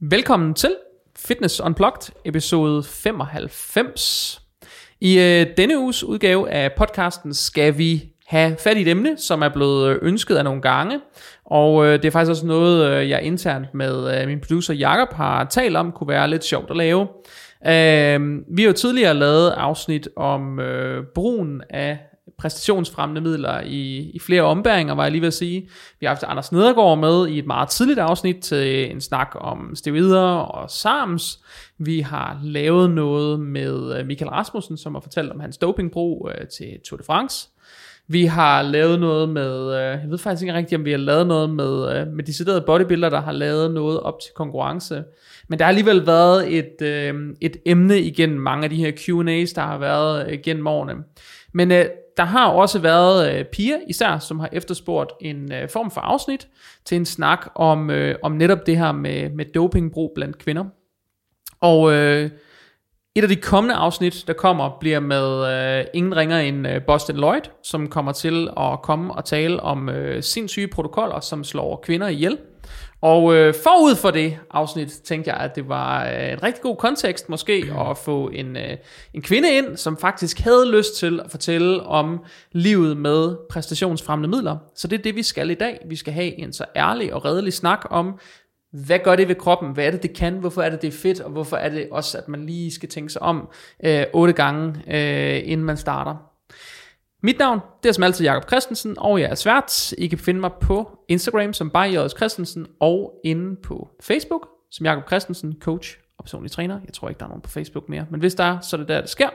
Velkommen til Fitness Unplugged, episode 95. I denne uges udgave af podcasten skal vi have fat i et emne, som er blevet ønsket af nogle gange. Og det er faktisk også noget, jeg internt med min producer Jakob har talt om, kunne være lidt sjovt at lave. Vi har jo tidligere lavet afsnit om brugen af præstationsfremmende midler i flere ombæringer, var jeg lige ved at sige. Vi har haft Anders Nedergaard med i et meget tidligt afsnit til en snak om steroider og SARMs. Vi har lavet noget med Michael Rasmussen, som har fortalt om hans dopingbrug til Tour de France. Vi har lavet noget med, jeg ved faktisk ikke rigtigt, om vi har lavet noget med deciderede bodybuilder, der har lavet noget op til konkurrence. Men der har alligevel været et emne igennem mange af de her Q&A's, der har været gennem årene. Men der har også været piger især, som har efterspurgt en form for afsnit til en snak om netop det her med dopingbrug blandt kvinder. Og et af de kommende afsnit, der kommer, bliver med ingen ringer end Boston Lloyd, som kommer til at komme og tale om sindssyge protokoller, som slår kvinder ihjel. Og forud for det afsnit, tænkte jeg, at det var en rigtig god kontekst måske at få en kvinde ind, som faktisk havde lyst til at fortælle om livet med præstationsfremmende midler. Så det er det, vi skal i dag. Vi skal have en så ærlig og redelig snak om, hvad gør det ved kroppen? Hvad er det kan? Hvorfor er det er fedt? Og hvorfor er det også, at man lige skal tænke sig om 8 gange, inden man starter? Mit navn, det er som altid Jakob Christensen, og jeg er svært. I kan finde mig på Instagram som J Christensen, og inde på Facebook som Jakob Christensen, coach og personlig træner. Jeg tror ikke, der er nogen på Facebook mere, men hvis der er, så er det der, det sker.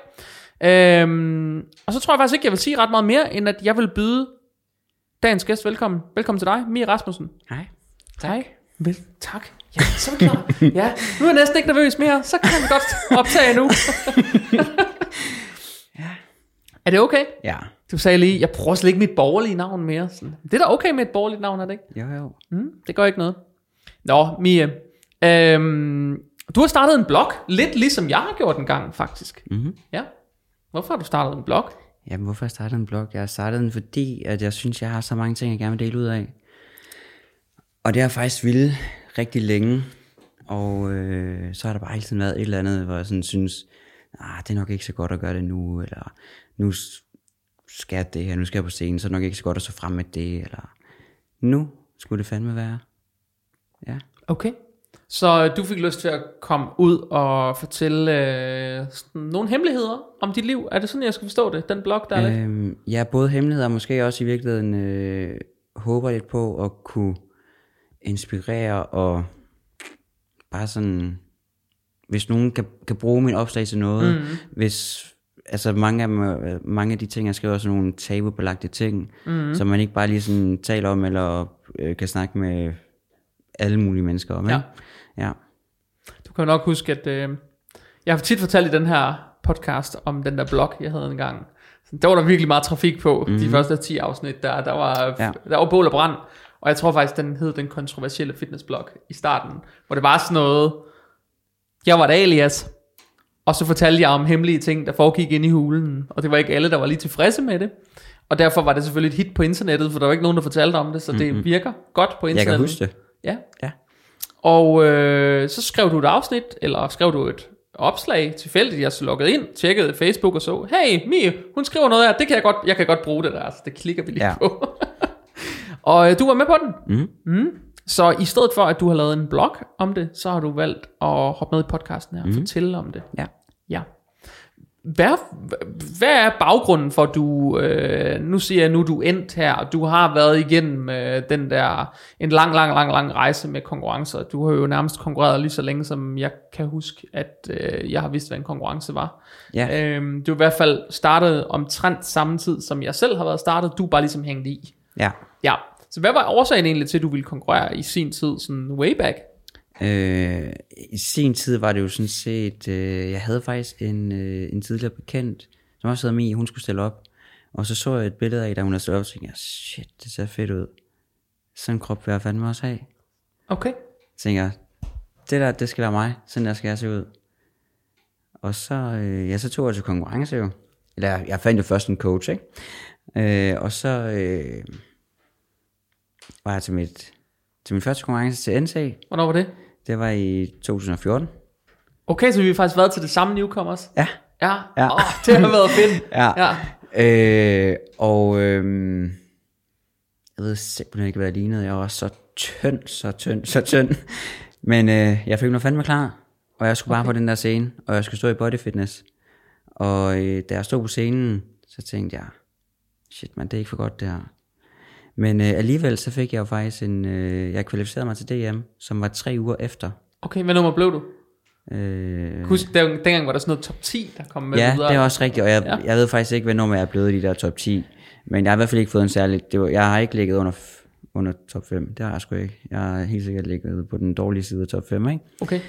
Og så tror jeg faktisk ikke, jeg vil sige ret meget mere, end at jeg vil byde dagens gæst velkommen. Velkommen til dig, Mie Rasmussen. Hej. Tak. Hej. Tak. Ja, så er vi klar. Ja, nu er jeg næsten ikke nervøs mere, så kan vi godt optage nu. Ja. Er det okay? Ja. Du sagde lige, jeg bruger slet ikke mit borgerlige navn mere. Sådan. Det er da okay med et borgerligt navn, er det ikke? Jo. Det gør ikke noget. Nå, Mie. Du har startet en blog, lidt ligesom jeg har gjort en gang, faktisk. Mm-hmm. Ja. Hvorfor har du startet en blog? Jamen, hvorfor jeg startede en blog? Jeg har startet den, fordi at jeg synes, jeg har så mange ting, jeg gerne vil dele ud af. Og det har faktisk ville rigtig længe. Og så har der bare hele tiden været et eller andet, hvor jeg sådan synes, det er nok ikke så godt at gøre det nu, eller nu skal jeg det her, nu skal jeg på scenen, så er det nok ikke så godt at så frem med det, eller nu skulle det fandme være. Ja. Okay. Så du fik lyst til at komme ud og fortælle nogle hemmeligheder om dit liv. Er det sådan, jeg skal forstå det, den blog, der er lidt? Ja, både hemmeligheder, og måske også i virkeligheden håber lidt på at kunne inspirere og bare sådan, hvis nogen kan bruge min opslag til noget, hvis altså mange af de ting jeg skriver er sådan nogle tabubelagte ting, som man ikke bare lige sådan taler om eller kan snakke med alle mulige mennesker om. Ja. Du kan jo nok huske at jeg har tit fortalt i den her podcast om den der blog jeg havde engang. Der var der virkelig meget trafik på de første 10 afsnit. Der var bål og brand. Og jeg tror faktisk, den hed Den Kontroversielle Fitnessblog i starten, hvor det var sådan noget, jeg var et alias, og så fortalte jeg om hemmelige ting, der foregik inde i hulen, og det var ikke alle, der var lige tilfredse med det. Og derfor var det selvfølgelig et hit på internettet, for der var ikke nogen, der fortalte om det, så det virker godt på internettet. Jeg kan huske det. Ja. Og så skrev du et afsnit, eller skrev du et opslag tilfældigt, jeg så loggede ind, tjekkede Facebook og så, hey Mie, hun skriver noget her, det kan jeg kan godt bruge det der, altså det klikker vi lige på. Og du var med på den. Så i stedet for at du har lavet en blog om det, så har du valgt at hoppe med i podcasten her og fortælle om det. Ja. Hvad er baggrunden for at du nu siger jeg du er endt her, og du har været igennem en lang rejse med konkurrencer. Du har jo nærmest konkurreret lige så længe som jeg kan huske at jeg har vidst hvad en konkurrence var. Du i hvert fald startede omtrent samme tid som jeg selv har været startet. Du er bare ligesom hængt i. Ja. Så hvad var årsagen egentlig til at du ville konkurrere i sin tid sådan way back? I sin tid var det jo sådan set jeg havde faktisk en tidligere bekendt, som også hedder Mie, hun skulle stille op. Og så jeg et billede af, da hun havde stået op, og tænkte jeg, shit, det ser fedt ud. Sådan en krop vil jeg fandme også have. Okay. Så tænkte jeg, det der, det skal være mig. Sådan der skal jeg se ud. Og så tog jeg til konkurrence jo. Eller jeg fandt jo først en coach, ikke? Og så var jeg til min første konkurrence til NC. Hvornår var det? Det var i 2014. Okay, så vi har faktisk været til det samme Newcomers. Ja. Ja. Det har været fedt. Ja. Jeg ved simpelthen ikke, hvad jeg lignede. Jeg var så tynd. Men jeg fik mig fandme klar. Og jeg skulle bare på den der scene. Og jeg skulle stå i body fitness. Og da jeg stod på scenen, så tænkte jeg, shit man, det er ikke for godt det her. Men alligevel så fik jeg jo faktisk jeg kvalificerede mig til DM, som var 3 uger efter. Okay, hvad nummer blev du? Husk, dengang var der sådan noget top 10, der kom med videre. Ja, det er også rigtigt, og jeg ved faktisk ikke, hvad nummer jeg er blevet i de der top 10. Men jeg har i hvert fald ikke fået en særlig, jeg har ikke ligget under top 5, det har jeg sgu ikke. Jeg har helt sikkert ligget på den dårlige side af top 5, ikke? Okay.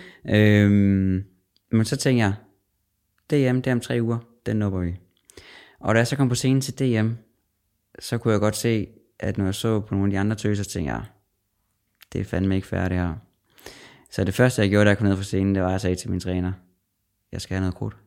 Men så tænkte jeg, DM, det er om 3 uger, den nupper vi. Og da jeg så kom på scenen til DM, så kunne jeg godt se, at når jeg så på nogle af de andre tøser, så tænkte jeg, det er fandme ikke fair det her. Så det første jeg gjorde, da jeg kom ned fra scenen, det var, at jeg sagde til min træner, jeg skal have noget krudt.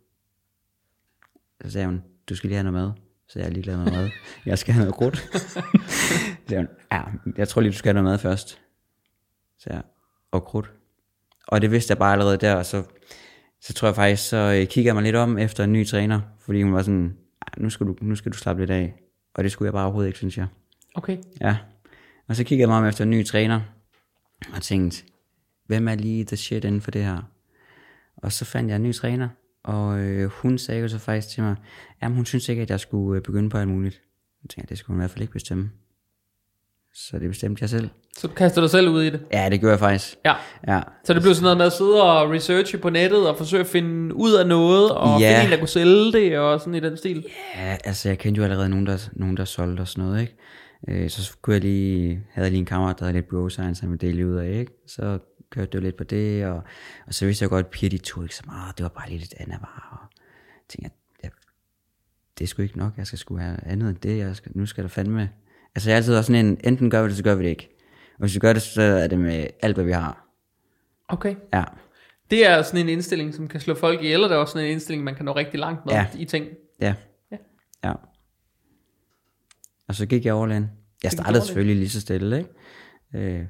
Så sagde hun, du skal lige have noget mad. Så jeg lige lavet noget mad. Jeg skal have noget krudt. Så sagde hun, ja, jeg tror lige, du skal have noget mad først. Så jeg, og krudt. Og det vidste jeg bare allerede der, og så tror jeg faktisk, så kigger jeg mig lidt om efter en ny træner, fordi hun var sådan, nu skal du slappe lidt af. Og det skulle jeg bare overhovedet ikke, synes jeg. Okay. Ja. Og så kiggede jeg mig om efter en ny træner, og tænkte, hvem er lige the shit inden for det her? Og så fandt jeg en ny træner, og hun sagde jo så faktisk til mig, jamen hun synes ikke, at jeg skulle begynde på alt muligt. Jeg tænkte, det skulle hun i hvert fald ikke bestemme. Så det bestemte jeg selv. Så du kaster dig selv ud i det? Ja, det gjorde jeg faktisk. Ja. Så det blev sådan noget med at sidde og researche på nettet, og forsøge at finde ud af noget, og finde en, der kunne sælge det, og sådan i den stil? Ja, altså jeg kendte jo allerede nogen, der solgte og sådan noget, ikke? Så kunne havde jeg lige en kammerat, der havde lidt bro science, han ville dele ud af, ikke? Så kørte det jo lidt på det, og så vidste jeg godt, at piger, de tog ikke så meget, det var bare lidt andet varer, og jeg tænkte, det er sgu ikke nok, jeg skal sgu have andet end det, nu skal der fandme, altså jeg er altid også sådan en, enten gør vi det, så gør vi det ikke, og hvis vi gør det, så er det med alt, hvad vi har. Okay. Ja. Det er sådan en indstilling, som kan slå folk ihjel, og det er også sådan en indstilling, man kan nå rigtig langt med i ting. Ja. Og så gik jeg all in. Jeg startede selvfølgelig lige så stille, ikke?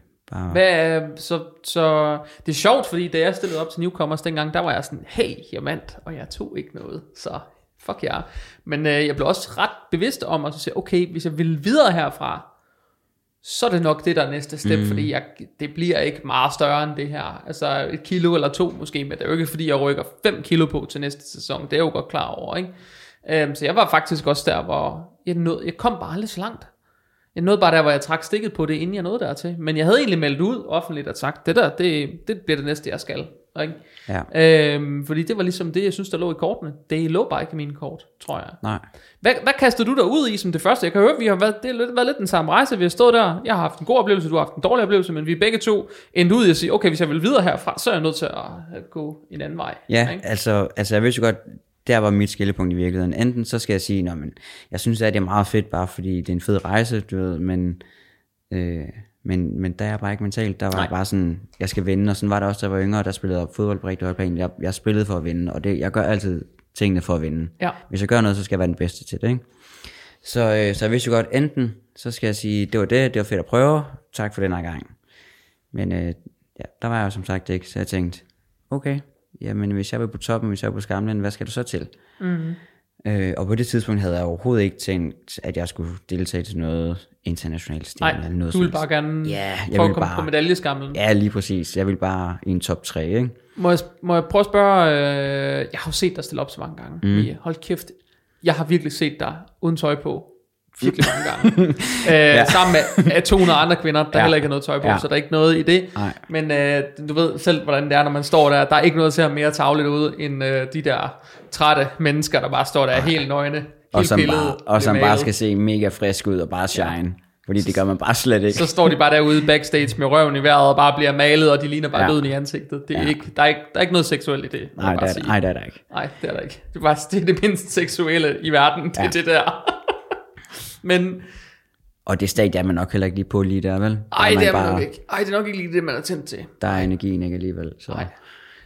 Så det er sjovt, fordi da jeg stillede op til Newcomers dengang, der var jeg sådan, hey, jeg vandt, og jeg tog ikke noget, så fuck ja. Men jeg blev også ret bevidst om at sige, okay, hvis jeg vil videre herfra, så er det nok det der næste step, fordi det bliver ikke meget større end det her. Altså 1 kilo eller 2 måske, men det er jo ikke fordi jeg rykker 5 kilo på til næste sæson, det er jeg jo godt klar over, ikke? Så jeg var faktisk også der, hvor jeg kom bare aldrig så langt. Jeg nåede bare der, hvor jeg trak stikket på det, inden jeg nåede dertil. Men jeg havde egentlig meldt ud offentligt og sagt, det der, det bliver det næste, jeg skal. Ikke? Ja. Fordi det var ligesom det, jeg synes, der lå i kortene. Det lå bare ikke i mine kort, tror jeg. Nej. Hvad kastede du der ud i som det første? Jeg kan høre, det har været lidt den samme rejse. Vi har stået der, jeg har haft en god oplevelse, du har haft en dårlig oplevelse, men vi begge to endte ud i at sige, okay, hvis jeg vil videre herfra, så er jeg nødt til at gå en anden vej. Ja, ikke? altså jeg ved jo godt, der var mit skillepunkt i virkeligheden. Enten så skal jeg sige, men jeg synes, at det er meget fedt, bare fordi det er en fed rejse, du ved, men der er jeg bare ikke mentalt. Der var jeg bare sådan, jeg skal vinde, og sådan var det også, da jeg var yngre, der spillede fodbold på rigtig højt plan. Jeg spillede for at vinde, og jeg gør altid tingene for at vinde. Ja. Hvis jeg gør noget, så skal jeg være den bedste til det, ikke? Så jeg vidste jo godt, enten så skal jeg sige, det var fedt at prøve, tak for den her gang. Men der var jeg jo som sagt ikke, så jeg tænkte, okay, jamen hvis jeg var på toppen, hvis jeg var på skamlen, hvad skal du så til? Og på det tidspunkt havde jeg overhovedet ikke tænkt, at jeg skulle deltage til noget internationalt stil. Nej, eller noget du ville bare gerne prøve at komme på medaljeskamlen. Ja, lige præcis. Jeg ville bare i en top 3, ikke? Må jeg prøve at spørge, jeg har jo set dig stille op så mange gange. Hold kæft, jeg har virkelig set dig uden tøj på. Virkelig mange gange. Sammen med 200 andre kvinder, der heller ikke har noget tøj på, så der er ikke noget i det. Nej. Men du ved selv, hvordan det er, når man står der. Der er ikke noget, der ser mere tarveligt ud, end de der trætte mennesker, der bare står der helt nøgne. Og som bare skal se mega frisk ud og bare shine. Fordi det gør man bare slet ikke. Så står de bare derude backstage med røven i vejret og bare bliver malet, og de ligner bare døden i ansigtet. Det er ikke, der er ikke noget seksuelt i det. Nej, det er der ikke. Nej, det er der ikke. Det er det mindst seksuelle i verden, det er det der. Men og det stadie er man nok heller ikke lige på lige der, vel? Ej, det er man nok ikke. Ej, det er nok ikke lige det, man er tændt til. Der er energien ikke alligevel. Så. Nej.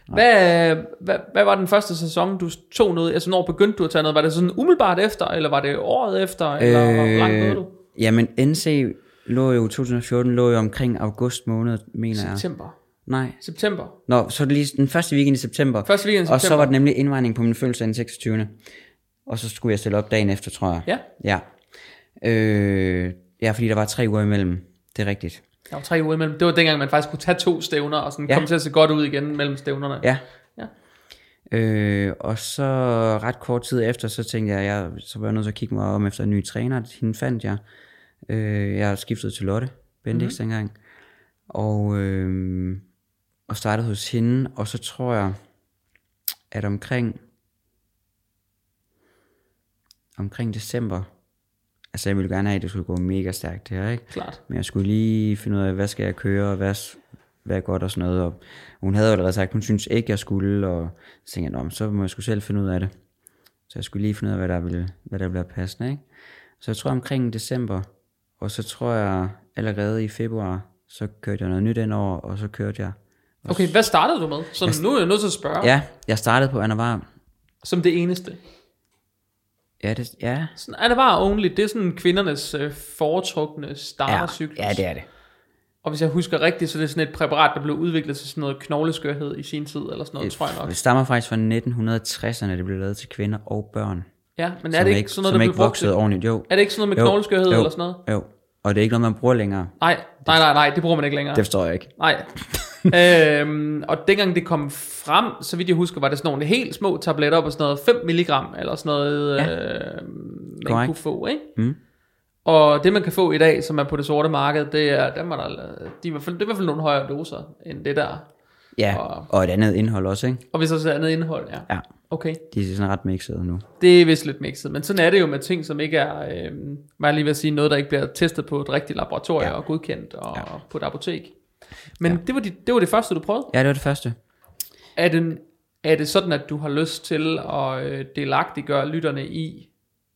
Hvad var den første sæson, du tog noget? Altså, når begyndte du at tage noget? Var det sådan umiddelbart efter, eller var det året efter, eller hvor langt nåede du? Jamen, NC lå jo 2014 omkring august måned, mener jeg. September. Nej. September. Nå, så er det lige den første weekend i september. Første weekend i Og så september. var det nemlig indvejning på min fødselsdag den 26. Og så skulle jeg stille op dagen efter, tror jeg. Ja. Ja, fordi der var 3 uger imellem. Det er rigtigt. Der var 3 uger imellem. Det var dengang, man faktisk kunne tage 2 stævner, og sådan komme til at se godt ud igen mellem stævnerne. Ja. Ja. Og så ret kort tid efter, så tænkte jeg, så var jeg nødt til at kigge mig om efter en ny træner. Hende fandt jeg. Jeg skiftede til Lotte Bendix dengang. Og startede hos hende. Og så tror jeg, at omkring december, altså jeg ville gerne have, at det skulle gå mega stærkt det her, ikke? Klart. Men jeg skulle lige finde ud af, hvad skal jeg køre, og hvad er godt og sådan noget. Og hun havde jo allerede sagt, hun synes ikke, jeg skulle, og så tænkte jeg, så må jeg sgu selv finde ud af det. Så jeg skulle lige finde ud af, hvad der ville passende, ikke? Så jeg tror omkring december, og så tror jeg allerede i februar, så kørte jeg noget nyt ind over, og så kørte jeg. Okay, hvad startede du med? Så nu er jeg nødt til at spørge. Ja, jeg startede på Anavar. Som det eneste. Ja. Sådan, Anavar Only, det er sådan kvindernes foretrukne startercyklus. Ja, det er det. Og hvis jeg husker rigtigt, så er det sådan et præparat, der blev udviklet til sådan noget knogleskørhed i sin tid, eller sådan noget, tror jeg nok. Det stammer faktisk fra 1960'erne, det blev lavet til kvinder og børn. Ja, men er det ikke sådan noget, der blev blev vokset ordentligt, jo. Er det ikke sådan noget med knogleskørhed eller sådan noget? Jo, og det er ikke noget, man bruger længere. Nej, det bruger man ikke længere. Det forstår jeg ikke. Nej. Og dengang det kom frem, så vidt jeg husker, var det sådan nogle helt små tabletter på sådan noget 5 milligram, eller sådan noget, man kunne få, ikke? Mm. Og det man kan få i dag, som er på det sorte marked, det er, det er i hvert fald nogle højere doser, end det der. Ja, og et andet indhold også, ikke? Og hvis der så er andet indhold, ja. Ja. Okay. De er sådan ret mixede nu. Det er vist lidt mixet, men sådan er det jo med ting, som ikke er, man lige vil sige, noget, der ikke bliver testet på et rigtigt laboratorium og godkendt og på et apotek. Men det var det første, du prøvede? Ja, det var det første. Er det sådan, at du har lyst til at delagtiggøre lytterne i,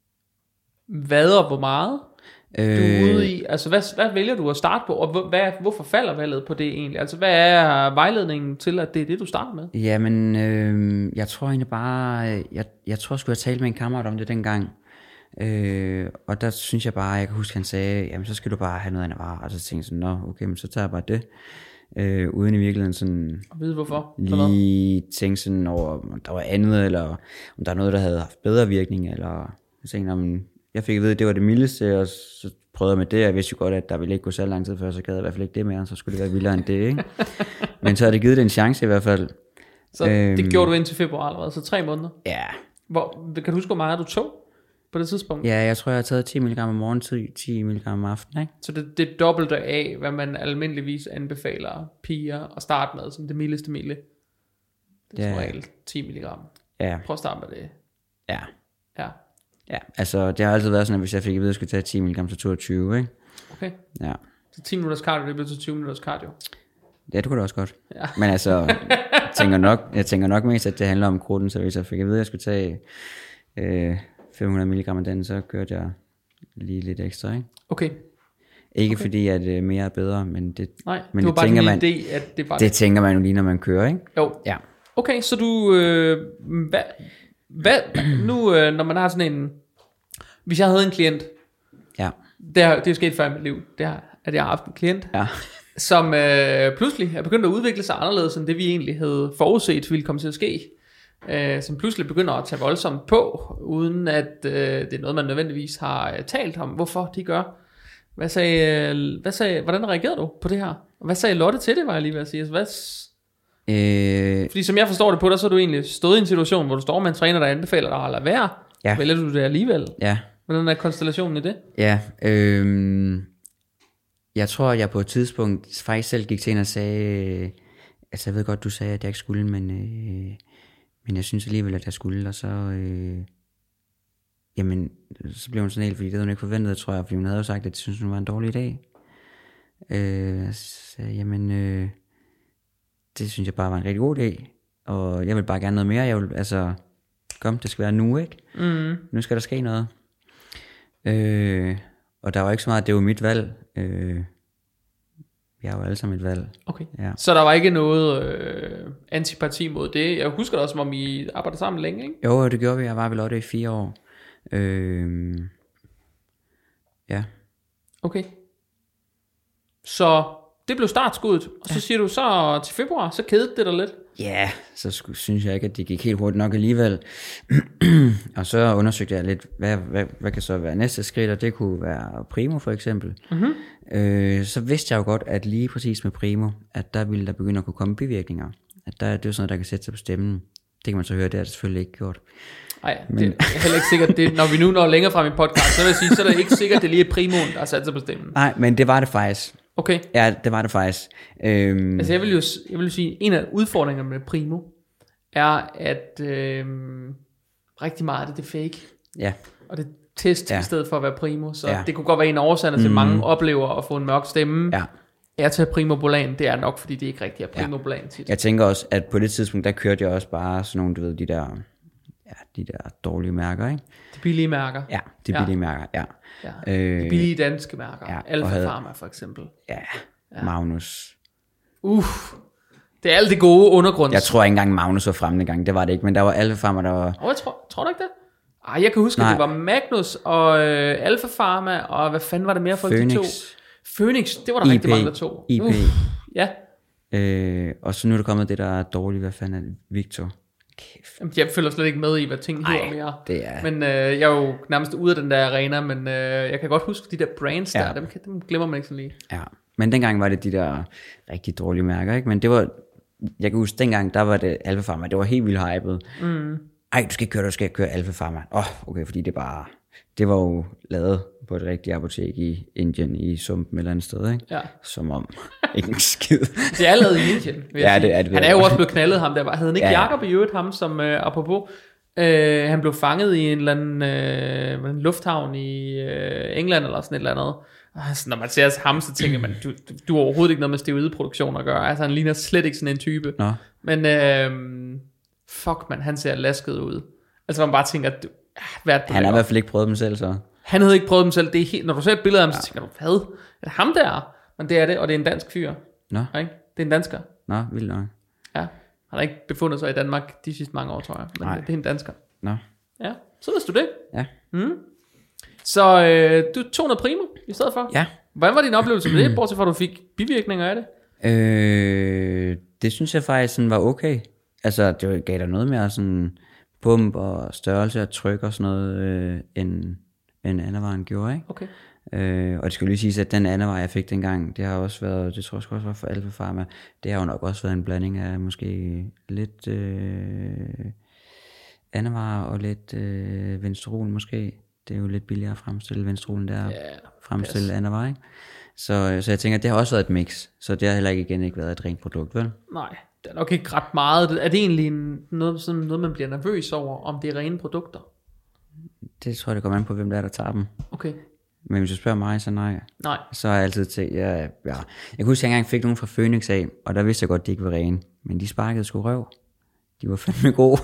hvad og hvor meget du er ude i? Altså, hvad vælger du at starte på, og hvorfor falder valget på det egentlig? Altså, hvad er vejledningen til, at det er det, du starter med? Jamen, jeg tror egentlig bare, jeg tror sgu, jeg talte med en kammerat om det dengang. Og der synes jeg bare, jeg kan huske, han sagde, jamen så skal du bare have noget Anavar. Og så tænkte jeg sådan, nå okay, men så tager jeg bare det. Uden i virkeligheden sådan og vide hvorfor? Lige tænke sådan over, om der var andet, eller om der er noget, der havde haft bedre virkning, eller jeg tænkte, om jeg fik at vide, at det var det mildeste, og så prøvede jeg med det. Jeg vidste jo godt, at der ville ikke gå så lang tid før, så gad jeg i hvert fald ikke det mere, så skulle det være vildere end det, ikke? Men så har det givet det en chance i hvert fald. Så det gjorde du indtil februar allerede, så 3 måneder? Ja. Kan du huske, hvor meget du tog på det tidspunkt? Ja, jeg tror, jeg har taget 10 mg om morgenen, 10 mg om aftenen, ikke? Så det er dobbelt af, hvad man almindeligvis anbefaler piger at starte med, som det mildeste milde. Det er som 10 mg. Ja. Prøv at starte med det. Ja. Ja. Ja, altså det har altid været sådan, at hvis jeg fik at vide, at jeg skulle tage 10 mg til 22, ikke? Okay. Ja. Så 10 minutters cardio, det bliver til 20 minutters cardio. Ja, det kunne det også godt. Ja. Men altså, jeg tænker nok mest, at det handler om krudten, så hvis jeg fik at vide, at jeg skulle tage 500 mg af den, så kørte jeg lige lidt ekstra, ikke? Okay. Ikke fordi, at mere er bedre, men det, nej, men det var det bare en idé, at det var det. Det tænker man jo lige, når man kører, ikke? Jo. Ja. Okay, så du, hvad nu, når man har sådan en, hvis jeg havde en klient, ja. Det er sket før i mit liv, det er, at jeg har haft en klient, ja. som pludselig er begyndt at udvikle sig anderledes, end det vi egentlig havde forudset ville komme til at ske. Som pludselig begynder at tage voldsomt på, uden at det er noget, man nødvendigvis har talt om, hvorfor de gør. Hvordan reagerede du på det her? Hvad sagde Lotte til det, var jeg lige ved at sige? Fordi som jeg forstår det på dig, så er du egentlig stået i en situation, hvor du står med en træner, der anbefaler dig at lade være. Ja. Vælger du det alligevel? Ja. Hvordan er konstellationen i det? Ja, jeg tror, at jeg på et tidspunkt faktisk selv gik til hende og sagde, altså jeg ved godt, du sagde, at jeg ikke skulle, men jeg synes alligevel, at jeg skulle, og så, jamen, så blev hun sådan helt, fordi det havde hun ikke forventet, tror jeg, fordi hun havde jo sagt, at jeg synes, hun var en dårlig dag. Så jamen, det synes jeg bare var en rigtig god dag, og jeg vil bare gerne noget mere, jeg vil, altså, kom, det skal være nu, ikke? Mm. Nu skal der ske noget. Og der var ikke så meget, det var mit valg. Vi har jo alle sammen et valg. Okay. Ja. Så der var ikke noget antipati mod det. Jeg husker det også, som om I arbejdede sammen længe, ikke? Jo, det gjorde vi. Jeg var ved Lotte i 4 år. Ja. Okay. Så det blev startskuddet, og så siger du så til februar, så kedede det dig lidt. Ja, så synes jeg ikke, at det gik helt hurtigt nok alligevel. Og så undersøgte jeg lidt, hvad kan så være næste skridt, og det kunne være Primo for eksempel. Så vidste jeg jo godt, at lige præcis med Primo, at der ville der begynde at kunne komme bivirkninger. At det er jo sådan noget, der kan sætte sig på stemmen. Det kan man så høre, det har det selvfølgelig ikke gjort. Nej, det er heller ikke sikkert, det, når vi nu når længere frem i podcast, så vil jeg sige, så er det ikke sikkert, det lige er Primoen, der har sat sig på stemmen. Nej, men det var det faktisk. Okay. Ja, det var det faktisk. Altså jeg vil jo sige, en af udfordringerne med Primo, er at rigtig meget af det er fake. Ja. Og det er test i stedet for at være Primo, så det kunne godt være en af årsagerne til, mange oplever at få en mørk stemme. Ja. Jeg tager Primobolan, det er nok, fordi det ikke rigtig er Primobolan tit. Jeg tænker også, at på det tidspunkt, der kørte jeg også bare sådan nogle, du ved, de der dårlige mærker, ikke? De billige mærker. Ja, de billige mærker, ja. De billige danske mærker. Ja, Alfa Pharma for eksempel. Ja, Magnus. Det er alt det gode undergrunds. Jeg tror ikke engang Magnus var fremme dengang, det var det ikke, men der var Alfa Pharma, der var... Jeg tror du ikke det? Jeg kan huske, at det var Magnus og Alfa Pharma, og hvad fanden var det mere for de to? Phoenix, det var der rigtig mange der tog. IP. Ja. Og så nu er der kommet det der er dårligt, hvad fanden er det? Victor. Jamen, jeg følger slet ikke med i, hvad ting hedder mere. Det er... Men jeg er jo nærmest ude af den der arena, men jeg kan godt huske de der brands der, dem glemmer man ikke sådan lige. Ja, men dengang var det de der rigtig dårlige mærker, ikke? Men det var, jeg kan huske, dengang der var det Alfa Pharma, det var helt vildt hypet. Ej, du skal køre Alfa Pharma. Okay, fordi det var jo lavet på et rigtigt apotek i Indien, i sumpen eller andet sted, ikke? Ja. Som om, ikke en skid. Det er lavet i Indien, vil jeg sige. Han er jo også blevet knaldet, ham der. Havde han ikke Jakob i øvrigt, ham som, apropos, han blev fanget i en eller anden lufthavn i England, eller sådan et eller andet. Altså, når man ser ham, så tænker man, du har overhovedet ikke noget med steroideproduktion at gøre. Altså, han ligner slet ikke sådan en type. Nå. Men, fuck man, han ser lasket ud. Altså, man bare tænker, han har i hvert fald ikke prøvet dem selv, så. Han havde ikke prøvet dem selv. Det er helt, når du ser et billede af ham, så tænker du, hvad? Er det ham der? Men det er det, og det er en dansk fyr. Nå. Ikke? Det er en dansker. Nå, vildt nok. Ja, han har ikke befundet sig i Danmark de sidste mange år, tror jeg. Men det er en dansker. Nå. Ja, så vidste du det. Ja. Så du tog noget Primo i stedet for? Ja. Hvordan var din oplevelse med det, bortset fra at du fik bivirkninger af det? Det synes jeg faktisk sådan var okay. Altså, det gav der noget mere sådan pump og størrelse og tryk og sådan noget, end Anavaren gjorde, ikke? Okay. Og det skal lige siges, at den Anavar, jeg fik dengang, det har også været, det tror jeg også var for Alfa Pharma, det har jo nok også været en blanding af måske lidt Anavar og lidt Venstrol måske. Det er jo lidt billigere at fremstille Venstrolen der, fremstille Anavar, ikke? Så jeg tænker, at det har også været et mix, så det har heller ikke været et rent produkt, vel? Nej, det er nok ikke ret meget. Er det egentlig noget man bliver nervøs over, om det er rene produkter? Det tror jeg, det kommer an på, hvem der tager dem. Okay. Men hvis du spørger mig, så nej. Nej. Så har jeg altid tænkt, jeg kan huske, at jeg engang fik nogen fra Phoenix af, og der vidste jeg godt, at de ikke var rene. Men de sparkede sgu røv. De var fandme gode.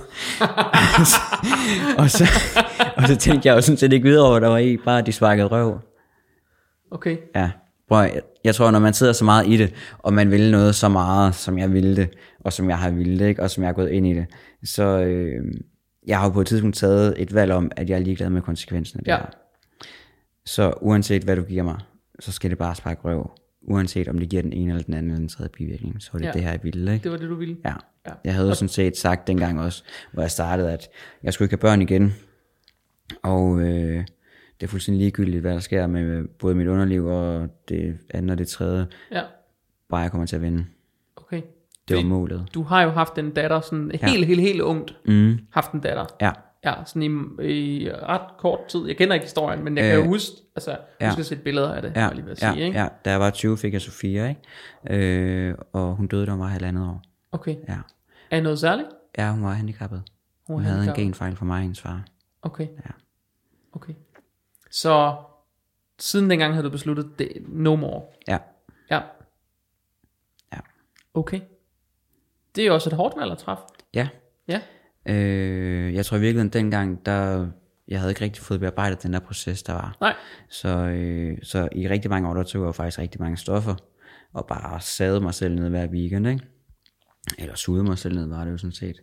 og så tænkte jeg jo sådan set ikke videre over, der var i, bare de sparkede røv. Okay. Ja. Jeg tror, når man sidder så meget i det, og man vil noget så meget, som jeg ville det, og som jeg har ville det, ikke, og som jeg har gået ind i det, så jeg har jo på et tidspunkt taget et valg om, at jeg er ligeglad med konsekvensen af det her. Så uanset hvad du giver mig, så skal det bare sparke røv. Uanset om det giver den ene eller den anden eller den tredje bivirkning, så var det det her, jeg ville, ikke? Det var det, du ville? Ja. Jeg havde sådan set sagt dengang også, hvor jeg startede, at jeg skulle ikke have børn igen. Og det er fuldstændig ligegyldigt, hvad der sker med både mit underliv og det andet og det tredje. Ja. Bare jeg kommer til at vinde. Okay. Det var målet. Du har jo haft en datter sådan helt ungt. Haft en datter. Ja. Ja, sådan i ret kort tid. Jeg kender ikke historien, men jeg kan jo huske, altså, huske at se billeder af det, lige ved at sige, ikke? Ja, da jeg var 20, fik jeg Sofia, ikke? Og hun døde, da hun var 1,5 år. Okay. Ja. Er noget særligt? Ja, hun var handicappet. Hun havde en genfejl for mig og hendes far. Okay. Ja. Okay. Så siden dengang havde du besluttet, det no more? Ja. Ja. Ja. Okay. Det er også et hårdt valg at træffe. Ja. Ja. Jeg tror virkelig, at dengang, jeg havde ikke rigtig fået bearbejdet den der proces, der var. Nej. Så i rigtig mange år, der tog jeg faktisk rigtig mange stoffer, og bare sadede mig selv ned hver weekend, ikke? Eller sugede mig selv ned, var det jo sådan set.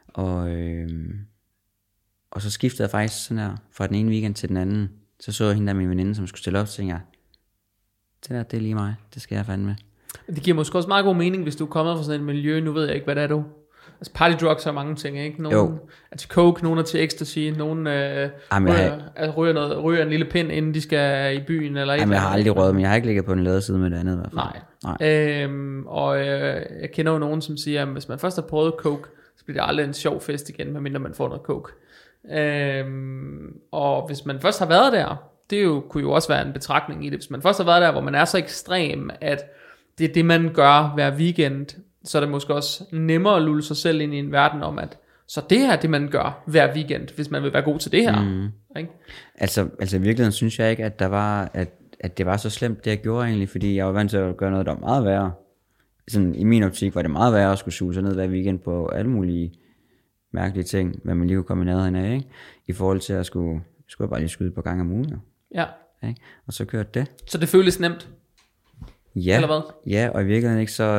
Og så skiftede jeg faktisk sådan her, fra den ene weekend til den anden. Så jeg hende der min veninde, som skulle stille op, så tænkte jeg, det er lige mig, det skal jeg fandme. Det giver måske også meget god mening, hvis du er kommet fra sådan et miljø. Nu ved jeg ikke, hvad det er du. Altså party drugs er mange ting, ikke? Nogle er til coke, nogle er til ecstasy, nogle ryger en lille pind, inden de skal i byen. Eller jeg har aldrig røget, men jeg har ikke ligget på en lederside med det andet i hvert fald. Nej. Jeg kender jo nogen, som siger, at hvis man først har prøvet coke, så bliver det aldrig en sjov fest igen, medmindre man får noget coke. Og hvis man først har været der, kunne jo også være en betragtning i det. Hvis man først har været der, hvor man er så ekstrem, at det er det, man gør hver weekend, så er det måske også nemmere at lulle sig selv ind i en verden om, at så det her er det, man gør hver weekend, hvis man vil være god til det her. Ikke? Altså i virkeligheden synes jeg ikke, at der var, at det var så slemt, det jeg gjorde egentlig, fordi jeg var vant til at gøre noget, der var meget værre. Sådan, i min optik var det meget værre at skulle suge sig ned hver weekend på alle mulige mærkelige ting, hvad man lige kunne komme i nærheden af, ikke? I forhold til at skulle jeg bare lige skyde på gang om ugen. Jo. Ja. Ikke? Og så kørte det. Så det føles nemt? Ja, eller hvad? Ja, og i virkeligheden ikke så...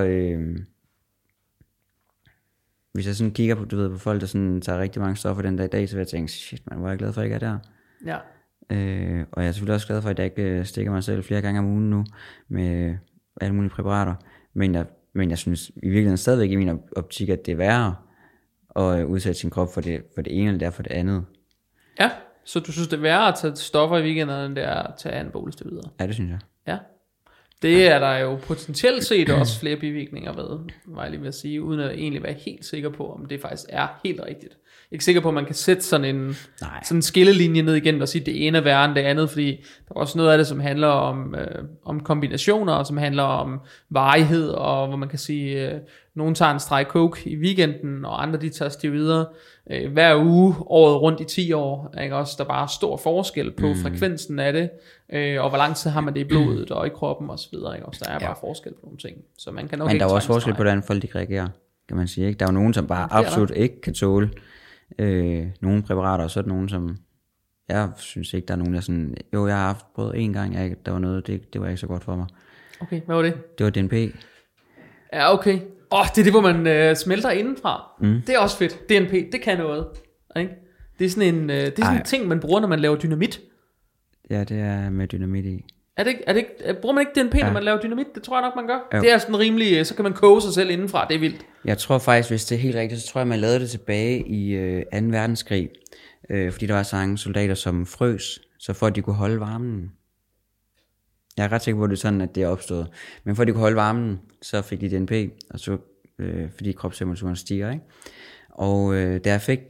hvis jeg sådan kigger på, på folk, der sådan tager rigtig mange stoffer den dag i dag, så vil jeg tænke, shit man, hvor er jeg glad for, at jeg ikke er der. Ja. Og jeg er selvfølgelig også glad for, at jeg ikke stikker mig selv flere gange om ugen nu, med alle mulige præparater. Men jeg synes i virkeligheden stadigvæk i min optik, at det er værre at udsætte sin krop for det ene eller for det andet. Ja, så du synes det er værre at tage stoffer i weekenden, end det er at tage anabolisk videre? Ja, det synes jeg. Ja. Det er der jo potentielt set også flere bivirkninger ved, var jeg lige ved at sige, uden at egentlig være helt sikker på, om det faktisk er helt rigtigt. Jeg er ikke sikker på, at man kan sætte sådan en skillelinje ned igen og sige, at det ene er værre end det andet, fordi der er også noget af det, som handler om kombinationer, og som handler om varighed, og hvor man kan sige, nogen tager en streg coke i weekenden, og andre de tager steroider hver uge, året rundt i 10 år. Ikke? Også der er bare stor forskel på frekvensen af det, og hvor lang tid har man det i blodet og i kroppen og så videre. Ikke? Også der er bare forskel på nogle ting. Så man kan nok. Men der er også forskel på, hvordan folk de reagerer, kan man sige. Ikke? Der er jo nogen, som bare absolut ikke kan tåle nogle præparater, og så er der nogen, som jeg synes ikke, der er nogen, der sådan, jo, jeg har haft prøvet en gang, der var noget, det var ikke så godt for mig. Okay, hvad var det? Det var DNP. Ja, okay. Det er det, hvor man smelter indenfra. Det er også fedt. DNP, det kan noget. Ikke? Det er sådan en ting, man bruger, når man laver dynamit. Ja, det er med dynamit i. Bruger man ikke DNP, når man laver dynamit? Det tror jeg nok, man gør. Jo. Det er sådan rimelig, så kan man koge sig selv indenfra. Det er vildt. Jeg tror faktisk, hvis det er helt rigtigt, så tror jeg, man lavede det tilbage i 2. verdenskrig. Fordi der var så mange soldater, som frøs, så for at de kunne holde varmen. Jeg er ret sikker på, at det er sådan, at det er opstået. Men for at de kunne holde varmen, så fik de DNP, og så, fordi kropstemperaturen stiger, ikke? Og da jeg fik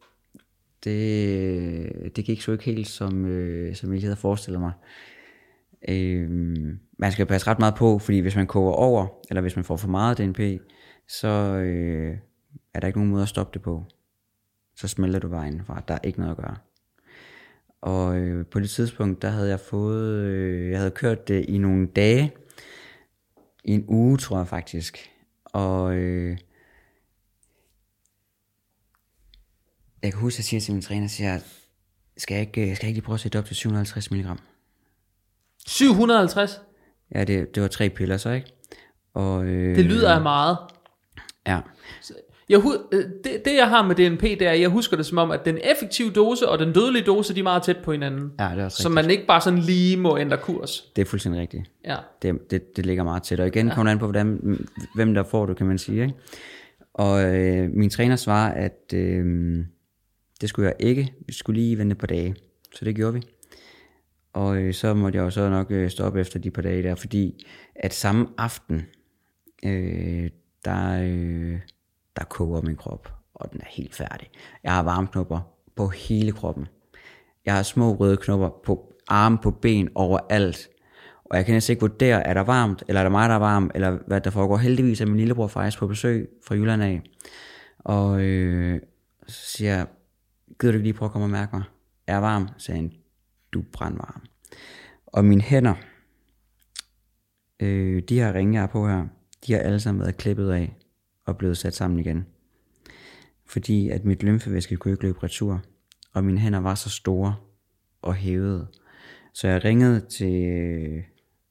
det gik så ikke helt, som jeg havde forestillet mig. Man skal passe ret meget på, fordi hvis man koger over, eller hvis man får for meget DNP, så er der ikke nogen måde at stoppe det på. Så smelter du bare indenfra. Der er ikke noget at gøre. Og på det tidspunkt, der havde jeg havde kørt det i nogle dage, i en uge, tror jeg faktisk. Og jeg kan huske, at jeg siger til min træner, skal jeg ikke lige prøve at sætte op til 750 mg? 750? Ja, det var 3 piller så, ikke? Og, det lyder af meget. Ja. Det jeg har med DNP, det er, jeg husker det som om, at den effektive dose og den dødelige dose, de er meget tæt på hinanden. Ja, det er også så man ikke bare sådan lige må ændre kurs. Det er fuldstændig rigtigt. Ja. Det ligger meget tæt. Og igen kommer det an på, hvem der får det, kan man sige. Ikke? Og min træner svarer, at det skulle jeg ikke. Vi skulle lige vente på dage. Så det gjorde vi. Og så måtte jeg jo så nok stoppe efter de par dage der, fordi at samme aften, der koger min krop, og den er helt færdig. Jeg har varmeknopper på hele kroppen. Jeg har små røde knopper på arme, på ben, overalt. Og jeg kan næsten ikke vurdere, er der varmt, eller er der mig, der er varm, eller hvad der foregår. Heldigvis er min lillebror faktisk på besøg fra Jylland af. Og så siger jeg, gider du ikke lige prøve at komme og mærke mig? Er jeg varm? Så sagde han, du er brandvarm. Og mine hænder, de her ringe, jeg er på her, de har alle sammen været klippet af og blevet sat sammen igen. Fordi at mit lymfevæske kunne ikke løbe retur, og mine hænder var så store og hævede. Så jeg ringede til,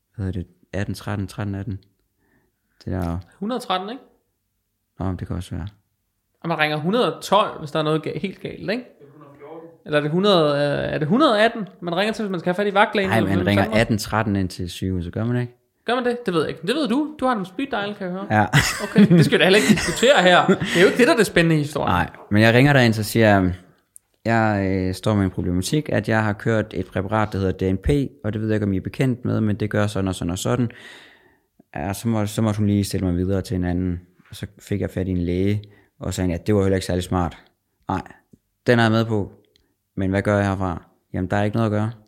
13 18. Det der 113, ikke? Nå, det kan også være. Og man ringer 112, hvis der er noget helt galt, ikke? Eller er det 118, man ringer til, hvis man skal have fat i vagtlægen? Nej, man ringer 18-13 ind til 7, så gør man ikke? Gør man det? Det ved jeg ikke. Det ved du. Du har en speed dial, kan jeg høre. Ja. Okay, det skal vi da heller ikke diskutere her. Det er jo ikke det, der er det spændende i historien. Nej, men jeg ringer derind, så siger jeg står med en problematik, at jeg har kørt et præparat, der hedder DNP, og det ved jeg ikke, om I er bekendt med, men det gør sådan og sådan og sådan. Ja, så måtte hun lige stille mig videre til en anden, og så fik jeg fat i en læge, og sagde, at det var heller ikke særlig smart. Nej, den er jeg med på, men hvad gør jeg herfra? Jamen, der er ikke noget at gøre.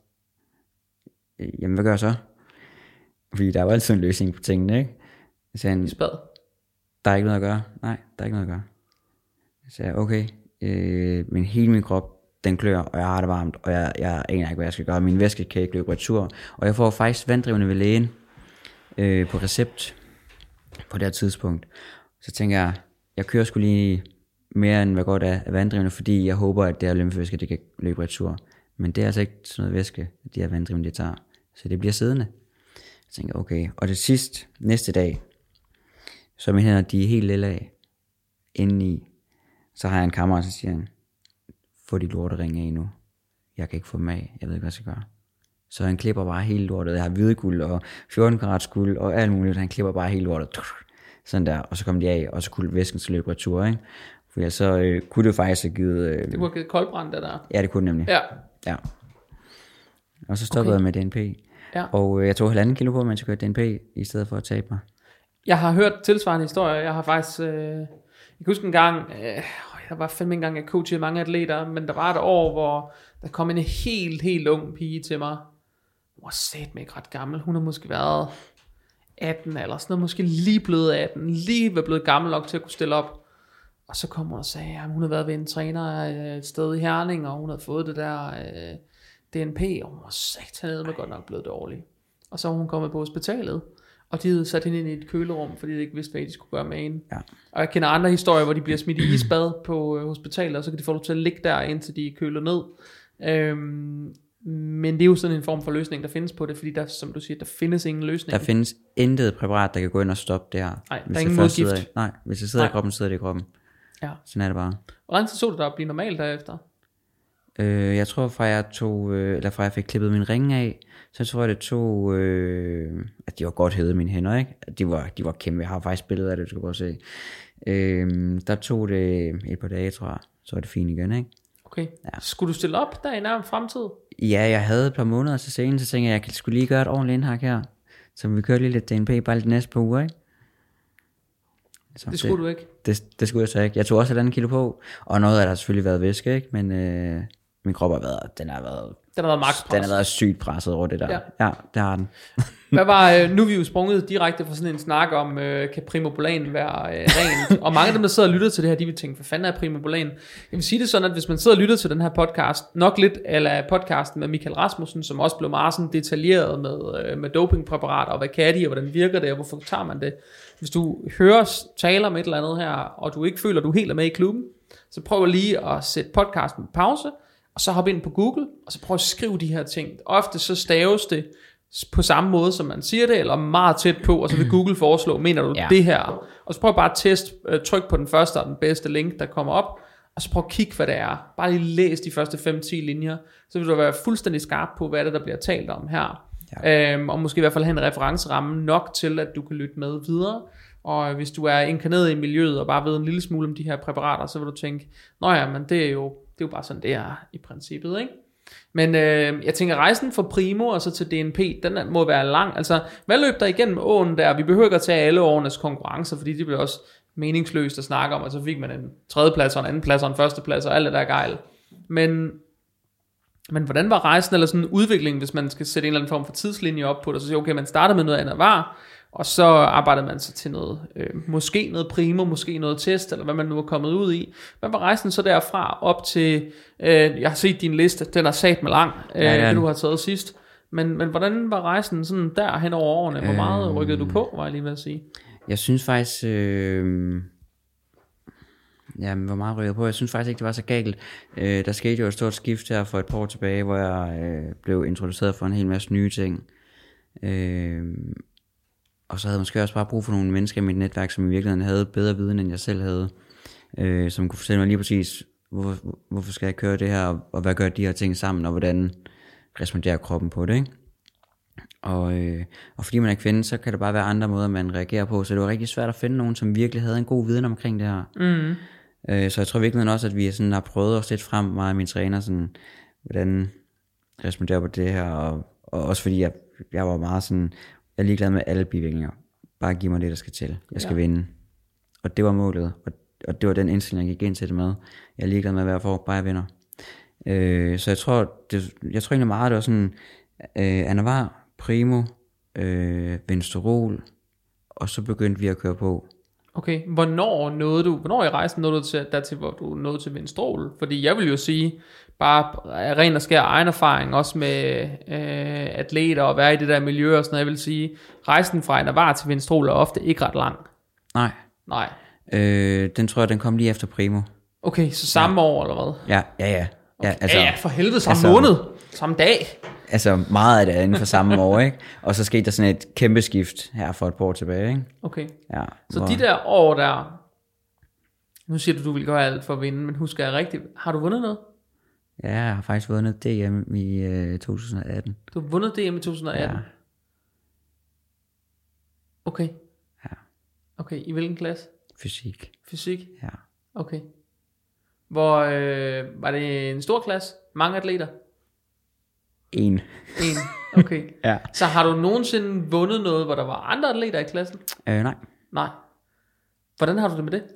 Jamen, hvad gør jeg så? Fordi der er jo altid en løsning på tingene, ikke? Jeg sagde, der er ikke noget at gøre. Nej, der er ikke noget at gøre. Jeg sagde, okay, men hele min krop, den klør, og jeg har det varmt, og jeg aner ikke, hvad jeg skal gøre. Min væske kan ikke løbe retur, og jeg får faktisk vanddrivende ved lægen på recept på det her tidspunkt. Så tænker jeg kører sgu lige mere end hvad godt er af vanddrivende, fordi jeg håber, at det her lymfevæske, det kan løbe retur. Men det er altså ikke sådan noget væske, de her vanddrivende, det tager. Så det bliver siddende. Jeg tænker, okay. Og det sidste, næste dag, så mine hænder, de er helt lille af, indeni. Så har jeg en kammerat, så siger han, få de lorteringe af nu. Jeg kan ikke få dem af, jeg ved ikke, hvad jeg skal gøre. Så han klipper bare hele lortet. Jeg har hvide guld og 14 karats guld og alt muligt. Han klipper bare hele lortet. Sådan der, og så kom de af, og så kunne væsken så løbe retur, ikke? For så kunne det faktisk have givet... det kunne have givet koldbrand, det der. Ja, det kunne nemlig. Ja. Og så stoppede jeg med DNP. Ja. Og jeg tog 1,5 kilo på, mens jeg kørte DNP, i stedet for at tabe mig. Jeg har hørt tilsvarende historier. Jeg har faktisk... jeg kan huske en gang... jeg var fandme en gang, jeg coachede mange atleter, men der var et år, hvor der kom en helt ung pige til mig. Hun var satme ikke ret gammel. Hun har måske været 18 eller sådan noget, måske lige blevet 18, lige var blevet gammel nok til at kunne stille op. Og så kom hun og sagde, at hun havde været ved en træner et sted i Herning, og hun havde fået det der DNP, og hun var satan med godt nok blevet dårlig. Og så var hun kommet på hospitalet, og de havde sat hende ind i et kølerum, fordi de ikke vidste, hvad de skulle gøre med hende. Ja. Og jeg kender andre historier, hvor de bliver smidt i isbad på hospitalet, og så kan de få lov til at ligge der, indtil de køler ned. Men det er jo sådan en form for løsning, der findes på det, fordi der, som du siger, der findes ingen løsning. Der findes intet præparat, der kan gå ind og stoppe det her. Nej, der er ingen modgift. Nej, hvis det sidder i kroppen, sidder det i kroppen. Ja. Sådan er det bare. Hvordan så du der at blive normalt derefter? Jeg tror fra jeg fik klippet min ringe af, så tror jeg det tog, at de var godt hævet mine hænder, ikke? De var kæmpe, jeg har faktisk billeder af det, du skal bare se. Der tog det et par dage, tror jeg, så var det fint igen, ikke? Okay, ja. Skulle du stille op der i nærmest fremtid? Ja, jeg havde et par måneder til scenen, så tænkte jeg skulle lige gøre et ordentligt indhak her. Så vi kørte lige lidt DNP bare de næste par uger, ikke? Så det skulle du ikke? Det skulle jeg så ikke. Jeg tog også 1,5 kilo på, og noget af det har selvfølgelig været væske, ikke? Men min krop har været, den har været makspres. Den har været sygt presset over det der. Ja, det har den. Hvad var, nu er vi jo sprunget direkte fra sådan en snak om, kan primobolan være rent? Og mange af dem, der sidder og lytter til det her, de vil tænke, hvad fanden er primobolan? Jeg vil sige det sådan, at hvis man sidder og lytter til den her podcast, nok lidt eller podcasten med Michael Rasmussen, som også blev meget sådan detaljeret med dopingpræparater, og hvad kan de, og hvordan virker det, og hvorfor tager man det? Hvis du hører tale om et eller andet her, og du ikke føler, at du helt er med i klubben, så prøv lige at sætte podcasten på pause, og så hoppe ind på Google, og så prøv at skrive de her ting. Ofte så staves det på samme måde, som man siger det, eller meget tæt på, og så vil Google foreslå, mener du det her? Og så prøv bare at teste, tryk på den første og den bedste link, der kommer op, og så prøv at kigge, hvad det er. Bare lige læs de første 5-10 linjer, så vil du være fuldstændig skarp på, hvad det der bliver talt om her. Ja. Og måske i hvert fald have en referenceramme nok til, at du kan lytte med videre. Og hvis du er inkarneret i miljøet, og bare ved en lille smule om de her præparater, så vil du tænke, nå ja, men det er jo bare sådan, det er i princippet, ikke? Men jeg tænker, rejsen fra Primo og så til DNP, den må være lang. Altså, hvad løb der igennem åen der? Vi behøver ikke at tage alle årenes konkurrencer, fordi det bliver også meningsløst at snakke om, og så fik man en 3. plads og en 2. plads og en 1. plads og alt det der gejl. Men hvordan var rejsen, eller sådan en udvikling, hvis man skal sætte en eller anden form for tidslinje op på det, så siger okay, man startede med noget andet var, og så arbejdede man sig til noget, måske noget Primo, måske noget test, eller hvad man nu er kommet ud i. Hvad var rejsen så derfra op til, jeg har set din liste, den er sat med lang, det du har taget sidst. Men hvordan var rejsen sådan der hen over årene? Hvor meget rykkede du på, var jeg lige ved at sige? Jeg synes faktisk, hvor meget rykkede på? Jeg synes faktisk ikke, det var så galt. Der skete jo et stort skift her for et par år tilbage, hvor jeg blev introduceret for en hel masse nye ting. Og så havde jeg måske også bare brug for nogle mennesker i mit netværk, som i virkeligheden havde bedre viden, end jeg selv havde. Som kunne fortælle mig lige præcis, hvorfor skal jeg køre det her, og hvad gør de her ting sammen, og hvordan responderer kroppen på det, ikke? Og fordi man er kvinde, så kan der bare være andre måder, man reagerer på. Så det var rigtig svært at finde nogen, som virkelig havde en god viden omkring det her. Så jeg tror virkelig også, at vi sådan har prøvet os lidt frem, mig og min træner, sådan, hvordan responderer på det her. Og også fordi jeg var meget sådan, jeg er ligeglad med alle bivirkninger. Bare giv mig det, der skal til. Jeg skal vinde. Og det var målet. Og det var den indstilling, jeg gik ind til det med. Jeg er ligeglad med, hvad jeg får, bare jeg vinder. Så jeg tror egentlig meget, det var sådan, Anavar, Primo, Vinstrol, og så begyndte vi at køre på. Okay, hvornår i rejsen nåede du til, hvor du nåede til Vinstrol? Fordi jeg vil jo sige, bare ren og skær egen erfaring, også med atleter og være i det der miljø og sådan noget, jeg vil sige, rejsen fra Anavar til Vinstrol er ofte ikke ret lang. Nej. Den tror jeg, den kom lige efter Primo. Okay, så samme år eller hvad? Ja. Okay. Altså, ja, for helvede, samme måned, samme dag. Altså meget af det inden for samme år, ikke? Og så skete der sådan et kæmpe skift her for et par år tilbage, ikke? Okay. Ja, så de der år der, nu siger du vil gøre alt for at vinde, men husker jeg rigtigt, har du vundet noget? Ja, jeg har faktisk vundet DM i 2018. Du har vundet DM i 2018? Ja. Okay. Ja. Okay, i hvilken klasse? Fysik. Ja. Okay. Hvor, var det en stor klasse? Mange atleter? En. Okay. Ja. Så har du nogensinde vundet noget, hvor der var andre atleter i klassen? Nej. Hvordan har du det med det?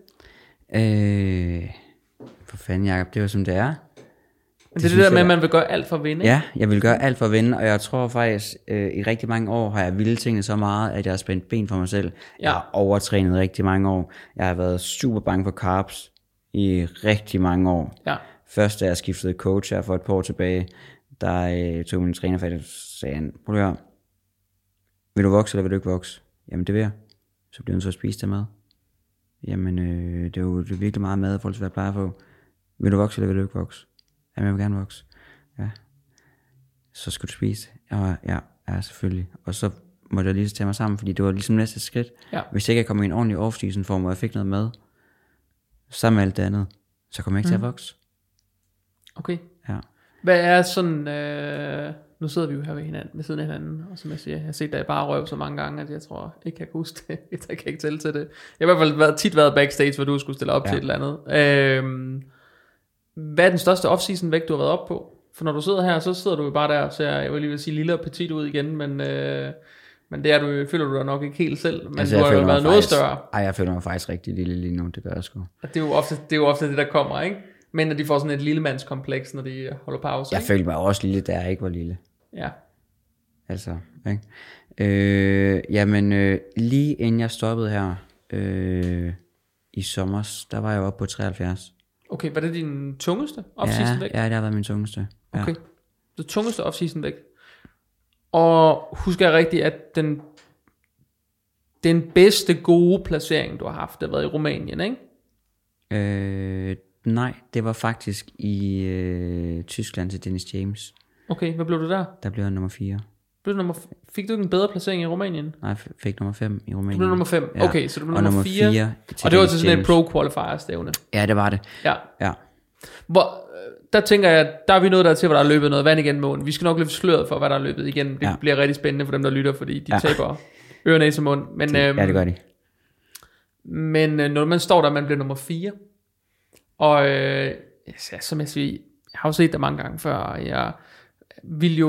For fanden, Jacob, det var som det er. Det er det der med, at man vil gøre alt for at vinde, ikke? Ja, jeg vil gøre alt for at vinde, og jeg tror faktisk, i rigtig mange år har jeg vildt tingene så meget, at jeg har spændt ben for mig selv. Jeg har overtrænet rigtig mange år. Jeg har været super bange for carbs i rigtig mange år. Ja. Først da jeg skiftede coach her for et par år tilbage, der tog min træner fat og sagde, prøv at høre, vil du vokse, eller vil du ikke vokse? Jamen det vil jeg. Så bliver jeg nødt til at spise det mad. Jamen det er jo virkelig meget mad i forhold til, hvad jeg plejer at få. Vil du vokse, eller vil du ikke vokse? Jamen jeg vil gerne vokse. Ja. Så skal du spise. Ja, selvfølgelig. Og så måtte jeg lige tage mig sammen, fordi det var ligesom næste skridt. Ja. Hvis ikke jeg kom i en ordentlig off-season form, hvor jeg fik noget mad, sammen med alt det andet, så kom jeg ikke til at vokse. Okay. Ja. Hvad er sådan, nu sidder vi jo her ved siden af hinanden, og som jeg siger, jeg har set dig bare røv så mange gange, at jeg tror ikke, jeg kan huske det. Jeg kan ikke tælle til det. Jeg har i hvert fald tit været backstage, hvor du skulle stille op til et eller andet. Hvad er den største off-season vægt, du har været op på? For når du sidder her, så sidder du jo bare der og ser, jeg vil lige sige, lille og petit ud igen, men det er du, føler du dig nok ikke helt selv, men altså, du har jo været noget større. Jeg føler mig faktisk rigtig lille lige nu, det gør jeg sgu. Og det er jo ofte det, der kommer, ikke? Men at de får sådan et lillemandskompleks, når de holder pause. Jeg følte mig også lille, da jeg ikke var lille. Ja. Altså, ikke? Lige inden jeg stoppede her i sommer, der var jeg oppe på 73. Okay, var det din tungeste off-season vægt? Ja, det har været min tungeste. Ja. Okay, det tungeste off-season vægt. Og husker jeg rigtigt, at den bedste gode placering, du har haft, det har været i Rumænien, ikke? Nej, det var faktisk i Tyskland til Dennis James. Okay, hvad blev du der? Der blev jeg nummer 4. Fik du ikke en bedre placering i Rumænien? Nej, jeg fik nummer 5 i Rumænien. Du blev nummer 5, ja. Okay, så du blev nummer 4 og det var til sådan et pro-qualifier-stævne. Ja, det var det. Ja. Der tænker jeg, der er vi nået der til, hvor der er løbet noget vand igen måden. Vi skal nok løbe sløret for, hvad der er løbet igen. Det bliver rigtig spændende for dem, der lytter, fordi de taber øre, næse og mund. Men, ja, det gør de. Men når man står der, man bliver nummer 4, og som jeg siger, jeg har jo set det mange gange før, og jeg vil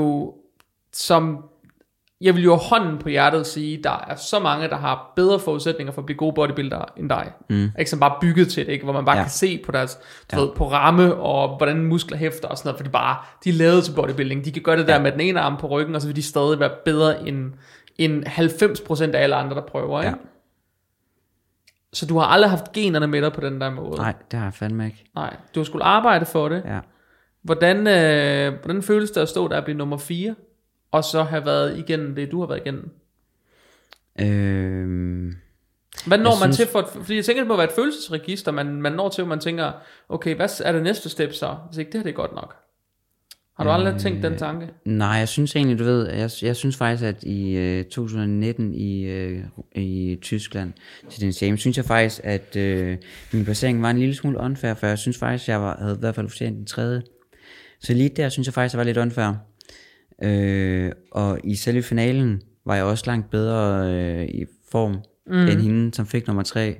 jo hånden på hjertet sige, der er så mange, der har bedre forudsætninger for at blive gode bodybuildere end dig. Ikke som bare bygget til det, ikke? Hvor man bare kan se på deres på ramme, og hvordan muskler hæfter og sådan noget, fordi de er lavet til bodybuilding. De kan gøre det der med den ene arm på ryggen, og så vil de stadig være bedre end 90% af alle andre, der prøver, ikke? Ja. Så du har aldrig haft generne med dig på den der måde? Nej, det har jeg fandme ikke. Nej, du har skulle arbejde for det. Ja. Hvordan føles det at stå der og blive nummer 4, og så have været igennem det, du har været igennem? Hvad når man til for, fordi jeg tænker, det må være et følelsesregister, man når til, hvor man tænker, okay, hvad er det næste step så? Hvis ikke det her, det er godt nok. Har du aldrig tænkt den tanke? Nej, jeg synes egentlig, du ved, jeg synes faktisk, at i 2019 i Tyskland til den James, synes jeg faktisk, at min placering var en lille smule unfair, for jeg synes faktisk, jeg havde i hvert fald fortjent den 3. Så lige der synes jeg faktisk, jeg var lidt unfair. Og i selve finalen var jeg også langt bedre i form end hende, som fik nummer 3.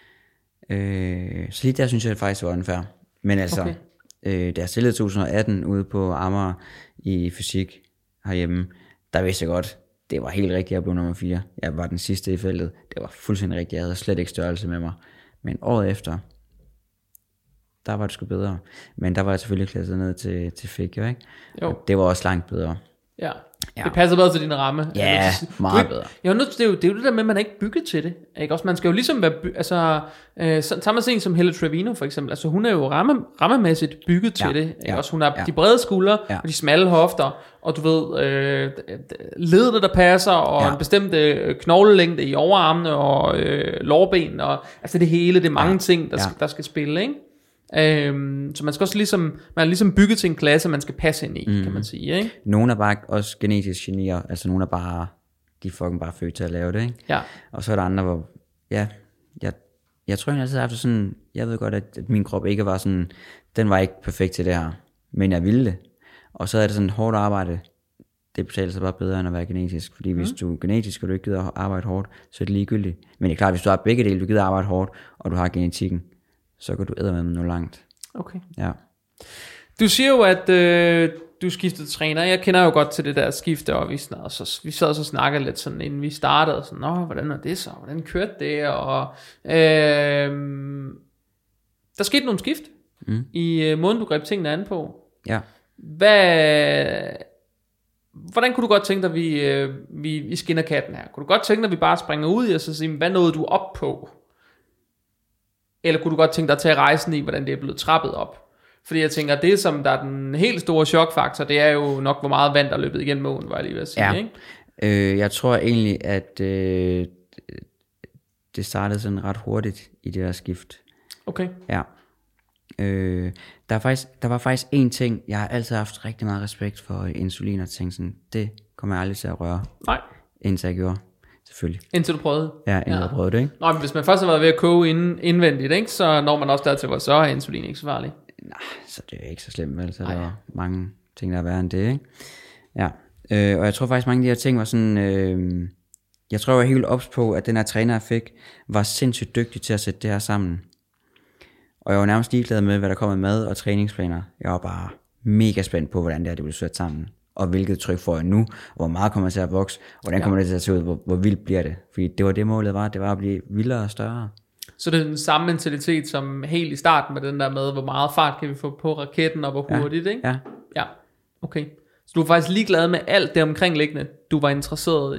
Så lige der synes jeg faktisk, det var unfair. Men altså, da jeg stillede 2018 ude på Amager i fysik herhjemme, der vidste jeg godt, det var helt rigtigt, jeg blev nummer 4. Jeg var den sidste i feltet. Det var fuldstændig rigtigt. Jeg havde slet ikke størrelse med mig. Men året efter, der var det sgu bedre. Men der var jeg selvfølgelig klasset ned til fik, jo, ikke? Jo. Det var også langt bedre. Ja. Det passer bedre til din ramme. Ja, meget bedre. Det er jo det der med, at man er ikke bygget til det. Ikke? Også, man skal jo ligesom være samme scene som Helle Trevino for eksempel. Altså hun er jo rammemæssigt bygget til det. Ikke? Også, hun har de brede skuldre og de smalle hofter. Og du ved, ledene der passer, og en bestemt knoglelængde i overarmene og lårben. Og, altså det hele, det er mange ting, der skal spille, ikke? Så man skal også man er ligesom bygget til en klasse, man skal passe ind i, kan man sige, ikke? Nogle er bare også genetisk genier, altså nogle er bare, de er fucking bare født til at lave det, ikke? Ja. Og så er der andre, hvor, jeg tror jeg altid har haft sådan, jeg ved godt, at min krop ikke var sådan, den var ikke perfekt til det her, men jeg ville det. Og så er det sådan hårdt arbejde, det betaler sig bare bedre end at være genetisk, fordi hvis du er genetisk, og du ikke gider at arbejde hårdt, så er det ligegyldigt. Men det er klart, hvis du har begge dele, du gider at arbejde hårdt, og du har genetikken, så kan du eddermame nå langt. Okay. Ja. Du siger jo, at du skiftede træner. Jeg kender jo godt til det der skifte, og vi sad og så snakkede lidt sådan, inden vi startede, sådan, hvordan er det så? Hvordan kørte det? Og der skete nogle skift i måden, du greb tingene an på. Ja. Hvordan kunne du godt tænke dig, vi skinner katten her? Kunne du godt tænke dig, at vi bare springer ud i og så sige, hvad nåede du op på? Eller kunne du godt tænke dig at tage rejsen i, hvordan det er blevet trappet op? Fordi jeg tænker, det som der er den helt store chokfaktor, det er jo nok, hvor meget vand der er løbet igennem åen, var jeg lige ved at sige, ikke? Jeg tror egentlig, at det startede sådan ret hurtigt i det der skift. Okay. Ja. Der var faktisk en ting, jeg har altid haft rigtig meget respekt for insulin, og tænkte sådan, det kommer jeg aldrig til at røre. Nej. Indtil jeg gjorde. Selvfølgelig. Indtil du prøvede? Ja, indtil jeg prøvede det, ikke? Nå, men hvis man først har været ved at koge indvendigt, ikke, så når man også dertil, hvor så er insulin ikke så farlig. Nej, så det er ikke så slemt, vel? Så der er mange ting, der er værre end det, ikke? Ja, og jeg tror faktisk, mange af de her ting var sådan... jeg tror, jeg var helt ops på, at den her træner, jeg fik, var sindssygt dygtig til at sætte det her sammen. Og jeg var nærmest ligeglad med, hvad der kom med mad og træningsplaner. Jeg var bare mega spændt på, hvordan det blev sat sammen. Og hvilket tryk får jeg nu, hvor meget kommer jeg til at vokse, og hvordan kommer det til at se ud, hvor vildt bliver det. Fordi det var det målet var, det var at blive vildere og større. Så det er den samme mentalitet som helt i starten med den der med, hvor meget fart kan vi få på raketten, og hvor hurtigt, ikke? Ja, okay. Så du var faktisk ligeglad med alt det omkringliggende. Du var interesseret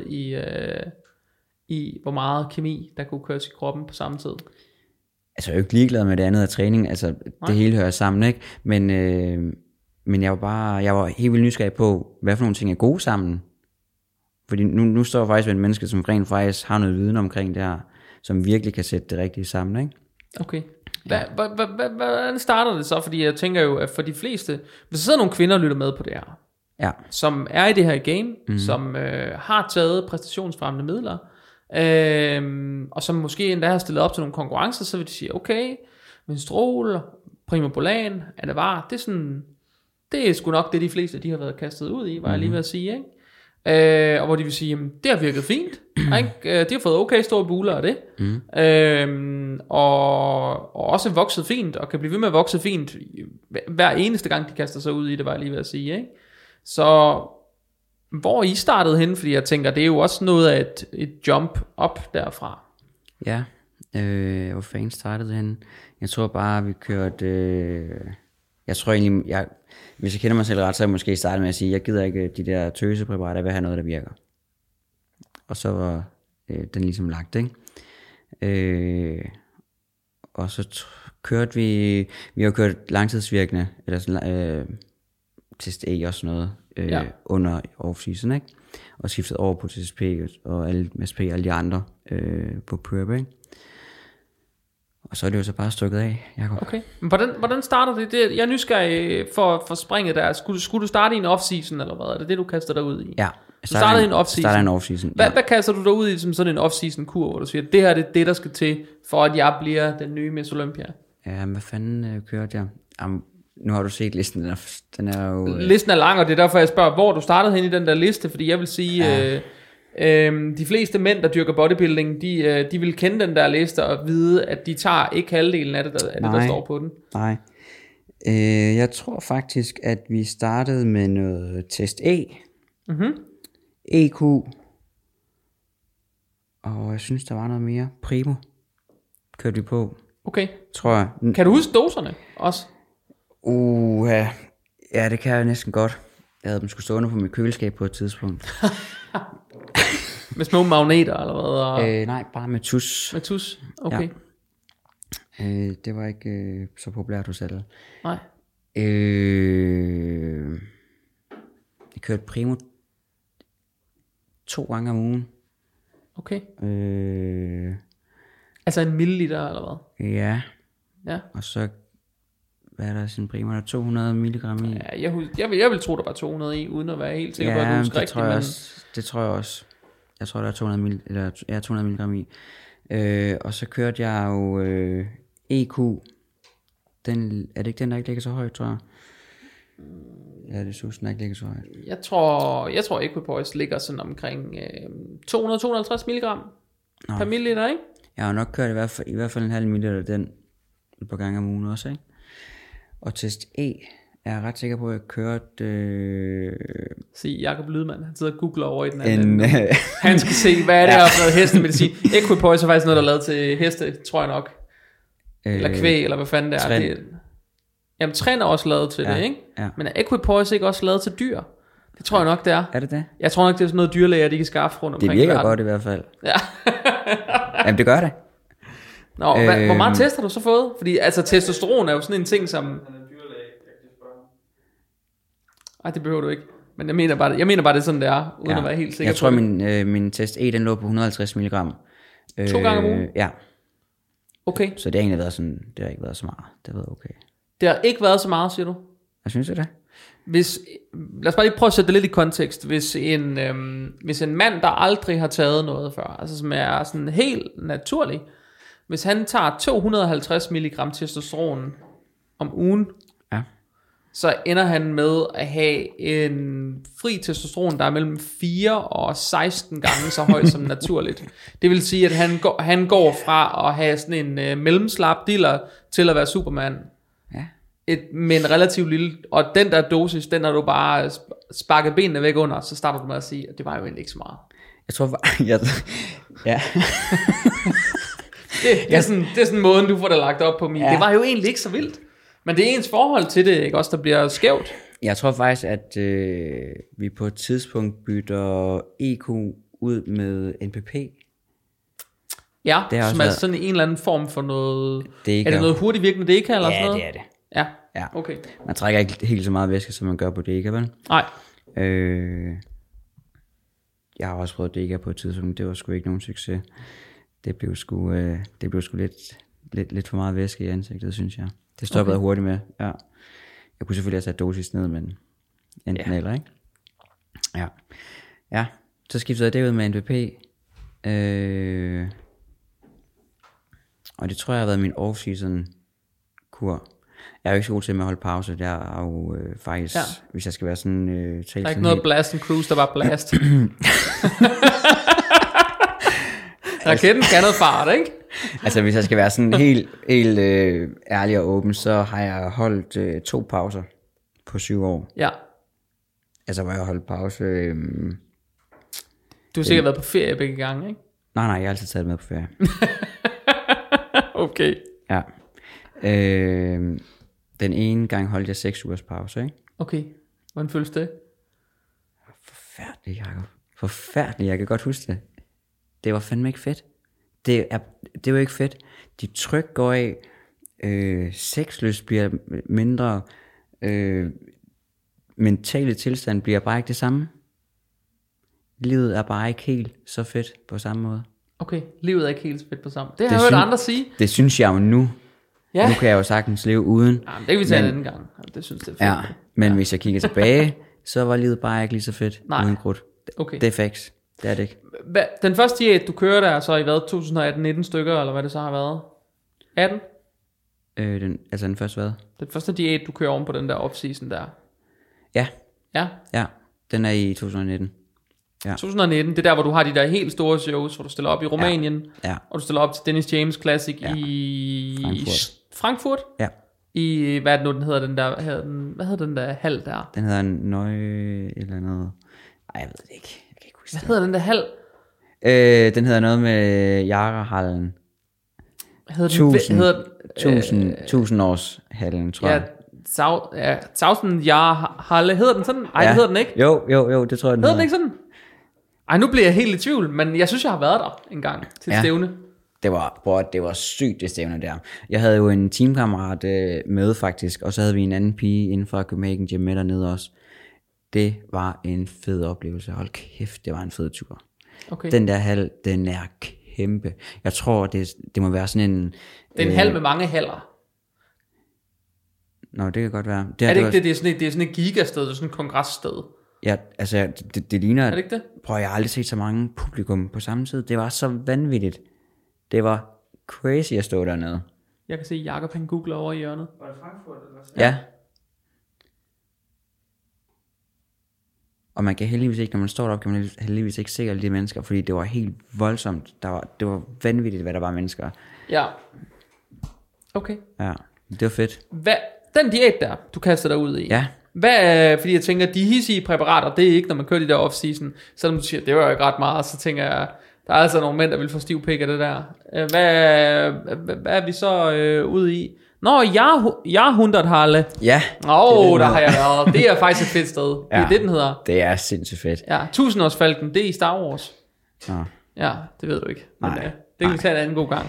i hvor meget kemi, der kunne køres i kroppen på samme tid. Altså jeg er jo ikke ligeglad med det andet af træning, altså det hele hører sammen, ikke? Men jeg var helt vildt nysgerrig på, hvad for nogle ting er gode sammen. Fordi nu står jeg faktisk med et menneske, som rent faktisk har noget viden omkring det her, som virkelig kan sætte det rigtige sammen, ikke? Okay. Hvordan starter det så? Fordi jeg tænker jo, at for de fleste, hvis der sidder nogle kvinder og lytter med på det her, som er i det her game, som har taget præstationsfremmende midler, og som måske endda har stillet op til nogle konkurrencer, så vil de sige, okay, Menstrol, Primobolan, Anavar, det er sådan... Det er sgu nok det, de fleste de har været kastet ud i, var jeg lige ved at sige, ikke? Og hvor de vil sige, jamen, det har virket fint, ikke? De har fået okay store buler af det, og også vokset fint, og kan blive ved med at vokse fint, hver eneste gang de kaster sig ud i det, var jeg lige ved at sige, ikke? Så hvor I startede hen, fordi jeg tænker, det er jo også noget af et jump op derfra. Ja, hvor fanden startede det hen? Jeg tror bare, vi kørte... Jeg tror egentlig, hvis jeg kender mig selv ret, så er jeg måske startet med at sige, jeg gider ikke de der tøsepræparater, jeg vil have noget, der virker. Og så var den ligesom lagt, ikke? Og så kørte vi har kørt langtidsvirkende, eller sådan, test E og sådan noget, under off-season, ikke? Og skiftet over på TSP og MSP og alle de andre på prep, ikke? Og så er det jo så bare stukket af, Jacob. Okay, men hvordan starter det? Jeg er nysgerrig for springet der. Skulle du starte i en off-season, eller hvad? Er det det, du kaster dig ud i? Ja. Du startede i en off-season? Starter en off-season, Hvad kaster du dig ud i som sådan en off-season-kur, hvor du siger, det her det er det, der skal til, for at jeg bliver den nye Miss Olympia? Ja, hvad fanden kørte jeg? Nu har du set listen, den er jo... Listen er lang, og det er derfor, jeg spørger, hvor du startede hen i den der liste, fordi jeg vil sige, de fleste mænd, der dyrker bodybuilding, de vil kende den der liste og vide, at de tager ikke halvdelen af det, der står på den. Nej. Jeg tror faktisk, at vi startede med noget test E. EQ. Og jeg synes, der var noget mere. Primo kørte vi på. Okay. Tror jeg. Kan du huske doserne også? Ja, det kan jeg næsten godt. Jeg havde dem skulle stående på mit køleskab på et tidspunkt. Med små magneter eller hvad? Og... Nej, bare med tus. Med tus? Okay. Ja. Det var ikke så populært hos alle. Nej. Jeg kørte Primo 2 gange om ugen. Okay. Altså 1 milliliter eller hvad? Ja. Ja. Og så, hvad er der sin Primo? Der er 200 milligram i. Ja, jeg vil tro, der var 200 i, uden at være helt sikker på, at du husker rigtigt. Men... det tror jeg også. Jeg tror, der er 200 milligram i. Og så kørte jeg jo EQ. Er det ikke den, der ikke ligger så højt, tror jeg? Ja, det synes den ikke ligger så højt. Jeg tror Equipoise ligger sådan omkring 200-250 milligram per milliliter, ikke? Jeg har nok kørt i hvert fald en halv milliliter den et par gange om ugen også, ikke? Og test E er jeg ret sikker på, at jeg kørte... Se, Jakob Lydman, han sidder og googler over i den anden. Han skal se, hvad er det her for noget hestemedicin. Equipoise er faktisk noget, der er lavet til heste, tror jeg nok. Eller kvæg, eller hvad fanden det er. Jamen, træn er også lavet til det, ikke? Ja. Men er Equipoise ikke også lavet til dyr? Det tror jeg nok, det er. Er det det? Jeg tror nok, det er sådan noget dyrlæger, de kan skaffe rundt omkring. Det virker godt i hvert fald. Ja. Jamen, det gør det. Nå, hvor meget test har du så fået? Fordi altså, testosteron er jo sådan en ting, som... Ej, det behøver du ikke. Men jeg mener bare, det er sådan, det er, uden at være helt sikker på det. Jeg tror, min test E, den lå på 150 milligram. 2 gange om ugen? Ja. Okay. Så det har egentlig været sådan, det har ikke været så meget. Det har været okay. Det har ikke været så meget, siger du? Jeg synes det. Lad os bare lige prøve at sætte det lidt i kontekst. Hvis en mand, der aldrig har taget noget før, altså som er sådan helt naturlig, hvis han tager 250 mg testosteron om ugen, så ender han med at have en fri testosteron, der er mellem 4 og 16 gange så høj som naturligt. Det vil sige, at han går fra at have sådan en mellemslap diller til at være Superman. Ja. Med en relativt lille, og den der dosis, den har du bare sparket benene væk under, så starter du med at sige, at det var jo egentlig ikke så meget. Jeg tror ja. det er sådan måden, du får det lagt op på mig. Ja. Det var jo egentlig ikke så vildt. Men det er ens forhold til det, ikke også, der bliver skævt. Jeg tror faktisk, at vi på et tidspunkt bytter EQ ud med NPP. Ja, som er sådan en eller anden form for noget... Er det noget hurtigt virkende deka eller sådan noget? Ja, det er det. Ja, okay. Man trækker ikke helt så meget væske, som man gør på deka, vel? Nej. Jeg har også prøvet deka på et tidspunkt, det var sgu ikke nogen succes. Det blev sgu lidt for meget væske i ansigtet, synes jeg. Det stoppede jeg hurtigt med, ja. Jeg kunne selvfølgelig have sat dosis ned, men enten eller, ikke? Ja, så skiftede jeg det ud med NPP. Og det tror jeg har været min off-season kur. Jeg er jo ikke så god til at holde pause. Jeg er jo faktisk, hvis jeg skal være sådan... der er ikke noget blast and cruise, der var blast. Raketten kan noget fart, ikke? Altså hvis jeg skal være sådan helt ærlig og åben, så har jeg holdt 2 pauser på 7 år. Ja. Altså hvor jeg har holdt pause... Du har sikkert været på ferie begge gange, ikke? Nej, jeg har altid taget med på ferie. Okay. Ja. Den ene gang holdt jeg 6 ugers pause, ikke? Okay. Hvordan føles det? Forfærdeligt, Jacob. Forfærdeligt, jeg kan godt huske det. Det var fandme ikke fedt. Det var ikke fedt. De tryk går af. Sexlyst bliver mindre. Mentale tilstand bliver bare ikke det samme. Livet er bare ikke helt så fedt på samme måde. Okay, livet er ikke helt så fedt på samme måde. Det har jeg hørt andre sige. Det synes jeg jo nu. Ja. Nu kan jeg jo sagtens leve uden. Ja, det kan vi tage en anden gang. Det synes jeg er fedt. Ja, men hvis jeg kigger tilbage, så var livet bare ikke lige så fedt. Nej. Uden krudt. Okay. Det er facts. Det er det ikke. Den første diæt, du kører der, så i hvad, 2018-19 stykker, eller hvad det så har været? 18? Den første hvad? Den første diæt, du kører oven på den der off-season der. Ja. Ja. Ja, den er i 2019. Ja. 2019, det er der, hvor du har de der helt store shows, hvor du stiller op i Rumænien, Ja. og du stiller op til Dennis James Classic i Frankfurt. Ja. I, hvad er det nu, den hedder, den der, hvad hedder den der hal der? Den hedder eller noget. Ej, jeg ved det ikke. Jeg kan ikke huske Hvad hedder den der hal? Den hedder noget med Jarahallen. Tusind års hallen, tror jeg. Ja, 1000 Jahr Halle, hedder den sådan? Ej, det hedder den ikke. Jo, det tror jeg, den hedder. Den ikke sådan? Ej, nu bliver jeg helt i tvivl, men jeg synes, jeg har været der en gang til stævne. Det var sygt, det stævne der. Jeg havde jo en teamkammerat med faktisk, og så havde vi en anden pige inden for Copenhagen Gym med dernede også. Det var en fed oplevelse. Hold kæft, det var en fed tur. Okay. Den der hal, den er kæmpe. Jeg tror, det må være sådan en... Det er en hal med mange haller. Nå, det kan godt være. Er det ikke det? Det er sådan et gigasted, det er sådan et kongressted. Ja, altså, det ligner... Er det ikke det? Prøv, jeg har aldrig set så mange publikum på samme tid. Det var så vanvittigt. Det var crazy at stå dernede. Jeg kan se Jakob, han googler over i hjørnet. Var det Frankfurt eller sådan? Ja. Og man kan heldigvis ikke, når man står deroppe, kan man heldigvis ikke se alle de mennesker, fordi det var helt voldsomt. Det var vanvittigt, hvad der var mennesker. Ja. Okay. Ja, det var fedt. Den diæt der, du kaster dig ud i. Ja. Fordi jeg tænker, de hissige præparater, det er ikke, når man kører de der off-season. Selvom du siger, det var jo ikke ret meget, så tænker jeg, der er altså nogle mænd, der vil få stiv pik af det der. Hvad er vi så ude i? Nå, jeg 100 Halle. Ja. Der har jeg været. Det er faktisk et fedt sted. Ja. Det er det, den hedder. Det er sindssygt fedt. Ja, 1000-årsfalken, det er i Star Wars. Nå. Ja, det ved du ikke. Men, Nej. det kan vi tage en anden god gang.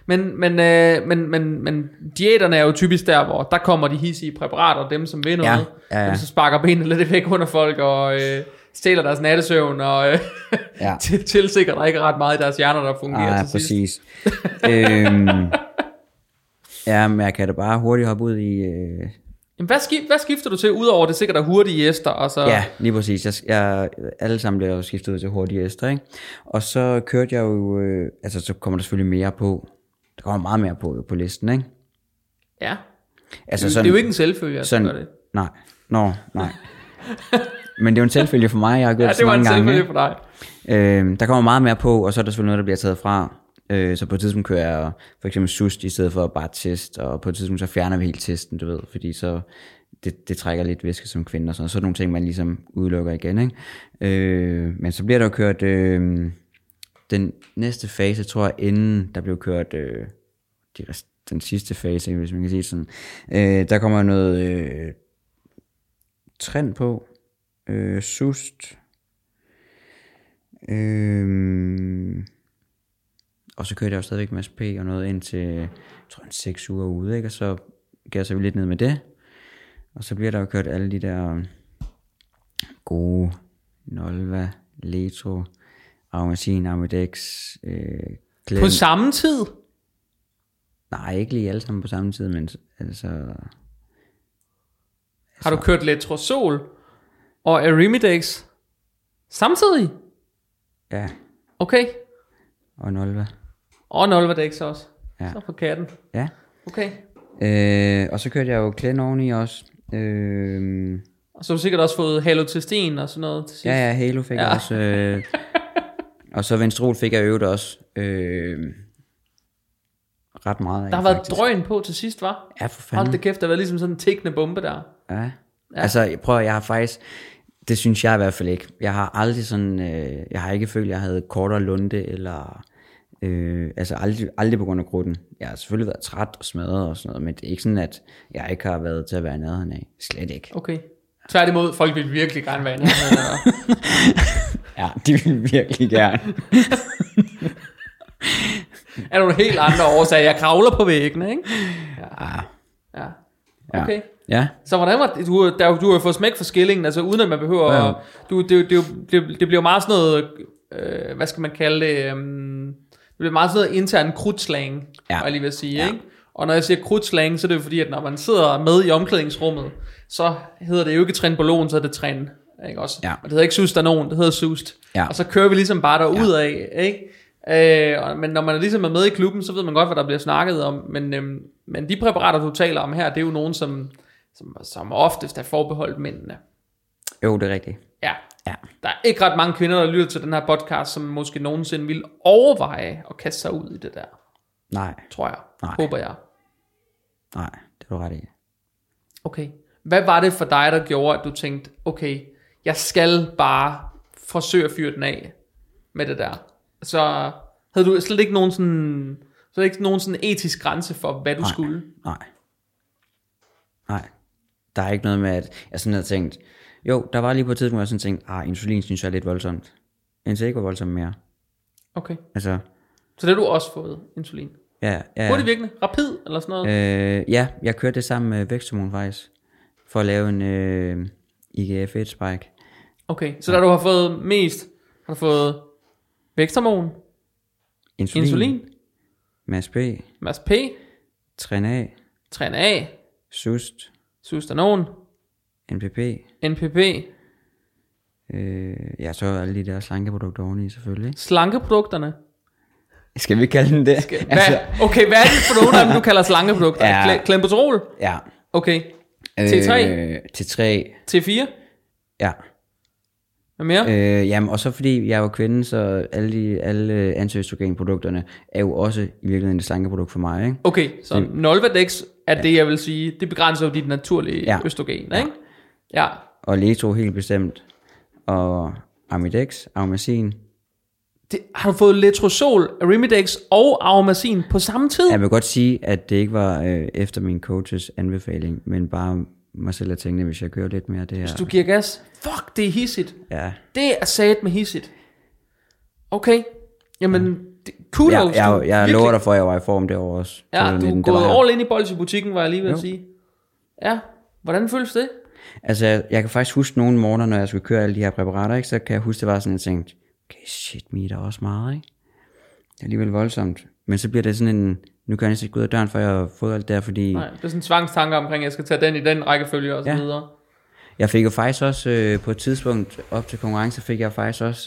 Men diæterne er jo typisk der, hvor der kommer de hissige præparater, dem som vil noget, ja. dem som sparker benene lidt væk under folk, og stjæler deres nattesøvn, og tilsikrer der ikke ret meget i deres hjerner, der fungerer til præcis. Ja, men jeg kan da bare hurtigt hoppe ud i... Jamen, hvad skifter du til, udover det sikkert er hurtige æster? Og så... Ja, lige præcis. Jeg alle sammen bliver jo skiftet ud til hurtige æster, ikke? Og så kørte jeg jo... så kommer der selvfølgelig mere på. Der kommer meget mere på listen, ikke? Ja. Altså, det er jo ikke en selvfølge, at sådan, gøre det. Nej. Men det er jo en selvfølge for mig. Jeg har gjort det så mange gange. det var en selvfølge for dig. Der kommer meget mere på, og så er der selvfølgelig noget, der bliver taget fra. Så på et tidspunkt kører jeg for eksempel sust i stedet for bare test, og på et tidspunkt så fjerner vi helt testen, du ved, fordi så det trækker lidt væske som kvinde og sådan, så er nogle ting, man ligesom udelukker igen, ikke? Men så bliver der jo kørt den næste fase, tror jeg, inden der blev kørt den sidste fase, hvis man kan sige sådan. Der kommer noget trend på, sust, og så kørte jeg jo stadigvæk med SP og noget ind til, jeg tror, 6 uger ude, ikke? Og så gav jeg så lidt ned med det. Og så bliver der jo kørt alle de der gode Nolva, Letro, Aromasin, Armidex, Glen. På samme tid? Nej, ikke lige alle sammen på samme tid, men altså... Har du kørt Letrozol og Arimidex samtidig? Ja. Okay. Og Nolva. Og Nolvadex også. Ja. Så på katten. Ja. Okay. Og så kørte jeg jo Glen oveni også. Og så har du sikkert også fået halotestin og sådan noget til sidst. Ja, Halo fik jeg også. Og så Venstrol fik jeg øvet også. Ret meget af. Der har været drøn på til sidst, var? Ja, for fanden. Hold det kæft, der var ligesom sådan en tikkende bombe der. Ja. Altså, jeg har faktisk... Det synes jeg i hvert fald ikke. Jeg har aldrig sådan... jeg har ikke følt, at jeg havde kortere lunde, eller... aldrig på grund af krudten. Jeg har selvfølgelig været træt og smadret og sådan noget, men det er ikke sådan, at jeg ikke har været til at være nærheden af. Slet ikke. Okay. Tværtimod, folk vil virkelig gerne være nærheden af. Ja, de vil virkelig gerne. Er nogle helt andre årsager? Jeg kravler på væggene, ikke? Ja. Okay. Ja. Så hvordan var det? Du har fået smæk for skillingen, altså uden at man behøver... Det bliver meget sådan noget... hvad skal man kalde det? Det bliver meget sådan noget intern krudtslang, jeg lige vil sige, ikke? Og når jeg siger krudtslang, så er det jo fordi, at når man sidder med i omklædningsrummet, så hedder det jo ikke trenbolon, så er det tren, ikke også? Ja. Og det hedder ikke sustanon, det hedder sust. Ja. Og så kører vi ligesom bare derud af, ikke? Men når man ligesom er med i klubben, så ved man godt, hvad der bliver snakket om. Men Men de præparater, du taler om her, det er jo nogen, som oftest er forbeholdt mændene. Jo, det er rigtigt. Ja. Ja. Der er ikke ret mange kvinder, der lytter til den her podcast, som måske nogensinde vil overveje at kaste sig ud i det der. Nej. Tror jeg. Nej. Håber jeg. Nej, det er du ret i. Okay. Hvad var det for dig, der gjorde, at du tænkte, okay, jeg skal bare forsøge at fyre den af med det der? Så havde du slet ikke nogen sådan etisk grænse for, hvad du skulle? Nej. Der er ikke noget med, at jeg sådan havde tænkt, jo, der var lige på et tidspunkt, hvor jeg sådan tænkte, insulin synes jeg er lidt voldsomt. Indtil ikke var voldsomt mere. Okay. Altså. Så det har du også fået, insulin? Ja. Hurtigt virkende? Rapid eller sådan noget? Ja, jeg kørte det sammen med væksthormon faktisk. For at lave en IGF-1 spike. Okay, så da du har fået mest, har du fået væksthormon, insulin, MAS P, Træn A, SUST, Sustanon, NPP. Ja, så alle de der slankeprodukter oveni selvfølgelig. Slankeprodukterne? Skal vi kalde dem det? Okay, hvad er det for nogle af dem, du kalder slankeprodukter? Ja. Klembuterol? Ja. Okay. T3? T3. T4? Ja. Hvad mere? Jamen, og så fordi jeg er jo kvinde, så alle antiøstrogenprodukterne er jo også i virkeligheden et slankeprodukt for mig, ikke? Okay, så Nolvadex er det, jeg vil sige, det begrænser jo dit naturlige østrogen, ikke? Ja. Og Letro helt bestemt, og Arimidex, Aromacin. Har du fået Letrozol, Arimidex og Aromacin på samme tid? Jeg vil godt sige, at det ikke var efter min coaches anbefaling, men bare mig selv at tænke, hvis jeg kører lidt mere det her. Hvis du giver gas, fuck, det er hissigt. Ja. Det er sat med hissigt. Okay, jamen, kudos. Jeg lover dig for, at jeg var i form derovre også. Ja, du er gået all ind i bold i butikken, var jeg lige ved at sige. Ja, hvordan føles det? Altså, jeg kan faktisk huske nogle morgener, når jeg skulle køre alle de her præparater, ikke, så kan jeg huske, det var sådan, at jeg tænkte, okay, shit, me, der er også meget, ikke? Det er alligevel voldsomt. Men så bliver det sådan en, nu kan jeg ikke gå ud af døren, for jeg har fået alt der, fordi... Nej, det er sådan en tvangstanke omkring, at jeg skal tage den i den rækkefølge og så videre. Jeg fik jo faktisk også, på et tidspunkt op til konkurrence, fik jeg faktisk også,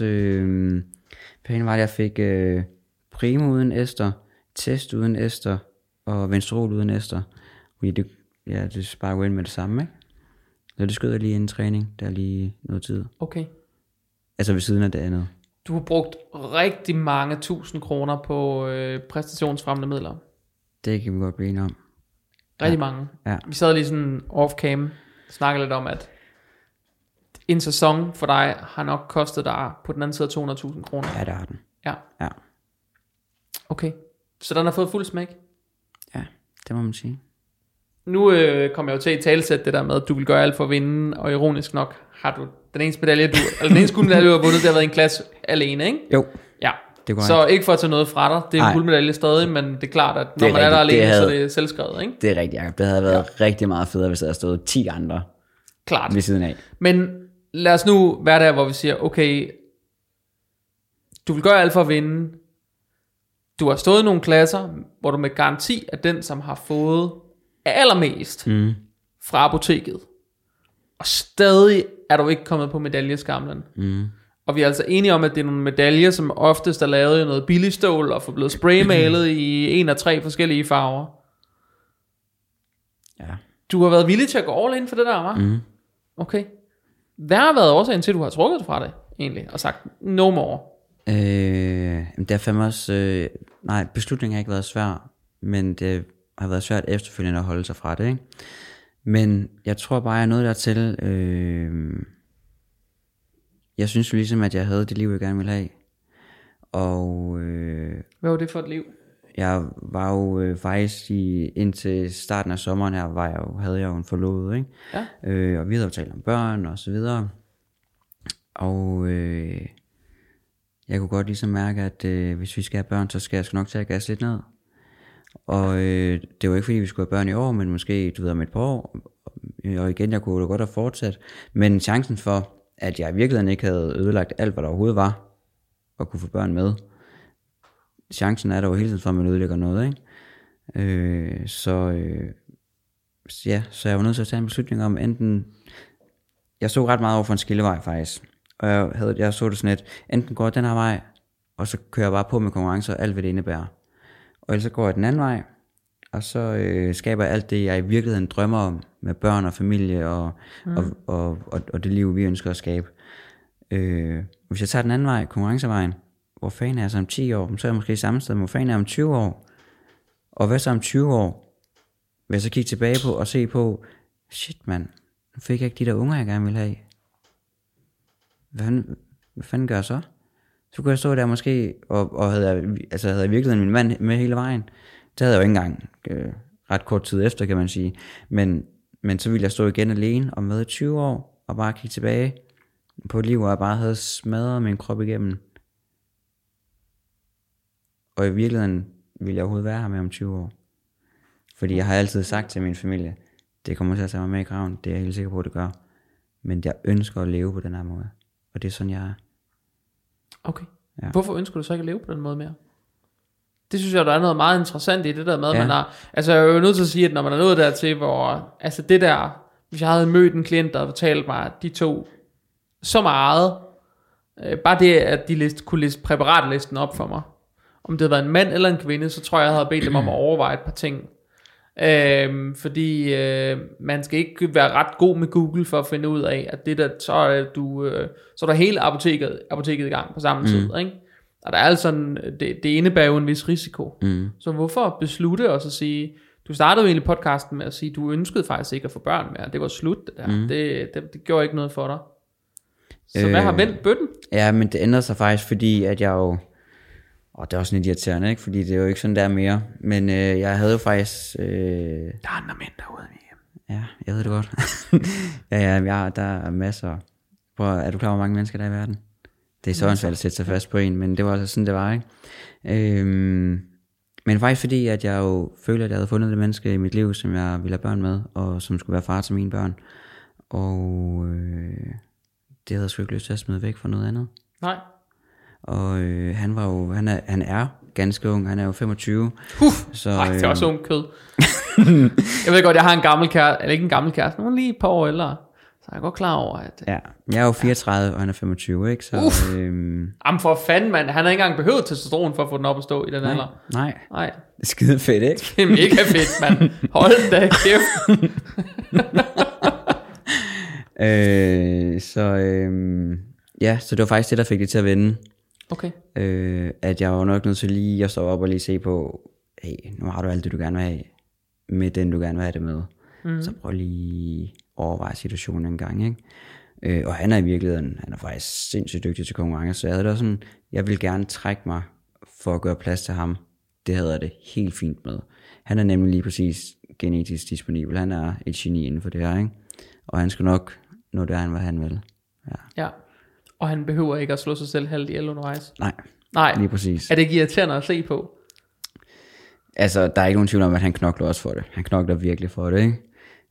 jeg fik Primo uden ester, Test uden ester, og Venstrol uden ester. Fordi det bare gå ind med det samme, ikke? Så det skød jeg lige en træning, der er lige noget tid. Okay. Altså ved siden af det andet. Du har brugt rigtig mange 1000 kroner på præstationsfremmende midler. Det kan vi godt blive enige om. Rigtig mange. Ja. Vi sad lige sådan off-cam, snakkede lidt om, at en sæson for dig har nok kostet dig på den anden side af 200.000 kroner. Ja, det har den. Ja. Okay, så den har fået fuld smæk? Ja, det må man sige. Nu kommer jeg jo til at talesætte det der med, at du vil gøre alt for at vinde, og ironisk nok har du den eneste medalje, den eneste guldmedalje, du har vundet, det har været en klasse alene, ikke? Jo. Ja. Det så ikke for at tage noget fra dig, det er en guldmedalje stadig, men det er klart, at når man er der alene, så er det selvskrevet, ikke? Det er rigtigt, Jacob. Det havde været rigtig meget federe, hvis der havde stået 10 andre klart ved siden af. Men lad os nu være der, hvor vi siger, okay, du vil gøre alt for at vinde. Du har stået i nogle klasser, hvor du med garanti er den, som har fået allermest fra apoteket. Og stadig er du ikke kommet på medaljeskamlen. Og vi er altså enige om, at det er nogle medaljer, som oftest er lavet i noget billig stål, og blevet spraymalet i 1 af 3 forskellige farver. Ja. Du har været villig til at gå all in for det der, hva'? Okay. Hvad har været årsagen til, at du har trukket fra det, egentlig, og sagt no more? Det er fandme også... beslutningen har ikke været svær, men det har været svært efterfølgende at holde sig fra det, ikke? Men jeg tror bare, jeg er nået dertil... Jeg synes jo ligesom, at jeg havde det liv, jeg gerne ville have. Og... Hvad var det for et liv? Jeg var jo faktisk indtil starten af sommeren her, havde jeg jo en forlovet, ikke? Ja. Og vi havde jo talt om børn og så videre. Og jeg kunne godt ligesom mærke, at hvis vi skal have børn, så skal jeg sgu nok tage gas lidt ned. Og det var ikke fordi vi skulle have børn i år, men måske om et par år. Og igen, jeg kunne da godt have fortsat. Men chancen for, at jeg i virkeligheden ikke havde ødelagt alt, hvad der overhovedet var, og kunne få børn med. Chancen er der jo hele tiden for, at man ødelægger noget, ikke? Så jeg var nødt til at tage en beslutning om enten... Jeg så ret meget over for en skillevej faktisk. Og jeg så det sådan lidt, enten går den her vej, og så kører jeg bare på med konkurrencer og alt, hvad det indebærer. Og ellers så går jeg den anden vej, Og så skaber jeg alt det, jeg i virkeligheden drømmer om, med børn og familie, og det liv, vi ønsker at skabe. Hvis jeg tager den anden vej, konkurrencevejen, hvor fanden er jeg så om 10 år, så er jeg måske i samme sted, hvor fanden er jeg om 20 år. Og hvad så om 20 år? Vil jeg så kigge tilbage på og se på, shit mand, nu fik jeg ikke de der unger, jeg gerne ville have. Hvad fanden gør jeg så? Så kunne jeg stå der måske, og havde jeg virkelig min mand med hele vejen. Det havde jeg jo ikke engang ret kort tid efter, kan man sige. Men så ville jeg stå igen alene og med 20 år, og bare kigge tilbage på et liv, hvor jeg bare havde smadret min krop igennem. Og i virkeligheden ville jeg overhovedet være her med om 20 år. Fordi jeg har altid sagt til min familie, det kommer til at tage mig med i graven, det er jeg helt sikker på, at det gør. Men jeg ønsker at leve på den her måde. Og det er sådan, jeg er. Okay. Ja. Hvorfor ønsker du så ikke at leve på den måde mere? Det synes jeg, der er noget meget interessant i det der med, man har, altså jeg er jo nødt til at sige, at når man er nået dertil, hvor, altså det der, hvis jeg havde mødt en klient, der fortalte mig, at de tog så meget, bare det, at de kunne læse præparatlisten op for mig, om det var en mand eller en kvinde, så tror jeg havde bedt dem om at overveje et par ting. Fordi man skal ikke være ret god med Google for at finde ud af, at det der, så er der hele apoteket i gang på samme tid, ikke? Og der er altså det indebærer jo en vis risiko. Så hvorfor beslutte og så sige, du startede jo egentlig podcasten med at sige, du ønskede faktisk ikke at få børn mere, det var slut det der. Det gjorde ikke noget for dig. Så hvad har vendt bøtten? Ja, men det ændrede sig faktisk, fordi at jeg jo, og det er også lidt irriterende, ikke? Fordi det er jo ikke sådan der mere. Men jeg havde jo faktisk der er andre mænd derude. Ja, jeg ved det godt. ja, der er masser. Er du klar, hvor mange mennesker der er i verden? Det er så svært at sætte sig fast på en, men det var altså sådan, det var, ikke? Men faktisk fordi, at jeg jo følte, at jeg havde fundet det menneske i mit liv, som jeg ville have børn med, og som skulle være far til mine børn. Og det havde jeg sgu ikke lyst til at smide væk for noget andet. Nej. Og han er ganske ung, han er jo 25. Så, det er også ung kød. Jeg ved godt, jeg har en gammel kæreste, eller ikke en gammel kæreste, nogen lige et par år ældre. Så jeg er godt klar over, at... Ja, jeg er jo 34, og han er 25, ikke? Så, Jamen for fanden, mand. Han har ikke engang behøvet testosteron for at få den op at stå i den alder. Nej. Det er skide fedt, ikke? Det er mega fedt, mand. Hold da kæft. Så det var faktisk det, der fik det til at vende. Okay. At jeg var nok nødt til lige at stå op og lige se på, hey, nu har du alt det, du gerne vil have, med den, du gerne vil have det med. Så prøv lige overveje situationen en gang, ikke? Og han er i virkeligheden, han er faktisk sindssygt dygtig til konkurrence, så jeg havde det også sådan, jeg vil gerne trække mig for at gøre plads til ham. Det havde jeg det helt fint med. Han er nemlig lige præcis genetisk disponibel, han er et geni inden for det her, ikke? Og han skal nok nå derhen, hvad han vil. Ja. Og han behøver ikke at slå sig selv halvt ihjel undervejs. Nej, lige præcis. Er det ikke irriterende at se på? Altså, der er ikke nogen tvivl om, at han knokler også for det. Han knokler virkelig for det, ikke?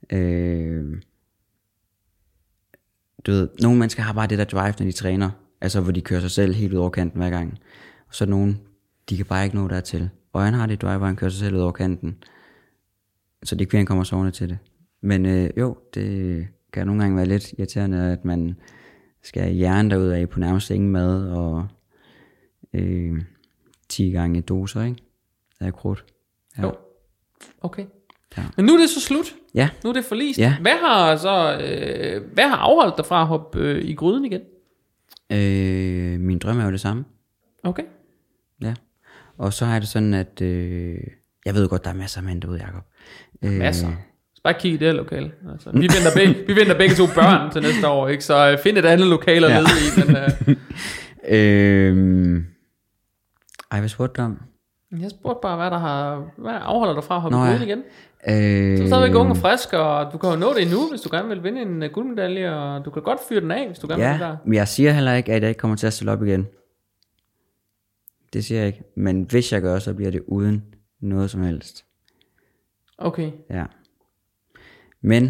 Du ved, nogle mennesker har bare det der drive, når de træner. Altså, hvor de kører sig selv helt ud over kanten hver gang. Og så nogen, de kan bare ikke nå dertil. Og han har det drive, hvor han kører sig selv ud over kanten. Så det kan han kommer sovende til det. Men jo, det kan nogle gange være lidt irriterende, at man skal hjerne derudad på nærmest ingen mad, og 10 gange doser, ikke? Af krudt. Ja. Jo, okay. Ja. Men nu er det så slut. Ja. Nu er det forlist. Ja. Hvad har afholdt dig fra at hoppe i gryden igen? Min drøm er jo det samme. Okay. Ja. Og så har jeg det sådan, at jeg ved godt, der er masser af mænd derude, Jacob. Masser. Så bare kig i det her lokale. Altså, vi venter begge to børn til næste år, ikke? Så find et andet lokale at lede i. Men, hvad spurgte du om? Jeg spurgte bare, hvad afholder dig fra at hoppe i gryden igen? Så er stadigvæk ung og frisk, og du kan jo nå det endnu, hvis du gerne vil vinde en guldmedalje, og du kan godt fyre den af, hvis du gerne vil det der. Men jeg siger heller ikke, at jeg ikke kommer til at stille op igen. Det siger jeg ikke. Men hvis jeg gør, så bliver det uden noget som helst. Okay. Ja. Men,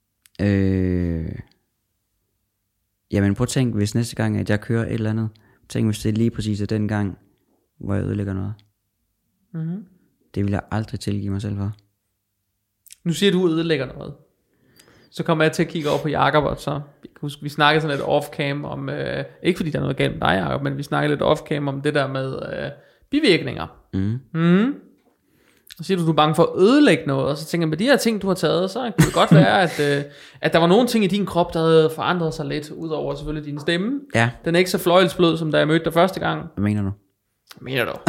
jamen prøv at tænk, hvis næste gang, at jeg kører et eller andet, tænk hvis det er lige præcis den gang, hvor jeg ødelægger noget. Mm-hmm. Det vil jeg aldrig tilgive mig selv for. Nu siger du ødelægger noget. Så kommer jeg til at kigge over på Jacob, og så husk, vi snakkede sådan lidt off-cam om, ikke fordi der er noget galt med dig, Jacob, men vi snakkede lidt off-cam om det der med bivirkninger. Så siger du er bange for at ødelægge noget, og så tænker jeg, med de her ting, du har taget, så kunne det godt være, at der var nogle ting i din krop, der havde forandret sig lidt, udover selvfølgelig din stemme. Ja. Den er ikke så fløjelsblød, som da jeg mødte dig første gang. Hvad mener du? Mener du?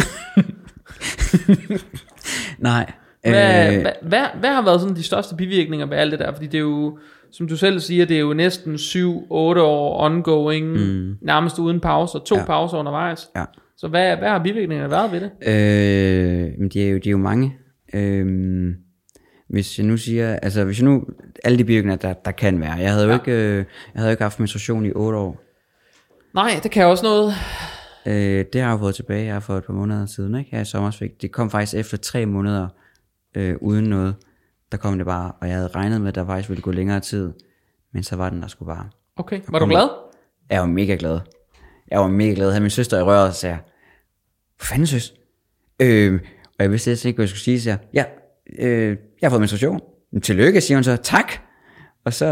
Nej. Hvad har været sådan de største bivirkninger ved alt det der? Fordi det er jo, som du selv siger, det er jo næsten 7-8 år ongoing, nærmest uden pauser, 2 pauser undervejs. Ja. Så hvad har bivirkningerne været ved det? Men de er jo mange. Hvis jeg nu siger, altså hvis jeg nu, alle de bivirkninger, der kan være. Jeg havde jo ikke haft menstruation i 8 år. Nej, det kan også noget. Det har jeg jo fået tilbage her for et par måneder siden, ikke? Her i sommersvigt. Det kom faktisk efter 3 måneder uden noget. Der kom det bare, og jeg havde regnet med, at der faktisk ville gå længere tid. Men så var den der sgu bare. Okay, var du glad? Jeg var mega glad. Jeg havde min søster i røret og sagde, hvad fanden søs? Og jeg vidste ikke, hvad jeg skulle sige. Så jeg har fået menstruation. Tillykke, siger hun så. Tak. Og så...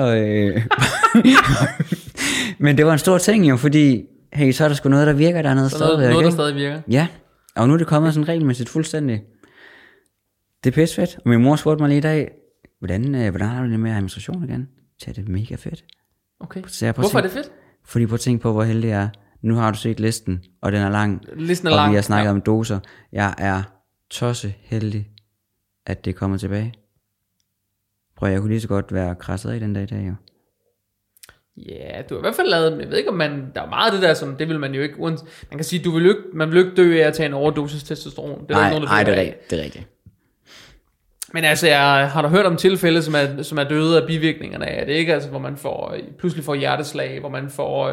Men det var en stor ting jo, fordi... Hey, så er der sgu noget, der virker dernede stadig. Noget, der stadig virker. Ja, og nu er det kommet sådan regelmæssigt fuldstændig. Det er pissefedt. Og min mor spurgte mig lige i dag, hvordan har du det med at have menstruation igen? Så det er mega fedt. Okay. Hvorfor er det fedt? Fordi prøv at tænke på, hvor heldig jeg er. Nu har du set listen, og den er lang. Listen er og lang. Vi har snakket om doser. Jeg er tosse heldig, at det kommer tilbage. Prøv, jeg kunne lige så godt være krasset af den dag i dag, jo. Ja, du har i hvert fald lavet, jeg ved ikke om der er meget af det der, som det vil man jo ikke, man kan sige, man vil ikke dø af at tage en overdosis testosteron. Det er nej, ikke nogen, det er rigtigt. Men altså, jeg har da hørt om tilfælde, som er døde af bivirkningerne af det, ikke? Altså, hvor man pludselig får hjerteslag, hvor man får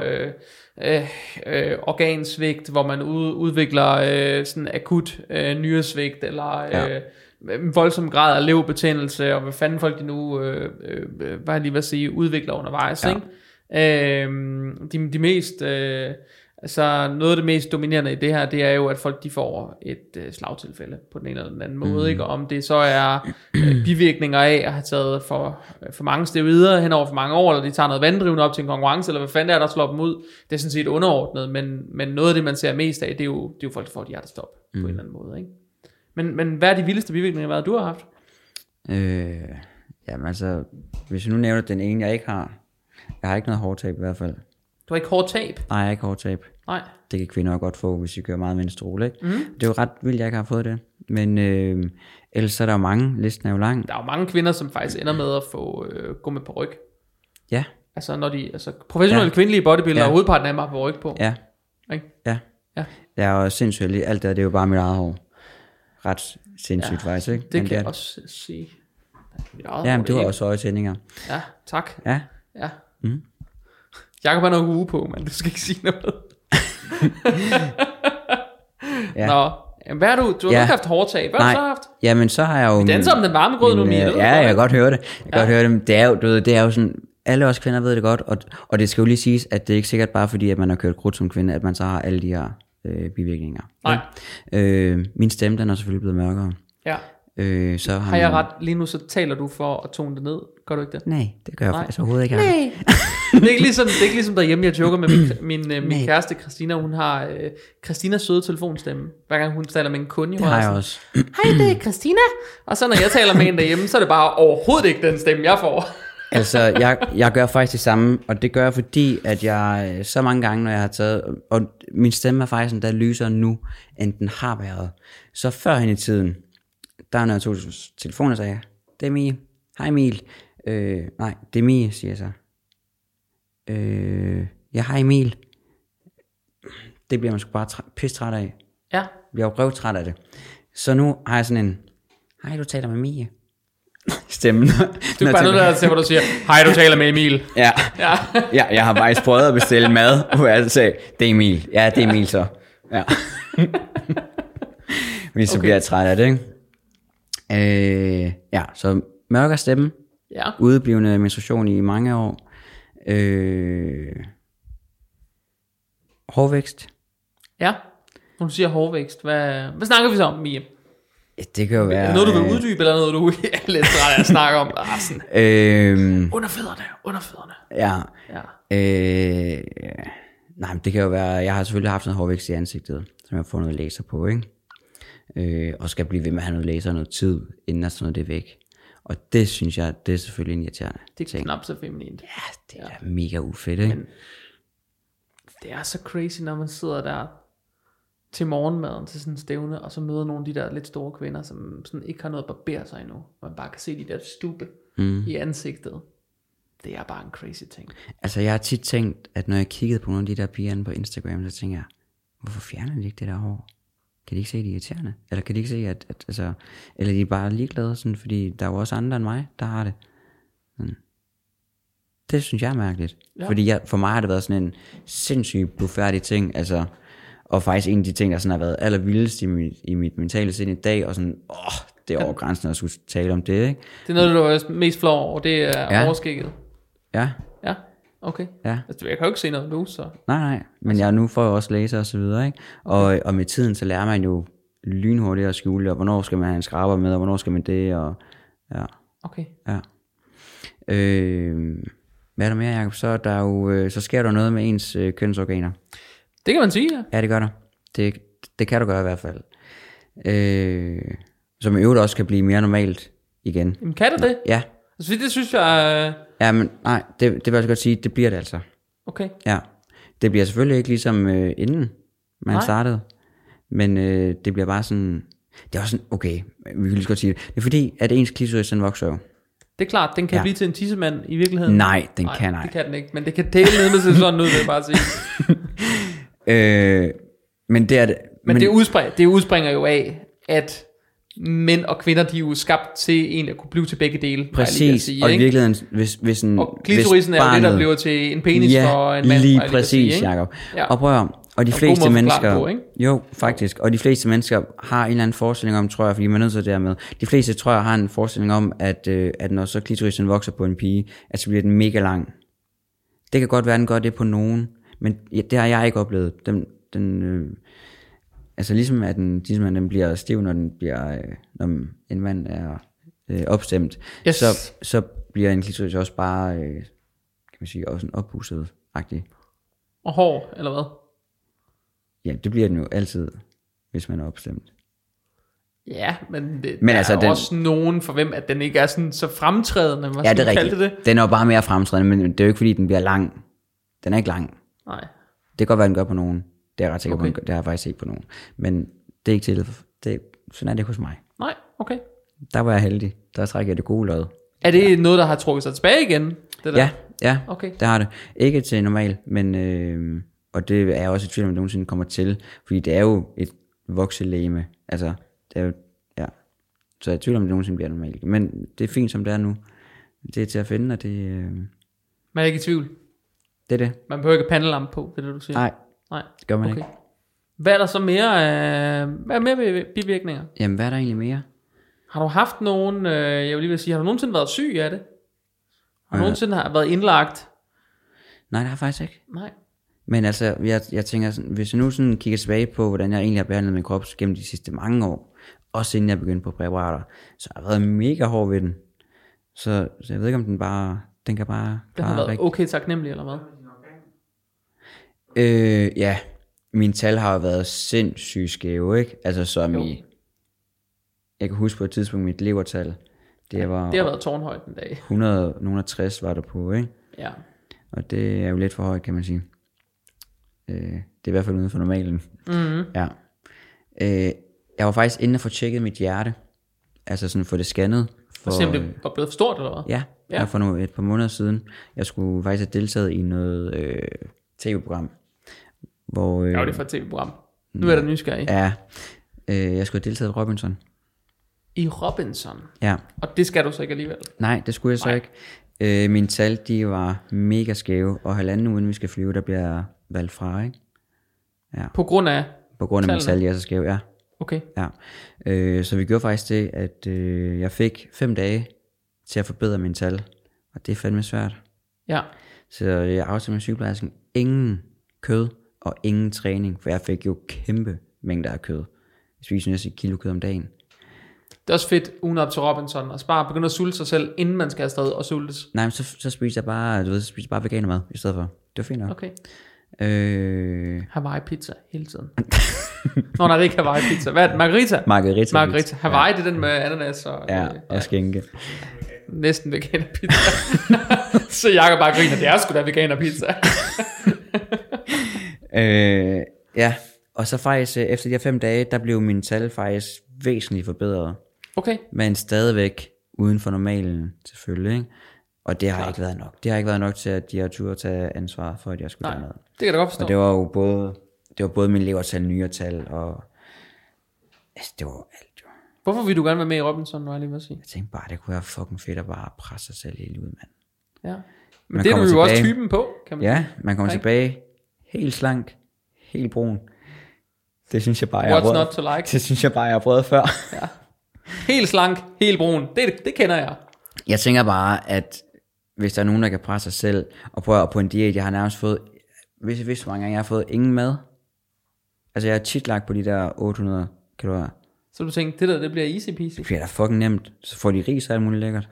organsvigt, hvor man udvikler sådan akut nyresvigt, eller voldsom grad af leverbetændelse, og hvad fanden folk de nu, hvad jeg lige vil sige, udvikler undervejs, ikke? De mest, altså noget af det mest dominerende i det her, det er jo, at folk de får et slagtilfælde på den ene eller den anden måde, ikke? Og om det så er bivirkninger af at have taget for mange steroider hen over for mange år, eller de tager noget vanddrivende op til en konkurrence, eller hvad fanden det er, der slår dem ud, det er sådan set underordnet, men noget af det, man ser mest af, det er jo folk, der får et hjertestop på en eller anden måde, ikke? Men hvad er de vildeste bivirkninger, du har haft? Jamen altså, hvis jeg nu nævner den ene, jeg ikke har. Jeg har ikke noget hårtab i hvert fald. Du har ikke hårtab? Nej, jeg har ikke hårtab. Nej. Det kan kvinder godt få, hvis de kører meget menstrual, ikke? Det er jo ret vildt, jeg ikke har fået det. Men ellers så er der jo mange. Listen er jo lang. Der er jo mange kvinder, som faktisk ender med at få gå med på ryg. Ja. Altså når professionelle kvindelige bodybuildere, hovedparten af dem har på ryg på. Ja. Ikke? Ja. Jeg er jo sindssygt heldig. Alt det er jo bare mit eget hår. Ret sindssygt faktisk, ikke? Det kan jeg også sige. Ja, men du har også øjetændinger. Ja, tak. Ja. Jakob har noget uge på, men du skal ikke sige noget. Nå, hvad har du har ikke haft hårtab. Hvad har du så haft? Jamen så har jeg jo... Vi danser om den varme grød nu, Mia. Ja, jeg kan godt høre det. Det er jo, det er jo sådan... Alle os kvinder ved det godt, og det skal jo lige siges, at det er ikke sikkert bare fordi, at man har kørt krudt som kvinde, at man så har alle de her bivirkninger. Nej. Min stemme, den er selvfølgelig blevet mørkere. Ja. Så har jeg ret? Lige nu så taler du for at tone det ned. Gør du ikke det? Nej, det gør jeg faktisk overhovedet ikke. Nej. det er ikke ligesom derhjemme, jeg joker med min kæreste Christina. Hun har Christinas søde telefonstemme. Hver gang hun taler med en kunde. Det har jeg også. Hej, det er Christina. Og så når jeg taler med en derhjemme, så er det bare overhovedet ikke den stemme, jeg får. Altså, jeg gør faktisk det samme, og det gør jeg, fordi at jeg så mange gange, når jeg har taget, og min stemme er faktisk endda lysere nu, end den har været. Så før hen i tiden, der når jeg tog telefonen og sagde, det er Mie. Hej Emil. Nej, det er Mie, siger jeg så. Ja, hej Emil. Det bliver man sgu bare pisse træt af. Ja. Jeg bliver jo røvtræt af det. Så nu har jeg sådan en, hej, du taler med Mie. Stemmen. Du er bare nødt til at se, hvor du siger, hej, du taler med Emil. Ja, jeg har faktisk prøvet at bestille mad, hvor jeg sagde, det er Emil. Ja, det er Emil så. Ja. Men så bliver jeg træt af det, ikke? Ja, så mørkere stemme. Ja. Udeblivende menstruation i mange år. Hårvækst. Ja, når du siger hårvækst, hvad snakker vi så om, Mie? Det kan jo være... Er det noget, du vil uddybe, eller noget, du er lidt træt af at snakke om? Underfødderne. Ja. Nej, men det kan jo være... Jeg har selvfølgelig haft noget hårvækst i ansigtet, som jeg har fået noget laser på, ikke? og skal blive ved med at have noget læser noget tid, inden at sådan noget det er væk. Og det synes jeg, det er selvfølgelig en irriterende Det er ting. knap så feminint. Ja, det er da mega ufedt, ikke? Men det er så crazy, når man sidder der til morgenmaden til sådan en stævne, og så møder nogle af de der lidt store kvinder, som sådan ikke har noget at barbere sig endnu. Og man bare kan se de der stubbe i ansigtet. Det er bare en crazy ting. Altså jeg har tit tænkt, at når jeg kiggede på nogle af de der piger på Instagram, så tænker jeg, hvorfor fjerner de ikke det der hår? Kan de ikke se, det irriterende? Eller kan de ikke se, at altså, eller de er bare ligeglade, sådan, fordi der er jo også andre end mig, der har det. Sådan. Det synes jeg er mærkeligt. Ja. Fordi for mig har det været sådan en sindssygt blufærdig ting, altså, og faktisk en af de ting, der sådan har været allervildest i mit mentale sind i dag, og sådan, det er over grænsen at skulle tale om det, ikke? Det er noget, du er mest flov over, det er overskægget. Ja. Ja, okay. Ja. Altså, jeg kan jo ikke se noget nu, så... Nej, men jeg nu får jeg også læser og så videre, ikke? Og med tiden, så lærer man jo lynhurtigt at skjule, og hvornår skal man have en skraber med, og hvornår skal man det, og ja. Okay. Ja. Hvad er der mere, Jacob? Så, der jo, så sker der noget med ens kønsorganer. Det kan man sige, ja. Ja, det gør der. Det kan du gøre i hvert fald. Som i øvrigt også kan blive mere normalt igen. Jamen, kan det? Ja. Altså, det synes jeg... Ja, men nej, det vil jeg godt sige, det bliver det altså. Okay. Ja. Det bliver selvfølgelig ikke ligesom inden man startede. Men det bliver bare sådan... Det er også sådan, okay, vi kan lige så godt sige det. Det er fordi, at ens klitoris, den vokser jo. Det er klart, den kan blive til en tissemand i virkeligheden. Nej, den kan det kan den ikke. Men det kan dele ned med sig sådan ud, vil jeg bare sige. Men det er det. Men det udspringer jo af, at mænd og kvinder, de er jo skabt til en at kunne blive til begge dele. Præcis, sige, og i virkeligheden, hvis en... Og klitorisen er jo det, der bliver til en penis for en mand. Lige præcis, Jacob. Ja. Og prøv at, og de fleste mennesker... På, jo, faktisk. Og de fleste mennesker har en eller anden forestilling om, tror jeg, fordi man er nødt til det med. De fleste, tror jeg, har en forestilling om, at når så klitorisen vokser på en pige, at så bliver den mega lang. Det kan godt være, den gør det på nogen, men det har jeg ikke oplevet. Altså ligesom at den bliver stiv, når når en mand er opstemt, så bliver en klitoris også bare, kan man sige, også en oppustet-agtig. Og hård, eller hvad? Ja, det bliver den jo altid, hvis man er opstemt. Ja, men der altså, er også nogen for hvem, at den ikke er sådan så fremtrædende. Ja, det er rigtigt. Det. Den er jo bare mere fremtrædende, men det er jo ikke fordi, den bliver lang. Den er ikke lang. Nej. Det kan godt være, den gør på nogen. Det er jeg ret sikker på, det har jeg faktisk set på nogen. Men det er ikke til, sådan er det ikke hos mig. Nej, okay. Der var jeg heldig. Der trækker jeg det gode lod. Er det noget, der har trukket sig tilbage igen? Det der? Ja, okay. Det har det. Ikke til normal, men og det er jeg også i tvivl om, det nogensinde kommer til. Fordi det er jo et vokselegeme. Altså, det er jo, ja. Så jeg er i tvivl om, det nogensinde bliver normalt. Men det er fint, som det er nu. Det er til at finde, og det... Man er ikke i tvivl? Det er det. Man behøver ikke pandelampe på, det er det, du siger? Nej, det gør man ikke. Hvad er der så mere? Hvad er mere ved bivirkninger? Jamen, hvad er der egentlig mere? Har du haft nogen, jeg vil lige sige, har du nogensinde været syg af det? Har du nogensinde været indlagt? Nej, det har jeg faktisk ikke. Nej. Men altså, jeg tænker sådan, hvis jeg nu sådan kigger tilbage på, hvordan jeg egentlig har behandlet min krop gennem de sidste mange år, også inden jeg begyndte på præparater, så har jeg været mega hård ved den. Så jeg ved ikke, om den kan bare... Den har været okay taknemmelig, eller hvad? Ja, mine tal har været sindssygt skæve, ikke? Altså som i... Jeg kan huske på et tidspunkt, mit levertal, det har været tårnhøjt en dag. 160 var der på, ikke? Ja. Og det er jo lidt for højt, kan man sige. Det er i hvert fald uden for normalen. Mm-hmm. Ja. Jeg var faktisk inde og få tjekket mit hjerte. Altså sådan få det scannet. For simpelthen det var blevet for stort, eller hvad? Ja. For et par måneder siden. Jeg skulle faktisk have deltaget i noget tv-program. Hvor, det er for et tv-program. Nu er der nysgerrig. Ja. Jeg skulle have deltaget i Robinson. I Robinson? Ja. Og det skal du så ikke alligevel? Nej, det skulle jeg så ikke. Mine tal, de var mega skæve. Og 1,5 uge inden vi skal flyve, der bliver jeg valgt fra, ikke? Ja. På grund af? På grund af mine tal, de er så skæve, ja. Okay. Ja. Så vi gjorde faktisk det, at jeg fik 5 dage til at forbedre mine tal. Og det er fandme svært. Ja. Så jeg aftalte med sygeplejersken, ingen kød og ingen træning. For jeg fik jo kæmpe mængder af kød. Jeg spiste næsten 1 kilo kød om dagen. Det er også fedt, ugen op til Robinson, og så bare begynde at sulte sig selv, inden man skal afsted og sultes. Nej, men så spiser jeg bare, veganermad i stedet for. Det var fint nok. Okay. Hawaii pizza hele tiden. Nå, nej, det er ikke Hawaii pizza. Hvad er det? Margarita? Margarita. Hawaii, det er den med ananas og... Og skænke. Næsten veganer pizza. Så Jakob bare griner, det er sgu da veganer pizza. Ja, og så faktisk efter de her 5 dage, der blev mine tal faktisk væsentligt forbedret. Okay. Men stadigvæk uden for normalen, selvfølgelig, ikke? Og det har ikke været nok. Det har ikke været nok til, at de har turde tage ansvar for, at jeg skulle derned. Det kan jeg da godt forstå. Og det var jo både mine levertal, nyretal, og altså, det var alt jo. Hvorfor vil du gerne være med i Robinson, var jeg lige ved at sige? Jeg tænkte bare, det kunne være fucking fedt at bare presse sig selv helt ud, mand. Ja. Men det er du jo tilbage, også typen på, kan man sige. Ja, man kommer tilbage helt slank, helt brun. Det synes jeg bare, jeg What's not to like? Det synes jeg bare, jeg har prøvet før. Ja. Helt slank, helt brun. Det kender jeg. Jeg tænker bare, at hvis der er nogen, der kan presse sig selv og prøve på en diæt, jeg har nærmest fået, hvis jeg vidste, hvor mange gange jeg har fået ingen mad. Altså jeg har tit lagt på de der 800 kalorier. Så du tænkte, det bliver easy peasy? Det bliver da fucking nemt. Så får de ris og alt muligt lækkert.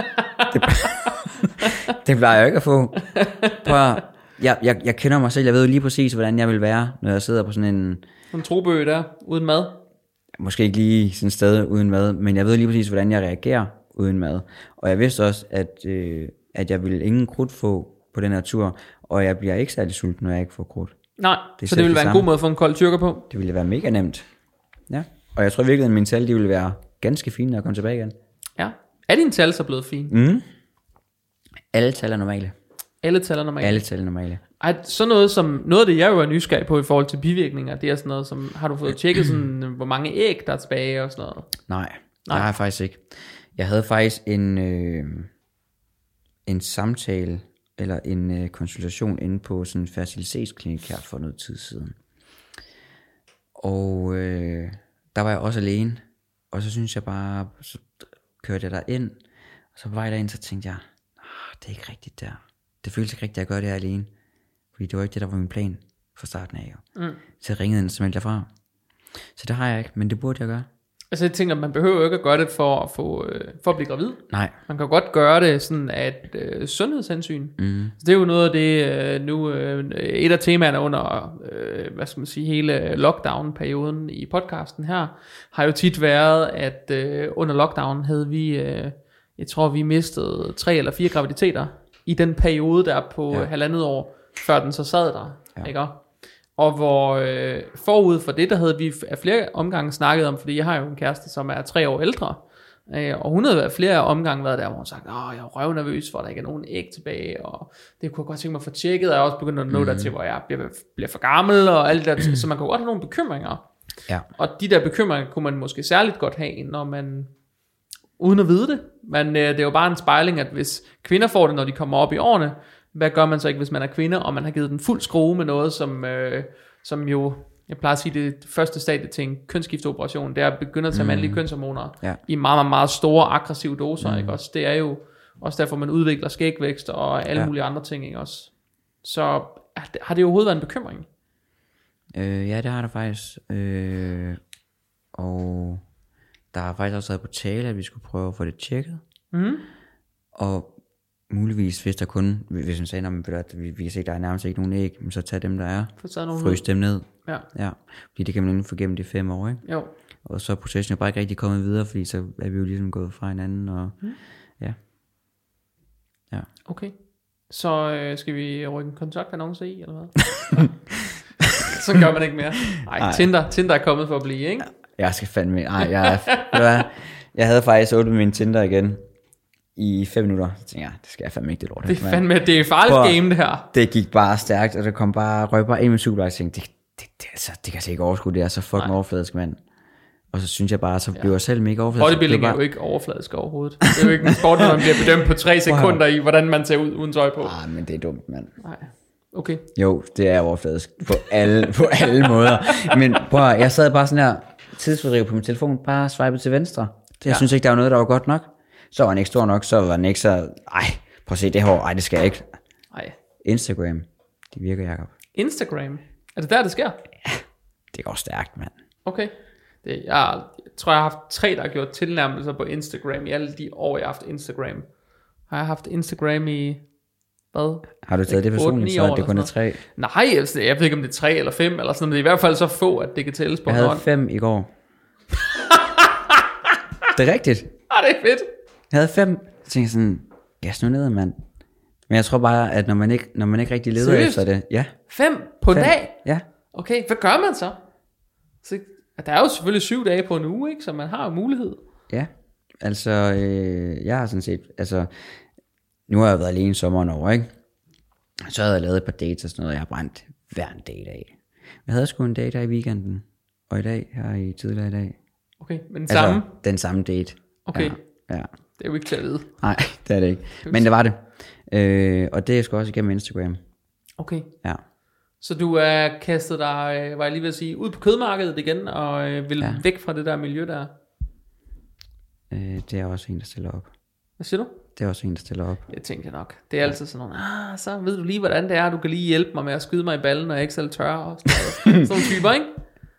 det plejer jeg jo ikke at få. Jeg kender mig selv, jeg ved jo lige præcis, hvordan jeg vil være, når jeg sidder på sådan en trobø der, uden mad. Måske ikke lige sådan et sted uden mad, men jeg ved lige præcis, hvordan jeg reagerer uden mad. Og jeg vidste også, at jeg ville ingen krudt få på den her tur, og jeg bliver ikke særlig sulten, når jeg ikke får krudt. Nej, så det ville være en god måde at få en kold tyrker på? Det ville være mega nemt. Ja. Og jeg tror virkelig, at mine tal, de ville være ganske fine, når jeg kommer tilbage igen. Ja. Er dine tal så blevet fine? Alle tal er normale. Alle tal er normale? Alle tal er normale. Ej, så noget af det, jeg jo er nysgerrig på i forhold til bivirkninger, det er sådan noget som, har du fået tjekket sådan, hvor mange æg der er tilbage og sådan noget? Nej, det har jeg faktisk ikke. Jeg havde faktisk en samtale, eller en konsultation inde på sådan en fertilitetsklinik her for noget tid siden. Og der var jeg også alene, og så synes jeg bare, så kørte jeg der ind, og så på vej derind, så tænkte jeg, det er ikke rigtigt der. Det føles ikke rigtigt, at jeg gør det her alene. Fordi det var ikke det, der var min plan fra starten af. Så jeg ringede ind, så meldte jeg fra. Så det har jeg ikke, men det burde jeg gøre. Altså jeg tænker, man behøver jo ikke at gøre det for at blive gravid. Nej. Man kan godt gøre det sådan af sundhedshensyn. Så det er jo noget af det, et af temaerne under, hvad skal man sige, hele lockdown-perioden i podcasten her, har jo tit været, at under lockdown havde vi, jeg tror vi mistede 3 eller 4 graviditeter i den periode der på 1,5 år, før den så sad der, ikke? Og hvor forud for det, der havde vi af flere omgange snakket om, fordi jeg har jo en kæreste, som er 3 år ældre, og hun havde flere omgange været der, hvor hun sagde, jeg er røvnervøs for, at der ikke er nogen æg tilbage, og det kunne jeg godt tænke mig at få tjekket, og jeg er også begyndt at nå der til, hvor jeg bliver for gammel, og alt det der, så man kan godt have nogle bekymringer. Ja. Og de der bekymringer kunne man måske særligt godt have, når man, uden at vide det, men det er jo bare en spejling, at hvis kvinder får det, når de kommer op i årene, hvad gør man så ikke, hvis man er kvinde, og man har givet den fuld skrue med noget, som jo, jeg plejer at sige, det første stadie til en kønsskifteoperation, det er at begynde at tage mandlige kønshormoner i meget, meget, meget store, aggressive doser, ikke også? Det er jo også derfor, man udvikler skægvækst og alle mulige andre ting, ikke også? Så har det overhovedet været en bekymring? Ja, det har der faktisk. Og der har faktisk også været på tale, at vi skulle prøve at få det tjekket. Og muligvis, hvis man sagde, at vi kan se, at der er nærmest ikke nogen æg, så tag dem, der er, frøs dem ned. Ja. Fordi det kan man inden for gennem de 5 år, ikke? Jo. Og så er processen jo bare ikke rigtig kommet videre, fordi så er vi jo ligesom gået fra hinanden, og ja. Okay. Så skal vi rykke en kontaktannonce i, eller hvad? Så gør man ikke mere. Nej, Tinder er kommet for at blive, ikke? Jeg skal fandme, jeg havde faktisk åbnet min Tinder igen i 5 minutter, så tænkte jeg, det skal jeg fandme ikke, det lort. Det er farligt game, det her. Det gik bare stærkt, og der kom røg bare ind med superlag, og tænkte, det kan jeg ikke overskue, det er så fucking overfladisk, mand. Og så synes jeg bare, så blev jeg selv mega overfladisk. Bodybuilding er jo ikke overfladisk overhovedet. Det er jo ikke en sport, når man bliver bedømt på 3 sekunder i, hvordan man ser ud uden tøj på. Men det er dumt, mand. Nej. Okay. Jo, det er overfladisk på alle måder. Men prøv at, jeg sad bare sådan her, tidsfordriv på min telefon, bare swipet til venstre. Jeg synes ikke, der var noget, der var godt nok. Så var den ikke stor nok, så var den ikke så, prøv at se det her, det skal jeg ikke. Instagram, det virker, Jacob. Instagram? Er det der, det sker? Ja, det går stærkt, mand. Okay. Jeg tror, jeg har haft 3, der har gjort tilnærmelser på Instagram i alle de år, jeg har haft Instagram. Har jeg haft Instagram i hvad? Har du taget det 8-9 personligt, så år at det kun er eller sådan 3? Nej, altså, jeg ved ikke, om det er 3 eller 5, eller sådan noget. Det er i hvert fald så få, at det kan tælles på Jeg en havde hånd. 5 i går. Det er rigtigt. Ah, det er fedt. Jeg havde 5. Så tænkte jeg sådan, gas nu ned, mand. Men jeg tror bare, at når man ikke rigtig leder Seriøst? efter det. Ja. 5 på en 5. dag? Ja. Okay, hvad gør man så? Der er jo selvfølgelig 7 dage på en uge, ikke? Så man har jo mulighed. Ja. Altså, jeg har sådan set, altså, nu har jeg været alene sommeren over, ikke? Så havde jeg lavet et par dates og sådan noget, jeg har brændt hver en date af. Jeg havde sgu en date her i weekenden, og i dag, her i tidligere i dag. Okay, men den Altså, samme? den samme date. Okay. Ja. Det er jo ikke til at vide. Nej, det er det ikke. Men det var det. Og det er sgu også igennem Instagram. Okay. Ja. Så du er kastet dig, var jeg lige ved at sige, ud på kødmarkedet igen, og vil væk fra det der miljø der? Det er også en, der stiller op. Hvad siger du? Det er også en, der stiller op. Det tænkte jeg nok. Det er altid sådan nogle, så ved du lige, hvordan det er. Du kan lige hjælpe mig med at skyde mig i ballen, når jeg ikke selv tør. Og sådan nogle typer, ikke?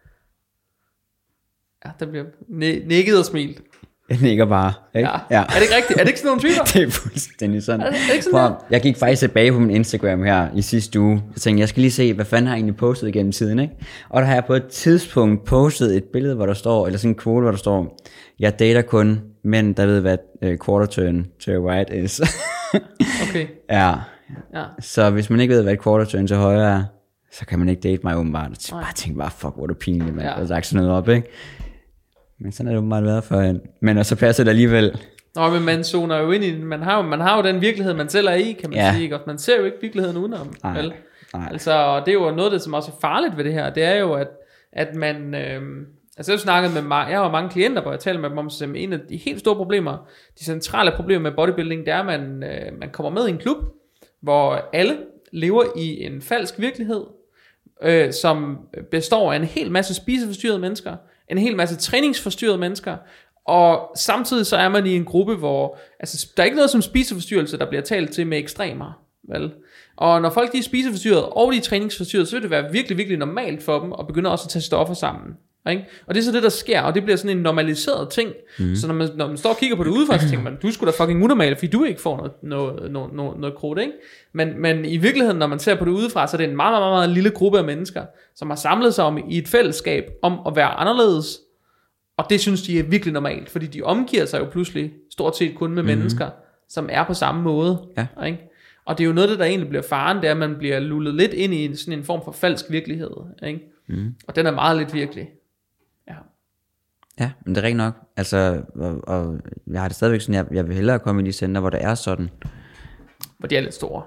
Ja, der bliver nikket og smilt. Jeg nikker bare. Ikke? Ja. Er det ikke rigtigt? Er det ikke sådan nogle typer? Det er fuldstændig sådan. Er det ikke sådan der? Jeg gik faktisk tilbage på min Instagram her i sidste uge. Jeg tænkte, jeg skal lige se, hvad fanden har jeg egentlig postet igennem tiden, ikke? Og der har jeg på et tidspunkt postet et billede, hvor der står, eller sådan en quote, hvor der står, jeg dater kun mænd, der ved, hvad quarter turn to right is. Okay. Ja. Ja. Så hvis man ikke ved, hvad et quarter turn til højre er, så kan man ikke date mig åbenbart. Så bare tænk bare, fuck, hvor er du pinlig, man. Ja. Der sagt sådan noget op, ikke? Men sådan er det åbenbart været førhen. Men så passer det alligevel. Nå, men man zoner jo ind i man har jo den virkelighed, man selv er i, kan man sige. Og man ser jo ikke virkeligheden udenom. Nej. Vel? Nej. Altså, det er jo noget af det, som også er farligt ved det her. Det er jo, at man... altså jeg har snakket med jeg har mange klienter, hvor jeg taler med dem om, at en af de helt store problemer, de centrale problemer med bodybuilding, det er, at man kommer med i en klub, hvor alle lever i en falsk virkelighed, som består af en hel masse spiseforstyrrede mennesker, en hel masse træningsforstyrrede mennesker, og samtidig så er man i en gruppe, hvor altså, der er ikke noget som spiseforstyrrelse, der bliver talt til med ekstremer, vel? Og når folk de er spiseforstyrrede, og de er træningsforstyrrede, så vil det være virkelig, virkelig normalt for dem, at begynde også at tage stoffer sammen. Ikke? Og det er så det, der sker, og det bliver sådan en normaliseret ting. Så når man står og kigger på det udefra, så tænker man, du er sgu da fucking unormal, fordi du ikke får noget krudt, ikke? Men i virkeligheden, når man ser på det udefra, så er det en meget, meget, meget lille gruppe af mennesker, som har samlet sig i et fællesskab om at være anderledes. Og det synes de er virkelig normalt, fordi de omgiver sig jo pludselig stort set kun med mennesker, som er på samme måde. Ja. Ikke? Og det er jo noget, der egentlig bliver faren, det er, at man bliver lullet lidt ind i sådan en form for falsk virkelighed. Ikke? Og den er meget lidt virkelig. Ja. Ja, men det er rigtigt nok. Altså, og jeg har det stadigvæk sådan, jeg vil hellere komme i de center, hvor der er sådan. Hvor de er lidt store.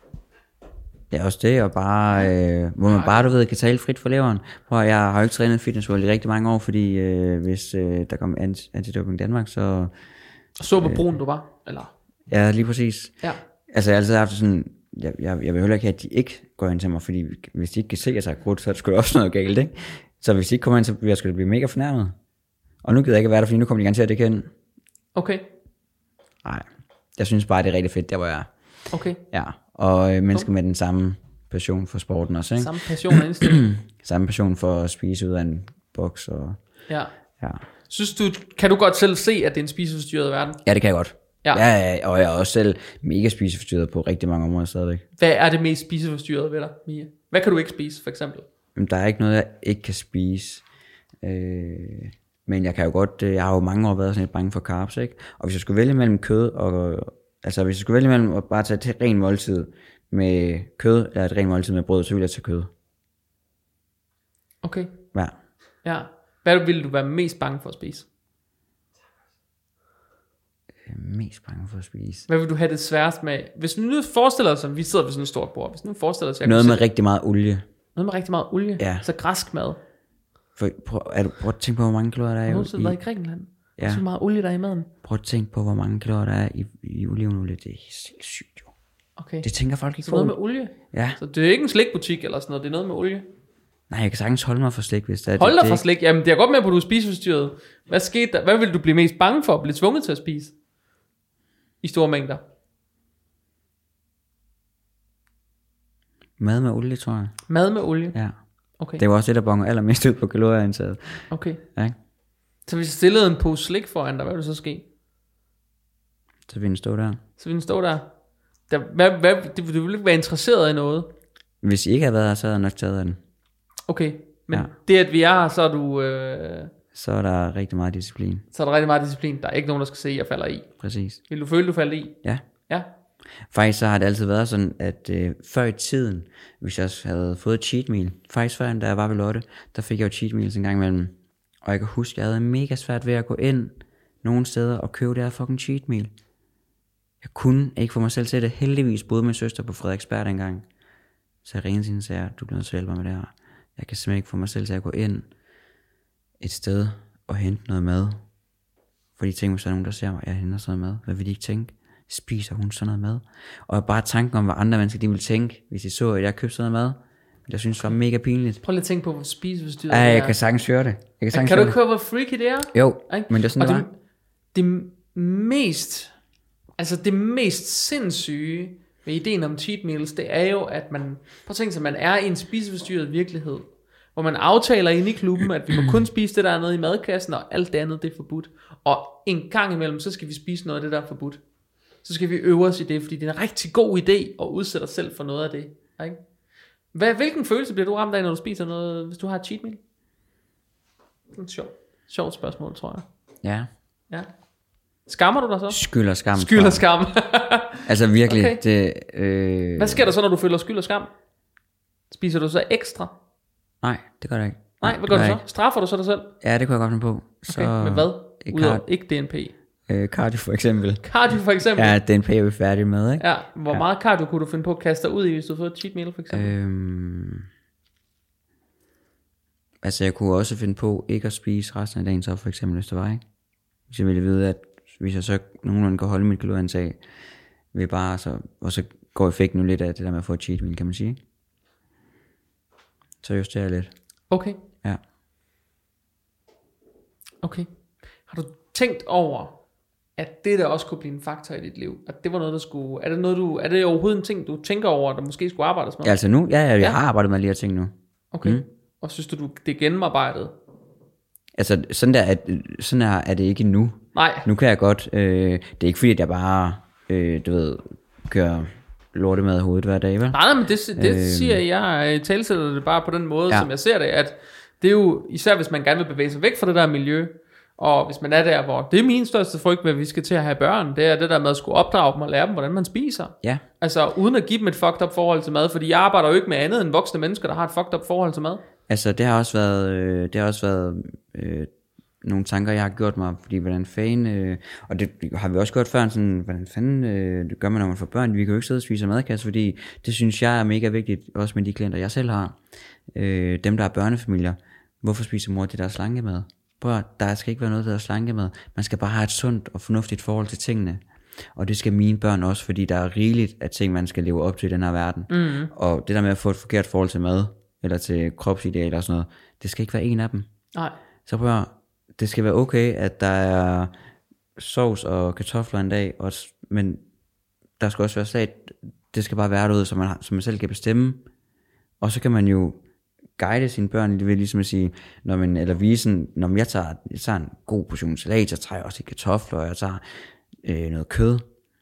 Ja, også det, og bare, hvor man bare, du ved, kan tale frit for leveren. Prøv, jeg har jo ikke trænet Fitness World i rigtig mange år, fordi hvis der kom Antidoping Danmark, så... Så på broen du var, eller? Ja, lige præcis. Ja. Altså, jeg har altid haft sådan, jeg vil heller ikke have, at de ikke går ind til mig, fordi hvis de ikke kan se, at jeg tager krudt, så er det sgu da også noget galt, ikke? Så hvis de ikke kommer ind, så bliver jeg sgu da blive mega fornærmet. Og nu gider jeg ikke være der, fordi nu kommer de garanteret ikke ind. Okay. Nej, jeg synes bare, det er rigtig fedt, der hvor jeg er. Okay. Ja, og mennesker med den samme passion for sporten også, ikke? Samme passion og indstilling. Samme passion for at spise ud af en boks og... Ja. Ja. Kan du godt selv se, at det er en spiseforstyrret verden? Ja, det kan jeg godt. Ja. Ja, og jeg er også selv mega spiseforstyrret på rigtig mange områder stadigvæk. Hvad er det mest spiseforstyrrede ved dig, Mia? Hvad kan du ikke spise, for eksempel? Der er ikke noget, jeg ikke kan spise. Men jeg kan jo godt... Jeg har jo mange år været sådan lidt bange for carbs, ikke? Og hvis jeg skulle vælge mellem kød og... Altså, hvis jeg skulle vælge mellem at bare tage et rent måltid med kød, eller et rent måltid med brød, så ville jeg tage kød. Okay. Ja. Ja. Hvad ville du være mest bange for at spise? Mest bange for at spise. Hvad vil du have det sværest med? Hvis du nu forestiller dig, som vi sidder ved sådan et stort bord. Hvis du nu forestiller dig, noget med rigtig meget olie. Noget med rigtig meget olie? Ja. Så græsk mad. Prøv at tænke på, hvor mange kalorier der er Har du været i Grækenland? Ja. Så meget olie der er i maden. Prøv at tænke på, hvor mange kalorier der er i olivenolie. Det er helt sygt, jo. Okay. Det tænker folk ikke så på. noget med olie? Ja. Så det er ikke en slikbutik eller sådan noget, det er noget med olie? Nej, jeg kan sagtens holde mig for slik, hvis det er. Hold dig for slik? Jamen, det er godt med på, at du er spiseforstyrret. Hvad skete der? Hvad vil du blive mest bange for at blive tvunget til at spise? I store mængder. Mad med olie, tror jeg. Mad med olie? Ja. Okay. Det var også det, der bonger allermest ud på kalorieindtaget. Okay. Ja. Så hvis jeg stillede en pose slik foran dig, hvad vil det så ske? Så vil den stå der. Så vil den stå der. Du vil ikke være interesseret i noget? Hvis I ikke havde været her, så havde jeg nok taget den. Okay, men det at vi er her, så er du... Så er der rigtig meget disciplin. Så er der rigtig meget disciplin. Der er ikke nogen, der skal se, at jeg falder i. Præcis. Vil du føle, du falder i? Ja. Ja. Faktisk så har det altid været sådan, at før i tiden, hvis jeg havde fået et cheat meal, faktisk før, da jeg var ved Lotte, der fik jeg jo cheat meals en gang imellem. Og jeg kan huske, jeg havde mega svært ved at gå ind nogle steder og købe det her fucking cheat meal. Jeg kunne ikke få mig selv til det. Heldigvis boede min søster på Frederiksberg dengang. Så jeg ringede til hende og sagde, du bliver nødt til at hjælpe mig med det her. Jeg kan simpelthen ikke få mig selv til at gå ind et sted og hente noget mad. Fordi tænk, hvis der er nogen, der ser mig, jeg henter sådan noget mad. Hvad vil de ikke tænke? Spiser hun sådan noget mad? Og bare tanken om, hvad andre mennesker de ville tænke, hvis de så, at jeg købte sådan noget mad. Jeg synes, det var mega pinligt. Prøv lige at tænke på, hvor spiseforstyrret det er. Jeg kan sagtens høre det. Kan du ikke høre, hvor freaky det er? Jo, men det er sådan, og det mest sindssyge ved ideen om cheat meals, det er jo, at man, prøv at tænke sig, man er i en spiseforstyrret virkelighed, hvor man aftaler inde i klubben, at vi må kun spise det, der er nede i madkassen, og alt det andet, det er forbudt. Og en gang imellem, så skal vi spise noget af det, der er forbudt. Så skal vi øve os i det, fordi det er en rigtig god idé at udsætte os selv for noget af det. Ikke? Hvilken følelse bliver du ramt af, når du spiser noget, hvis du har et cheat meal? Det er et sjovt spørgsmål, tror jeg. Ja. Skammer du dig så? Skyld og skam. Skyld og skam. Altså virkelig. Okay. Det, Hvad sker der så, når du føler skyld og skam? Spiser du så ekstra? Nej, det gør jeg ikke. Nej, hvad gør du så? Ikke. Straffer du så dig selv? Ja, det kunne jeg godt finde på. Så, okay, med hvad? Udover ikke DNP? Cardio for eksempel. Cardio for eksempel? Ja, DNP er vi færdige med, ikke? Ja, hvor meget cardio kunne du finde på at kaste dig ud i, hvis du havde fået et cheat meal for eksempel? Altså jeg kunne også finde på ikke at spise resten af dagen så for eksempel, hvis det var, ikke? Hvis jeg ville vide, at hvis jeg så nogenlunde kan holde mit kalorieindtag, vil bare så, og så går effekten nu lidt af det der med at få et cheat meal, kan man sige. Så justerer jeg lidt. Okay. Ja. Okay. Har du tænkt over, at det der også kunne blive en faktor i dit liv? At det var noget, der skulle... Er det overhovedet en ting, du tænker over, der måske skulle arbejdes med? Ja, altså nu? Ja, jeg har arbejdet med lige at ting nu. Okay. Og synes du, det er gennemarbejdet? Altså, sådan er det ikke nu. Nej. Nu kan jeg godt... det er ikke fordi, at jeg bare, kører lortemad i hovedet hver dag, vel? Nej, men det siger jeg talsætter det bare på den måde, som jeg ser det, at det er jo, især hvis man gerne vil bevæge sig væk fra det der miljø, og hvis man er der, hvor det er min største frygt ved, at vi skal til at have børn, det er det der med at skulle opdrage dem og lære dem, hvordan man spiser. Ja. Altså uden at give dem et fucked up forhold til mad, fordi jeg arbejder jo ikke med andet end voksne mennesker, der har et fucked up forhold til mad. Altså det har også været, nogle tanker, jeg har gjort mig, fordi hvordan fanden, og det har vi også gjort før, sådan, hvordan fanden det gør man, når man får børn, vi kan jo ikke sidde og spise madkasse, fordi det synes jeg er mega vigtigt, også med de klienter, jeg selv har, dem der er børnefamilier, hvorfor spiser mor det der slankemad? Prøv, der skal ikke være noget, der er slankemad, man skal bare have et sundt og fornuftigt forhold til tingene, og det skal mine børn også, fordi der er rigeligt af ting, man skal leve op til i den her verden, og det der med at få et forkert forhold til mad, eller til kropsidealer og sådan noget, det skal ikke være en af dem. Nej. Så prøv, det skal være okay, at der er sovs og kartofler en dag, men der skal også være salat. Det skal bare være derude, så man selv kan bestemme. Og så kan man jo guide sine børn, det vil ligesom at sige, eller vise, når jeg tager en god portion salat, så tager jeg også lidt kartofler, og jeg tager noget kød.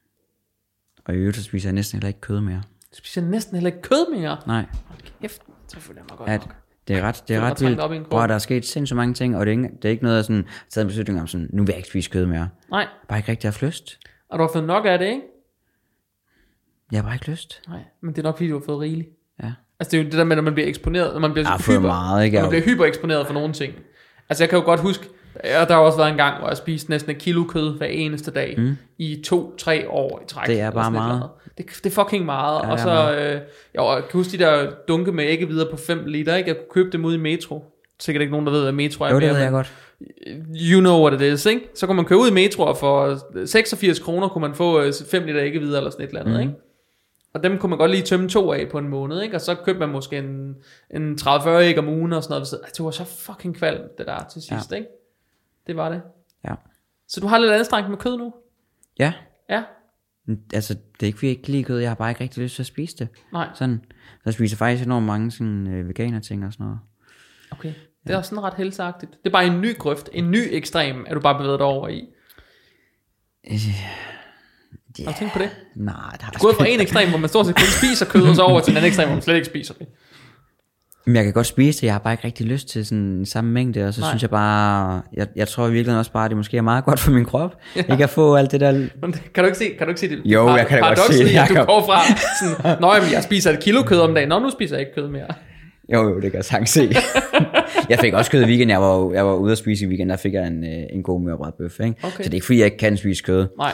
Og i øvrigt så spiser jeg næsten heller ikke kød mere. Du spiser næsten heller ikke kød mere? Nej. Kæft, så føler jeg mig godt nok. Det er ret vildt, hvor der er sket sindssygt mange ting, og det er ikke noget, jeg sådan taget en beslutning om, sådan, nu vil jeg ikke spise kød mere. Nej. Bare ikke rigtig have lyst. Og du har fået nok af det, ikke? Jeg har bare ikke lyst. Nej, men det er nok fordi, du har fået rigeligt. Ja. Altså det er jo det der med, når man bliver eksponeret, når man bliver man bliver hypereksponeret for nogle ting. Altså jeg kan jo godt huske, der har også været en gang, hvor jeg spiste næsten et kilo kød hver eneste dag i 2-3 år i træk. Det er bare meget. Det er fucking meget. Ja, og så jeg kan huske de der dunke med æggevidder på 5 liter, ikke? Jeg kunne købe dem ude i Metro. Sikkert ikke nogen, der ved, hvad Metro er. Jo, det ved jeg godt. You know what it is, ikke? Så kunne man købe ud i Metro, og for 86 kroner kunne man få 5 liter æggevidder eller sådan et eller andet, ikke? Og dem kunne man godt lige tømme 2 af på en måned, ikke? Og så købte man måske en 30-40 æg om ugen og sådan noget. Det var så fucking kvalmt, det der til sidst, ikke? Det var det. Ja. Så du har lidt anstrengt med kød nu? Ja. Ja. Altså, det er ikke fordi jeg ikke kan lide kød, jeg har bare ikke rigtig lyst til at spise det. Nej. Sådan. Så jeg spiser faktisk enormt mange sådan, veganer ting og sådan noget. Okay. Det er også sådan ret helseagtigt. Det er bare en ny grøft, en ny ekstrem, er du bare bevæget dig over i. Har du tænkt på det? Nej, det har Du er gået fra en ekstrem, hvor man stort set kun spiser kød, og så over til en anden ekstrem, hvor man slet ikke spiser det. Men jeg kan godt spise det, jeg har bare ikke rigtig lyst til sådan en samme mængde, og så synes jeg bare, jeg tror virkelig også bare, at det måske er meget godt for min krop. Jeg kan få alt det der... Kan du ikke se det? Jo, jeg kan da godt se det. At du går fra sådan, nå, jamen, jeg spiser 1 kilo kød om dagen, nå, nu spiser jeg ikke kød mere. Jo, det kan jeg sagtens se. Jeg fik også kød i weekenden, jeg var ude at spise i weekenden, der fik jeg en god mørbrødbøf, ikke? Okay. Så det er ikke fordi, jeg ikke kan spise kød. Nej.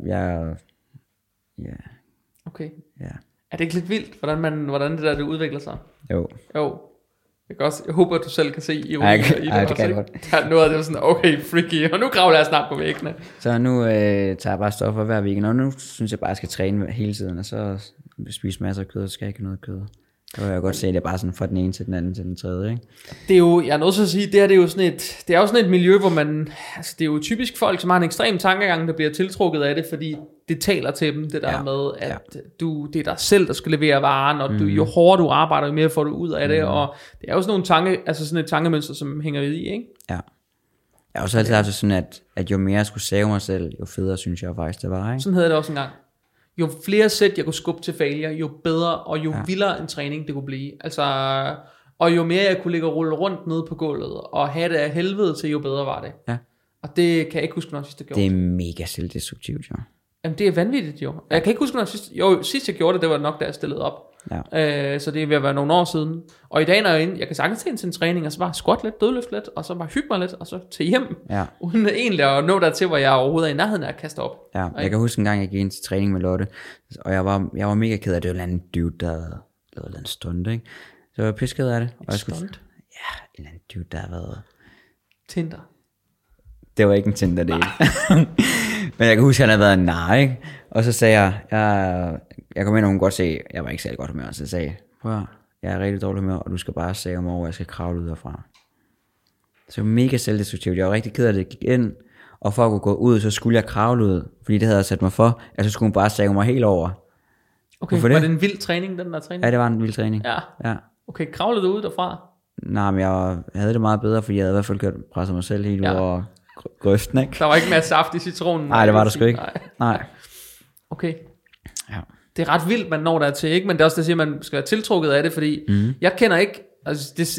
Ja. Okay. Ja. Er det ikke lidt vildt, hvordan det der det udvikler sig? Jo. Jeg håber, at du selv kan se i det. Det kan jeg godt. Der er noget af det sådan, okay, freaky, og nu kravler jeg snart på væggene. Så nu tager jeg bare stoffer hver weekend, og nu synes jeg bare, at jeg skal træne hele tiden, og så spise masser af kød, og så skal jeg ikke have noget kød. Så kan jeg godt se, at det er bare sådan fra den ene til den anden til den tredje, ikke? Det er jo, jeg er nødt til at sige, det er jo sådan et miljø, hvor man, altså det er jo typisk folk, som har en ekstrem tankegang, der bliver tiltrukket af det, fordi det taler til dem, det der med, at det er dig selv, der skal levere varen, og jo hårdere du arbejder, jo mere får du ud af det, og det er jo sådan nogle sådan et tankemønster, som hænger ved i, ikke? Ja. Jeg har også altid haft sådan, at jo mere jeg skulle save mig selv, jo federe synes jeg faktisk det var, ikke? Sådan havde det også engang. Jo flere sæt jeg kunne skubbe til failure, jo bedre og jo vildere en træning det kunne blive. Altså, og jo mere jeg kunne ligge og rulle rundt nede på gulvet og have det af helvede til, jo bedre var det. Ja. Og det kan jeg ikke huske, når jeg sidst gjorde. Det er mega selvdestruktivt, jo. Jamen det er vanvittigt, jo. Jeg kan ikke huske, når sidst jeg gjorde det, det var nok da jeg stillede op. Ja. Så det er ved at være nogle år siden. Og i dag når jeg kan sagtens ind til en træning, og så bare squat lidt, dødløft lidt, og så bare hygge mig lidt, og så til hjem. Ja. Uden egentlig at nå dertil, hvor jeg overhovedet er i nærheden af at kaste op. Ja, jeg kan huske en gang, jeg gik ind til træning med Lotte, og jeg var mega ked af det. Det var en eller anden dude, der lavede en eller anden stunt, ikke? Så jeg var pisket af det. Og jeg skulle, stunt? Ja, en eller anden dude, der havde været... Tinder. Det var ikke en Tinder, det Men jeg kan huske, at han havde været en nar, ikke? Og så sagde jeg kom ind, og hun kunne godt se, jeg var ikke særlig godt humør, så sagde jeg, prøv at, jeg er rigtig dårlig humør, og du skal bare sige om over, jeg skal kravle ud derfra. Så det var mega selvdestruktivt. Jeg var rigtig ked af det, jeg gik ind, og for at kunne gå ud, så skulle jeg kravle ud, fordi det havde jeg sat mig for, at så skulle hun bare sige mig helt over. Okay, var det en vild træning, den der træning? Ja, det var en vild træning. Ja. Okay, kravlede du ud derfra? Nej, men jeg havde det meget bedre, fordi jeg havde i hvert fald presset mig selv helt ud over grøften, ikke? Der var ikke mere saft i citronen? Nej, det var der sgu ikke. Nej. Okay. Ja. Det er ret vildt, man når der til, ikke? Men det er også det, at man skal være tiltrukket af det, fordi jeg kender ikke... Altså,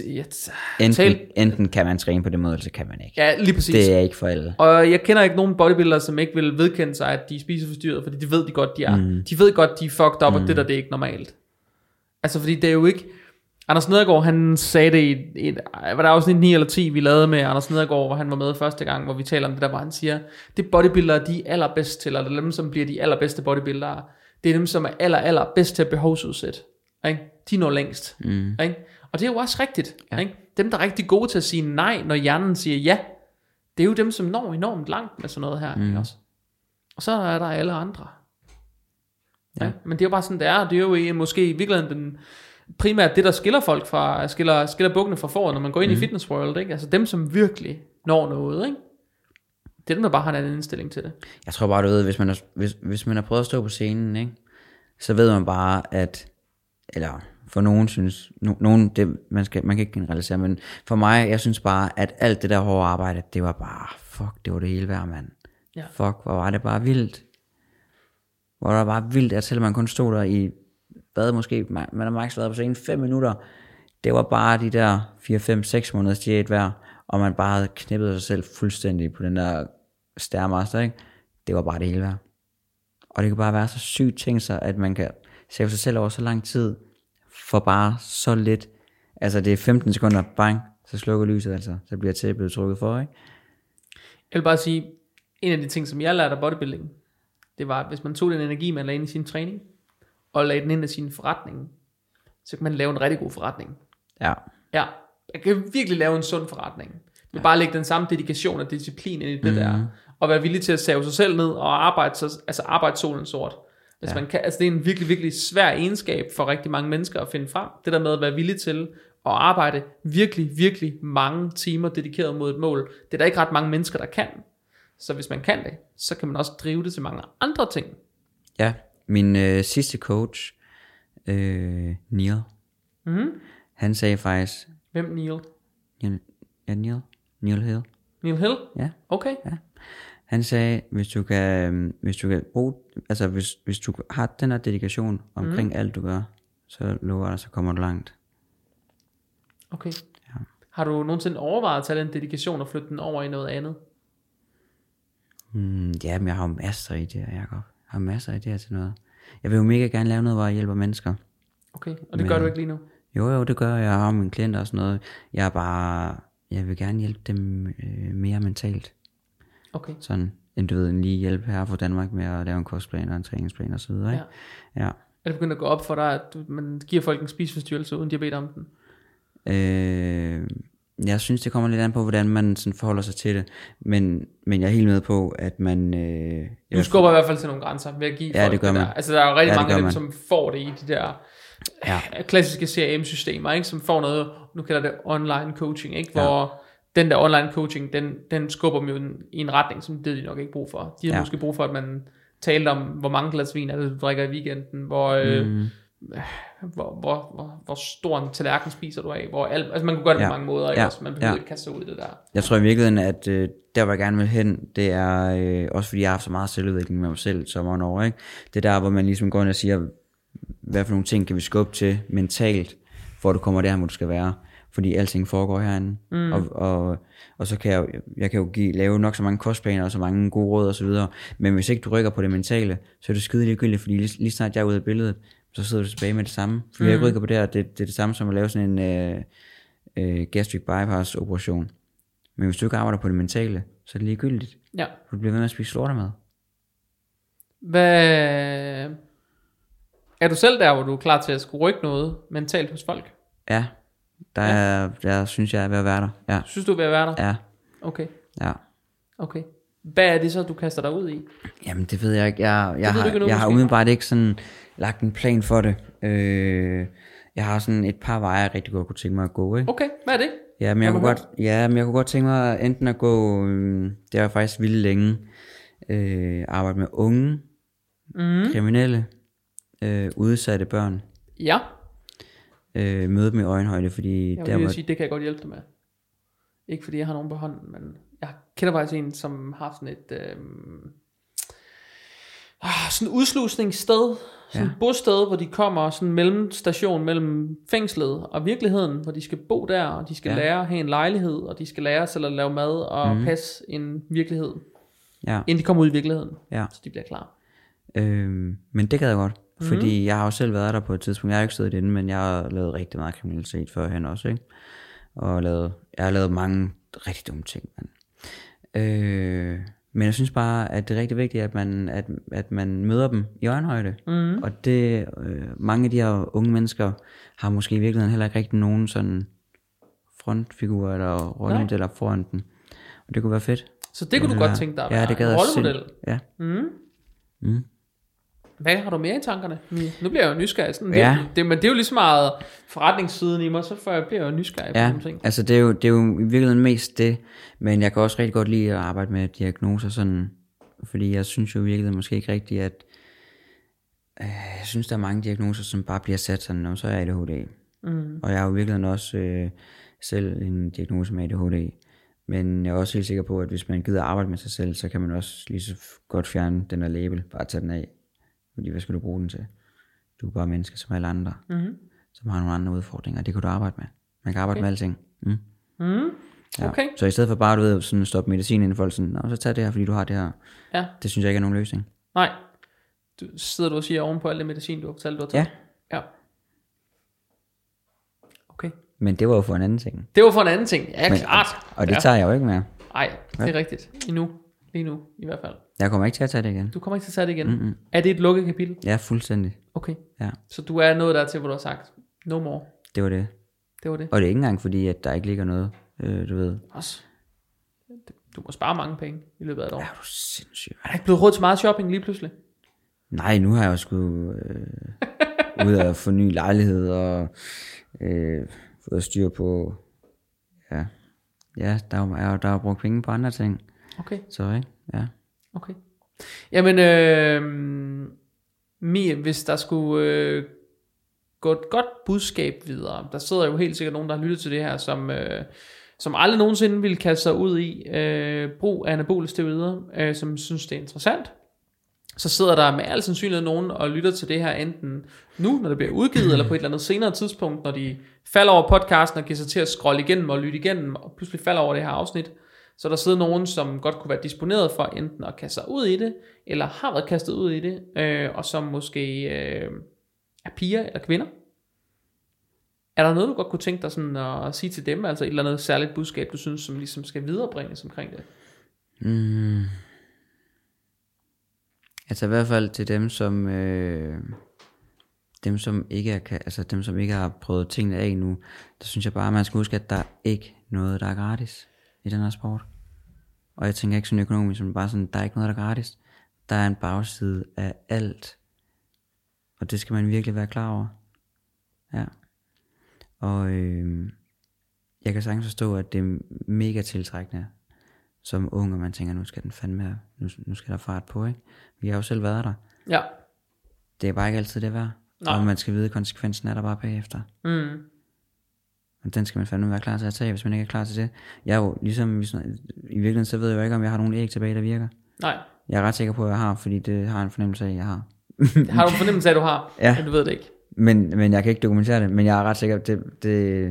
enten kan man træne på det måde, eller så kan man ikke. Ja, lige præcis. Det er ikke for alle. Og jeg kender ikke nogen bodybuildere, som ikke vil vedkende sig, at de spiser forstyrret, fordi de ved de godt, de er. De ved godt, de er fucked up, og det er ikke normalt. Altså, fordi det er jo ikke... Anders Nedergaard, han sagde det i var der afsnit 9 eller 10, vi lavede med Anders Nedergaard, hvor han var med første gang, hvor vi taler om det der, hvor han siger, det bodybuildere, de er allerbedst til, eller dem, som bliver de allerbedste bodybuildere, det er dem, som er allerbedst til at behovsudsætte. Ikke? De når længst. Ikke? Og det er jo også rigtigt. Ikke? Dem, der er rigtig gode til at sige nej, når hjernen siger ja, det er jo dem, som når enormt langt med sådan noget her. Ikke også? Og så er der alle andre. Ja. Men det er jo bare sådan, det er. Det er jo måske i virkeligheden den primært det, der skiller folk fra, skiller bukkene fra foran, når man går ind i Fitness World, ikke? Altså dem, som virkelig når noget, ikke? Det er dem, der bare har en anden indstilling til det. Jeg tror bare, du ved, hvis man har prøvet at stå på scenen, ikke? Så ved man bare, at, eller for nogen synes, nogen, det, man kan ikke generalisere, men for mig, jeg synes bare, at alt det der hårde arbejde, det var bare, det var det hele værd, mand. Ja. Hvor var det bare vildt. Hvor det var bare vildt, at selvom man kun stod der i måske, man har maks været på scenen 5 minutter, det var bare de der 4, 5, 6 måneders diæt hver, og man bare havde knippet sig selv fuldstændig på den der Stairmaster, ikke? Det var bare det hele værd. Og det kan bare være så sygt ting sig, at man kan save sig selv over så lang tid, for bare så lidt. Altså det er 15 sekunder, bang, så slukker lyset, altså, så bliver tæppet trukket for, ikke? Jeg vil bare sige, en af de ting, som jeg lærte af bodybuilding, det var, at hvis man tog den energi, man lagde ind i sin træning, og lagde den ind i sin forretning, så kan man lave en rigtig god forretning. Ja. Man kan virkelig lave en sund forretning. Du vil bare lægge den samme dedikation og disciplin ind i det der, og være villig til at save sig selv ned, og arbejde solen sort. Hvis man kan, altså det er en virkelig, virkelig svær egenskab for rigtig mange mennesker at finde frem. Det der med at være villig til at arbejde virkelig, virkelig mange timer dedikeret mod et mål. Det er der ikke ret mange mennesker, der kan. Så hvis man kan det, så kan man også drive det til mange andre ting. Ja, min sidste coach, Neil, han sagde faktisk... Hvem Neil? Neil Hill. Neil Hill? Ja. Okay. Ja. Han sagde, hvis du kan bruge, altså hvis du har den her dedikation omkring alt du gør, så lover jeg, så kommer du langt. Okay. Ja. Har du nogensinde overvejet at tage den dedikation og flytte den over i noget andet? Ja, men jeg har jo masser af idéer, Jacob. Jeg har masser af idéer til noget. Jeg vil jo mega gerne lave noget, hvor jeg hjælper mennesker. Okay, og det gør du ikke lige nu? Jo, det gør jeg. Jeg har mine klienter og sådan noget. Jeg vil gerne hjælpe dem mere mentalt. Okay. Sådan, end du ved, lige hjælpe her fra Danmark med at lave en kostplan og en træningsplan og så videre. Ikke? Ja. Er det begyndt at gå op for dig, at man giver folk en spiseforstyrrelse, uden de har bedt om den? Jeg synes, det kommer lidt an på, hvordan man sådan forholder sig til det. Men jeg er helt med på, at man... Du skubber i hvert fald til nogle grænser ved at give folk det gør man. der. Altså, der er jo rigtig mange af dem, som får det i de der klassiske CRM-systemer, ikke? Som får noget, nu kalder det online coaching, ikke? Hvor den der online coaching, den skubber dem jo i en retning, som det de nok ikke brug for. De har måske brug for, at man taler om, hvor mange glas vin er det, du drikker i weekenden, hvor stor en tallerken spiser du af, altså man kunne gøre det på mange måder, ikke? Altså, man behøver ikke kaste sig ud i det der. Jeg tror i virkeligheden, at der hvor jeg gerne vil hen, det er også fordi jeg har haft så meget selvudvikling med mig selv så mange år, ikke? Det er der, hvor man ligesom går ind og siger, hvad for nogle ting kan vi skubbe til mentalt, for at du kommer der, hvor du skal være. Fordi alting foregår herinde. Og så kan jeg kan jo lave nok så mange kostplaner og så mange gode råd og så videre. Men hvis ikke du rykker på det mentale, så er det skide ligegyldigt, fordi lige snart jeg er ude af billedet, så sidder du tilbage med det samme. Fordi jeg rykker på det her, det er det samme som at lave sådan en gastric bypass operation. Men hvis du ikke arbejder på det mentale, så er det ligegyldigt. Ja. Du bliver ved med at spise lortemad. Er du selv der, hvor du er klar til at skulle rykke noget mentalt hos folk? Ja. Der synes jeg er ved at være der. Ja. Synes du er ved at være der? Ja. Okay. Ja. Okay. Hvad er det så, du kaster dig ud i? Jamen det ved jeg ikke. Jeg har umiddelbart ikke sådan lagt en plan for det. Jeg har sådan et par veje, jeg rigtig godt kunne tænke mig at gå, ikke? Okay, hvad er det? Ja, men jeg kunne godt tænke mig enten at gå, det var faktisk vildt længe, arbejde med unge, kriminelle, udsatte børn. Ja. Møde dem i øjenhøjde, fordi jeg vil sige, det kan jeg godt hjælpe dig med. Ikke fordi jeg har nogen på hånden, men jeg kender faktisk en, som har sådan et sådan et udslusningssted, sådan et bosted, hvor de kommer, sådan en mellemstation mellem fængslet og virkeligheden, hvor de skal bo der, og de skal lære at have en lejlighed, og de skal lære selv at lave mad og passe en virkelighed, inden de kommer ud i virkeligheden, så de bliver klar. Men det gad jeg godt. Fordi jeg har jo selv været der på et tidspunkt. Jeg har ikke stået inde, men jeg har lavet rigtig meget kriminalitet førhen også, ikke? Og jeg har lavet mange rigtig dumme ting. Men jeg synes bare, at det er rigtig vigtigt, at man møder dem i øjenhøjde. Og det mange af de her unge mennesker har måske i virkeligheden heller ikke rigtig nogen sådan frontfigur eller rollemodeller foran den. Og det kunne være fedt. Så det kunne du godt tænke dig at være en rollemodel? Ja. Hvad har du mere i tankerne? Nu bliver jeg jo nysgerrig. Sådan, men det er jo lige så meget forretningssiden i mig, så bliver jeg jo nysgerrig på nogle ting. Altså det er jo i virkeligheden mest det, men jeg kan også rigtig godt lide at arbejde med diagnoser sådan, fordi jeg synes jo i virkeligheden måske ikke rigtigt, at jeg synes der er mange diagnoser, som bare bliver sat sådan, og så er jeg ADHD. Og jeg har jo i virkeligheden også selv en diagnose med ADHD. Men jeg er også helt sikker på, at hvis man gider arbejde med sig selv, så kan man også lige så godt fjerne den der label, bare tage den af. Fordi hvad skal du bruge den til? Du er bare mennesker som alle andre, som har nogle andre udfordringer. Det kan du arbejde med. Man kan arbejde med alting. Okay. Så i stedet for bare, du ved, sådan stoppe medicin inden folk sådan, så tag det her, fordi du har det her. Ja. Det synes jeg ikke er nogen løsning. Nej. Sidder du og siger oven på alt det medicin, du har fortalt, du har taget? Ja. Okay. Men det var jo for en anden ting. Det var for en anden ting, ja, klart. Og det tager jeg jo ikke mere. Nej, det er rigtigt. Lige nu, i hvert fald. Jeg kommer ikke til at tage det igen. Du kommer ikke til at tage det igen? Er det et lukket kapitel? Ja, fuldstændig. Okay. Ja. Så du er nået der til, hvor du har sagt, no more? Det var det. Og det er ikke engang fordi, at der ikke ligger noget, du ved. Også. Du må spare mange penge i løbet af et år. Ja, du er sindssygt. Er der ikke blevet råd til meget shopping lige pludselig? Nej, nu har jeg jo sgu ud at få ny lejlighed og fået styr på, der er brugt penge på andre ting. Okay. Så ikke, ja. Okay. Jamen, Mie, hvis der skulle gå et godt budskab videre, der sidder jo helt sikkert nogen, der har lyttet til det her, som som aldrig nogensinde ville kaste sig ud i brug af anabole steroider, som synes det er interessant. Så sidder der med al sandsynlighed nogen og lytter til det her enten nu, når det bliver udgivet, eller på et eller andet senere tidspunkt, når de falder over podcasten og giver sig til at scrolle igennem og lytte igennem, og pludselig falder over det her afsnit. Så der sidder nogen, som godt kunne være disponeret for enten at kaste sig ud i det, eller har været kastet ud i det, og som måske er piger eller kvinder. Er der noget, du godt kunne tænke dig sådan at sige til dem, altså et eller andet særligt budskab, du synes, som ligesom skal viderebringes omkring det? Altså i hvert fald til dem, som dem, som ikke har prøvet tingene af nu, der synes jeg bare, at man skal huske, at der er ikke noget, der er gratis i den her sport. Og jeg tænker ikke sådan økonomisk, men bare sådan, der er ikke noget, der er gratis. Der er en bagside af alt. Og det skal man virkelig være klar over. Ja. Og jeg kan sagtens forstå, at det er mega tiltrækkende som ung, og man tænker, nu skal den fandme, nu skal der fart på, ikke? Vi har jo selv været der. Ja. Det er bare ikke altid det værd. Og man skal vide, at konsekvensen er der bare bagefter. Og den skal man fandme være klar til at tage, hvis man ikke er klar til det. Jeg er jo ligesom, i virkeligheden så ved jeg jo ikke, om jeg har nogle æg tilbage, der virker. Nej. Jeg er ret sikker på, at jeg har, fordi det har en fornemmelse af, at jeg har. Har du en fornemmelse af, at du har? Ja. Men du ved det ikke. Men jeg kan ikke dokumentere det, men jeg er ret sikker, at det ved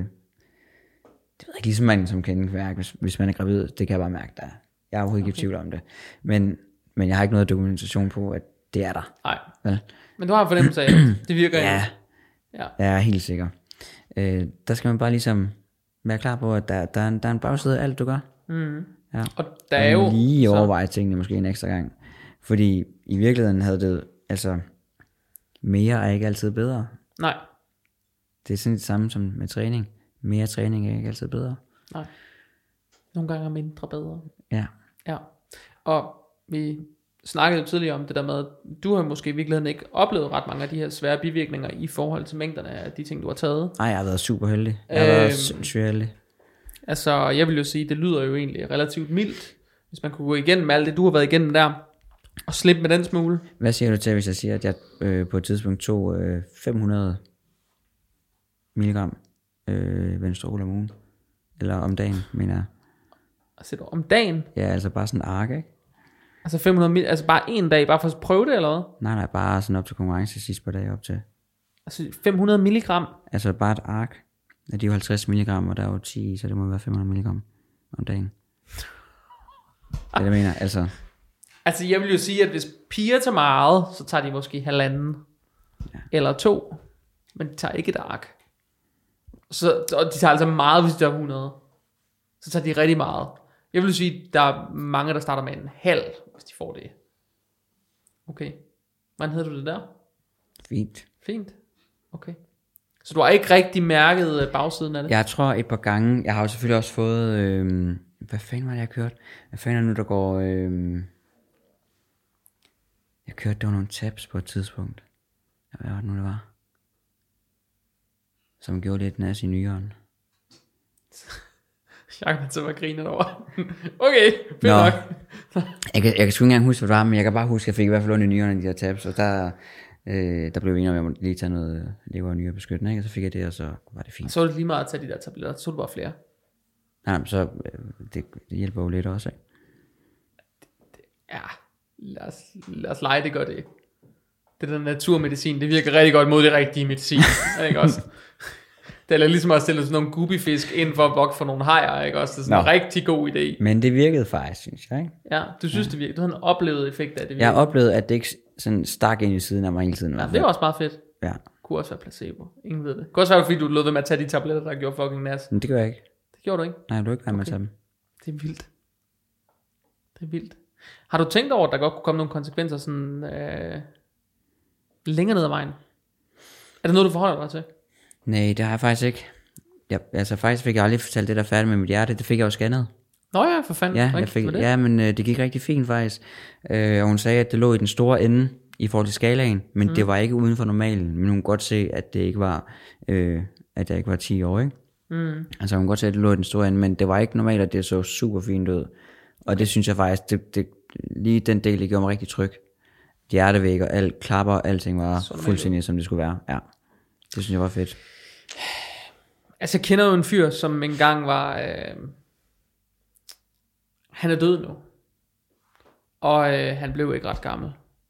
jeg ikke, ligesom man som kan mærke, hvis man er gravid, det kan jeg bare mærke, der. Jeg er overhovedet ikke i tvivl om det. Men jeg har ikke noget dokumentation på, at det er der. Nej. Vel? Men du har en fornemmelse af, at det virker ikke. Ja. Jeg er helt sikker. Der skal man bare ligesom være klar på, at der er en bagside af alt, du gør. Ja. Og der er jo lige overveje tingene måske en ekstra gang. Fordi i virkeligheden havde det, altså, mere er ikke altid bedre. Nej. Det er sådan det samme som med træning. Mere træning er ikke altid bedre. Nej. Nogle gange er mindre bedre. Ja. Ja. Og vi snakkede jo tidligere om det der med, at du har måske i virkeligheden ikke oplevet ret mange af de her svære bivirkninger i forhold til mængderne af de ting, du har taget. Nej, jeg har været super heldig. Jeg har været sindssygt heldig. Altså, jeg vil jo sige, det lyder jo egentlig relativt mildt, hvis man kunne gå igennem alt det, du har været igennem der, og slippe med den smule. Hvad siger du til, hvis jeg siger, at jeg på et tidspunkt tog 500 milligram Venstrol om ugen? Eller om dagen, mener jeg. Altså om dagen? Ja, altså bare sådan en ark, ikke? Altså 500 altså bare en dag, bare for at prøve det, eller hvad? Nej, bare sådan op til konkurrence sidst på dag op til. Altså 500 milligram? Altså bare et ark. Ja, det er jo 50 milligram, og der er jo 10, så det må være 500 milligram om dagen. Det jeg mener, altså. Altså jeg vil jo sige, at hvis piger tager meget, så tager de måske halvanden. Ja. Eller 2. Men de tager ikke et ark. Og de tager altså meget, hvis de tager 100. Så tager de rigtig meget. Jeg vil sige, der er mange, der starter med en halv, hvis de får det. Okay. Hvordan hedder du det der? Fint. Okay. Så du har ikke rigtig mærket bagsiden af det? Jeg tror et par gange. Jeg har jo selvfølgelig også fået... hvad fanden var det, jeg kørte? Hvad fanden er det nu, der går... Jeg kørte, det var nogle tabs på et tidspunkt. Hvad var det nu, det var? Som gjorde lidt nas i nyeren. Jeg kan så bare grine over. Okay, fedt nok. jeg kan sgu ikke engang huske, hvad det var, men jeg kan bare huske, at jeg fik i hvert fald ondt i nyrerne i de her tabs, og der blev vi enige om, at jeg måtte lige tage noget lever- og nyrebeskyttende, ikke? Og så fik jeg det, og så var det fint. Så var det lige meget at tage de der tabletter, så du bare flere. Nej, men så det hjælper jo lidt også, ikke? Ja, lad os lege, det gør det. Det der naturmedicin, det virker rigtig godt mod det rigtige medicin, ikke også? Det er ligesom at stille sådan nogle gubifisk ind for at vokse for nogle hajer, ikke også? Det er sådan en rigtig god idé. Men det virkede faktisk, synes jeg, ikke? Ja, du synes det virkede. Du havde en oplevet effekt af det virkede. Jeg har oplevet, at det ikke sådan stak ind i siden af mig hele tiden. Ja, det er også meget fedt. Ja. Kunne også være placebo. Ingen ved det. Kunne også være, fordi du lød ved med at tage de tabletter, der gjorde fucking nas. Men det gør jeg ikke. Det gjorde du ikke? Nej, du er ikke med at tage dem. Det er vildt. Det er vildt. Har du tænkt over, at der godt kunne komme nogle konsekvenser sådan længere ned ad vejen? Er det noget, du forholder dig til? Nej, det har jeg faktisk ikke. Faktisk fik jeg aldrig fortalt det der færdigt med mit hjerte. Det fik jeg jo scannet. Nå ja, for fanden. Ja, jeg fik, men det gik rigtig fint faktisk. Og hun sagde, at det lå i den store ende i forhold til skalaen, men det var ikke uden for normalen. Men hun kunne godt se, at det ikke var, at jeg ikke var 10 år, ikke? Altså hun kunne godt se, at det lå i den store ende, men det var ikke normalt, at det så super fint ud. Og det synes jeg faktisk, lige den del, det gjorde mig rigtig tryg. Hjertevæg og alt, klapper og alting var fuldstændig, som det skulle være. Ja, det synes jeg var fedt. Altså, jeg kender jo en fyr, som engang var... han er død nu. Og han blev ikke ret gammel.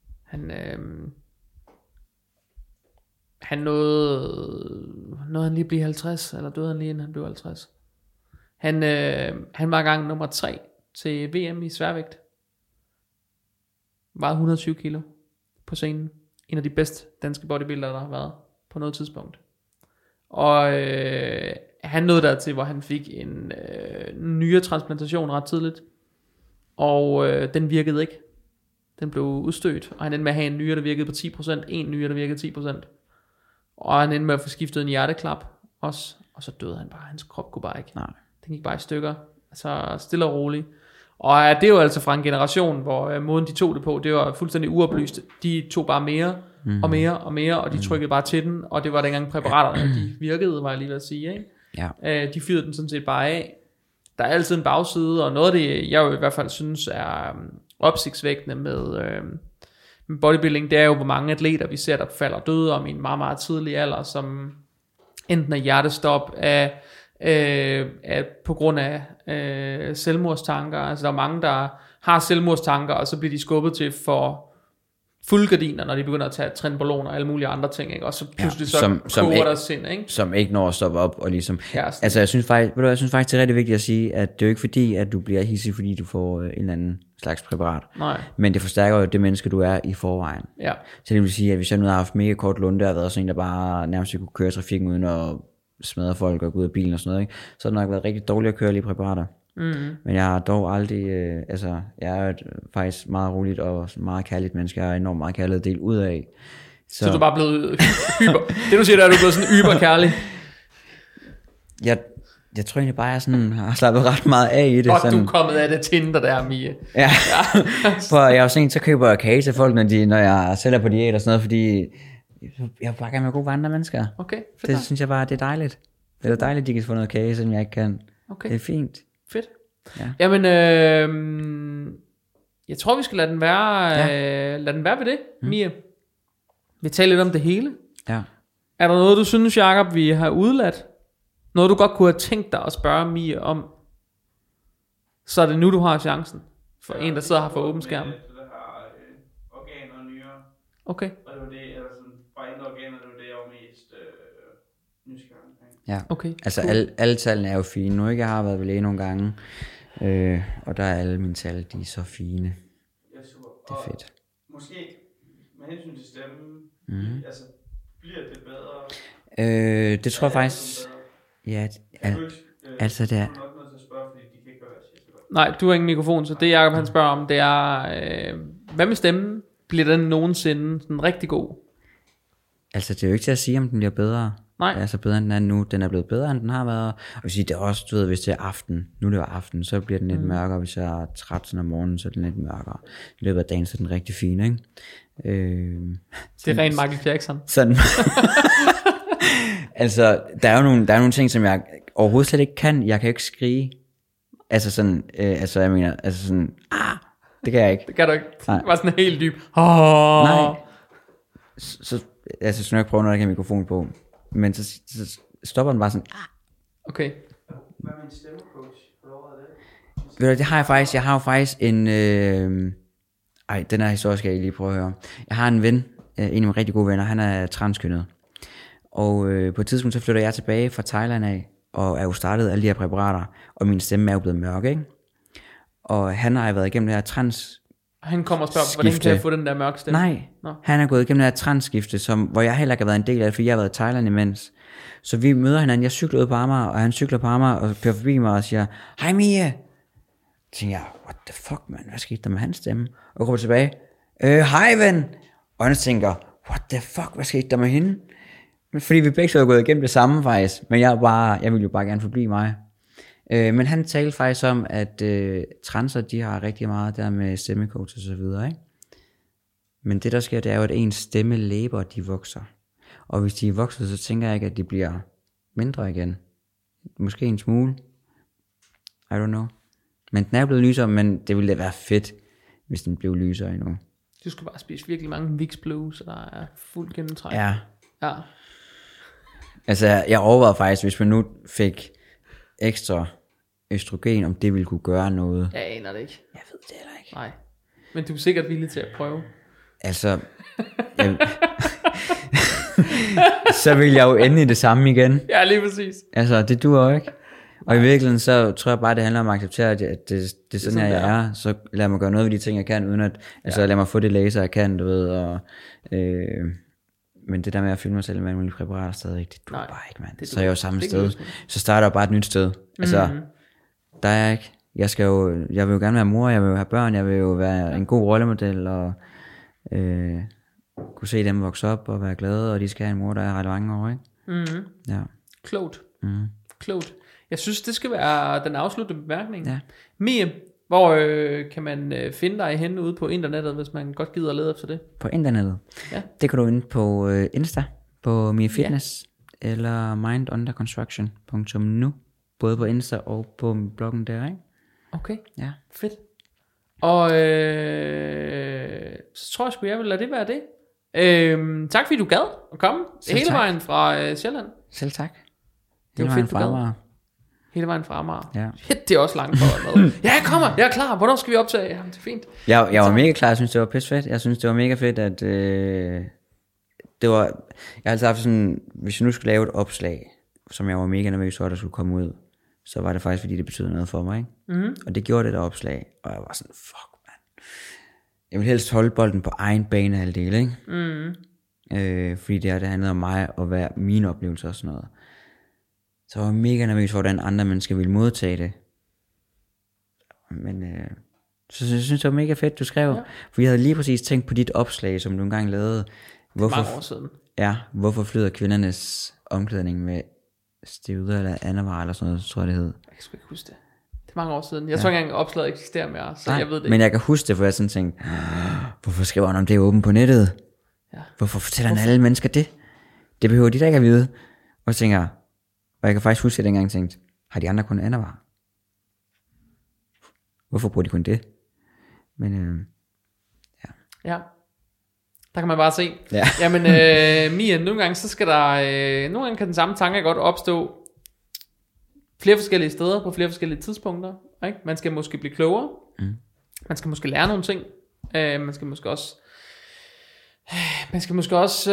Han nåede han lige blive 50, eller døde han lige inden han blev 50. Han var gang nummer 3 til VM i sværvægt. Vejede 120 kilo på scenen. En af de bedste danske bodybuildere, der har været på noget tidspunkt. Og han nåede dertil, hvor han fik en nyretransplantation ret tidligt. Og den virkede ikke. Den blev udstødt, og han endte med at have en nyre, der virkede på 10%. En nyre, der virkede 10%. Og han endte med at få skiftet en hjerteklap også. Og så døde han bare. Hans krop kunne bare ikke. Nej. Den gik bare i stykker. Altså stille og roligt. Og det er jo altså fra en generation, hvor måden de tog det på, det var fuldstændig uoplyst. De tog bare mere og mere og mere, og de trykkede bare til den. Og det var dengang præparaterne, de virkede, var jeg lige ved at sige. Ikke? Ja. De fyrede den sådan set bare af. Der er altid en bagside, og noget af det, jeg jo i hvert fald synes er opsigtsvækkende med bodybuilding, det er jo, hvor mange atleter vi ser, der falder døde om i en meget, meget tidlig alder, som enten er hjertestop på grund af selvmordstanker. Altså der er mange, der har selvmordstanker, og så bliver de skubbet til for fuldgardiner, når de begynder at tage trenbolon og alle mulige andre ting, ikke? Og så pludselig koger der sind, ikke? Som ikke når at stoppe op og ligesom... Altså jeg synes faktisk, det er rigtig vigtigt at sige, at det er jo ikke fordi, at du bliver hissig, fordi du får en eller anden slags præparat. Nej. Men det forstærker jo det menneske, du er i forvejen. Ja. Så det vil sige, at hvis jeg nu har haft mega kort lunde, og været sådan en, der bare nærmest kunne køre trafikken uden at smadre folk og gå ud af bilen og sådan noget, ikke? Så har det nok været rigtig dårligt at køre lige præparater. Mm-hmm. Men jeg har dog aldrig, jeg er faktisk meget roligt og meget kærligt menneske. Jeg er enormt meget kærlig at dele ud af. Så du er bare blevet det du siger, der er du blevet sådan yberkærlig. Jeg tror egentlig bare, jeg sådan har slappet ret meget af i det. Godt, sådan. Du er kommet af det Tinder der, Mie. Ja. For jeg er jo sådan, så køber jeg kage til folk, når jeg sælger på diæt og sådan noget, fordi jeg vil bare gerne være god ved andre mennesker. Okay, det synes jeg bare, det er dejligt. Det er dejligt, de kan få noget kage, som jeg ikke kan. Okay. Det er fint. Fedt. Ja. Jamen, jeg tror vi skal lade den være ved det, Mie. Vi taler lidt om det hele. Ja. Er der noget du synes, Jacob, vi har udladt? Noget du godt kunne have tænkt dig at spørge Mie om? Så er det nu du har chancen. For en der sidder her for åben skærm. Der har organer og nyrer. Okay. Og det var det, eller sådan bare indre organer, det var det jeg var mest nysgerrig. Ja, okay, altså cool. alle tallene er jo fine. Nu ikke jeg har været ved læge nogle gange, og der er alle mine tal, de er så fine. Ja, super. Det er fedt. Måske med hensyn til stemmen, altså bliver det bedre? Det tror jeg faktisk. Ja, altså det er. Nej, du har ingen mikrofon, så det Jacob han spørger om, det er, hvad med stemmen? Bliver den nogensinde sådan rigtig god? Altså det er jo ikke til at sige, om den bliver bedre. Nej. Altså bedre end den er nu. Den er blevet bedre, end den har været. Og sige, det er også, du ved, hvis det er aften. Nu er det jo aften, så bliver den lidt mørkere. Hvis jeg er træt sådan om morgenen, så er den lidt mørkere. I løbet af dagen, så er den rigtig fin, ikke? Det er rent Michael Jackson. Sådan. Altså, der er nogle ting, som jeg overhovedet slet ikke kan. Jeg kan jo ikke skrige. Altså sådan, jeg mener, altså sådan, det kan jeg ikke. Det kan du ikke. Nej. Det var sådan helt dyb. Nej. Så jeg ikke prøve, når jeg ikke har mikrofon på. Men så stopper den bare sådan. Okay. Hvad med en stemmecoach? Ved du, det har jeg faktisk. Jeg har jo faktisk en... den her historie skal jeg lige prøve at høre. Jeg har en ven, en af mine rigtig gode venner. Han er transkønnet. Og på et tidspunkt så flytter jeg tilbage fra Thailand af, og er jo startet alle de her præparater, og min stemme er jo blevet mørk, ikke? Og han har været igennem det her trans. Han kommer og spørger, hvordan kan jeg få den der mørke stemme? Nej, han er gået igennem det her transskifte, hvor jeg heller ikke har været en del af det, fordi jeg har været i Thailand imens. Så vi møder hinanden, jeg cykler ud på Amager, og han cykler på Amager, og kører forbi mig og siger, hej Mie. Så tænker jeg, what the fuck man, hvad skete der med hans stemme? Og kommer tilbage, hej ven. Og han tænker, what the fuck, hvad skete der med hende? Fordi vi begge så er gået igennem det samme faktisk, men jeg ville jo bare gerne forblive mig. Men han talte faktisk om, at transer, de har rigtig meget der med stemmecoach og så videre, ikke? Men det der sker, det er jo, at ens stemmelæber, de vokser. Og hvis de vokser, så tænker jeg ikke, at de bliver mindre igen. Måske en smule. I don't know. Men den er blevet lysere, men det ville da være fedt, hvis den blev lysere endnu. Du skal bare spise virkelig mange Vicks Blue, så der er fuldt gennemtræk. Ja. Altså, jeg overvejede faktisk, hvis man nu fik ekstra østrogen, om det ville kunne gøre noget. Jeg aner det ikke. Jeg ved det heller ikke. Nej. Men du er sikkert villig til at prøve. Altså, så vil jeg jo ende i det samme igen. Ja, lige præcis. Altså, det duer jo ikke. Og i virkeligheden, så tror jeg bare, det handler om at acceptere, at det er sådan, her, jeg er. Så lad mig gøre noget ved de ting, jeg kan, uden at, altså lad mig få det laser, jeg kan, du ved, og, men det der med at fylde mig selv med alle mulige præparater stadig, det duer bare ikke, mand. Så er jeg jo samme sted. Så starter jeg bare et nyt sted. Altså, der er jeg ikke. Jeg vil jo gerne være mor, jeg vil jo have børn, jeg vil jo være en god rollemodel, og kunne se dem vokse op og være glade, og de skal have en mor, der er ret mange år, ikke? Ja. Klogt. Klogt. Jeg synes, det skal være den afsluttende bemærkning. Ja. Mie, hvor kan man finde dig henne ude på internettet, hvis man godt gider at lede efter det? På internettet? Ja. Det kan du inde på Insta, på Mie Fitness, eller mindunderconstruction.nu, både på Insta og på bloggen der, ikke? Okay, ja. Fedt. Og så tror jeg sgu, jeg vil lade det være det. Tak fordi du gad at komme hele vejen fra Sjælland. Selv tak. Det var fedt, du gad. Hele vejen fra Amager. Ja. Shit, det er også langt for med. Ja, jeg kommer, jeg er klar. Hvornår skal vi optage? Jamen, det er fint. Jeg var mega klar, jeg synes det var pisse fedt. Jeg synes det var mega fedt, at det var, jeg har altid haft sådan, hvis jeg nu skulle lave et opslag, som jeg var mega nervøs for, der skulle komme ud, så var det faktisk fordi det betød noget for mig, ikke? Og det gjorde det der opslag, og jeg var sådan, fuck man, jeg vil helst holde bolden på egen bane halvdel, ikke? Fordi det handlede om mig og hvad mine oplevelser og sådan noget. Så jeg var mega nervøs for, hvordan andre mennesker ville modtage det. Men så jeg synes det var mega fedt, du skrev. Ja. For jeg havde lige præcis tænkt på dit opslag, som du engang lavede. Hvorfor, mange år siden. Ja, hvorfor flyder kvindernes omklædning med Stevia eller Anavar eller sådan noget, tror jeg det hed. Jeg kan sgu ikke huske det. Det er mange år siden. Jeg tror ikke engang opslaget eksisterer mere, så jeg ved det ikke. Men jeg kan huske det, for jeg sådan tænkte, hvorfor skriver han om det åbent på nettet? Ja. Hvorfor fortæller han alle mennesker det? Det behøver de da ikke at vide. Og så tænker jeg, og jeg kan faktisk huske, at jeg dengang tænkte, har de andre kun Anavar? Hvorfor bruger de kun det? Men ja. Der kan man bare se. Ja. Jamen, Mia, nogle gange så skal der, nogle gange kan den samme tanke godt opstå flere forskellige steder på flere forskellige tidspunkter. Ikke? Man skal måske blive klogere. Man skal måske lære nogle ting. Man skal måske også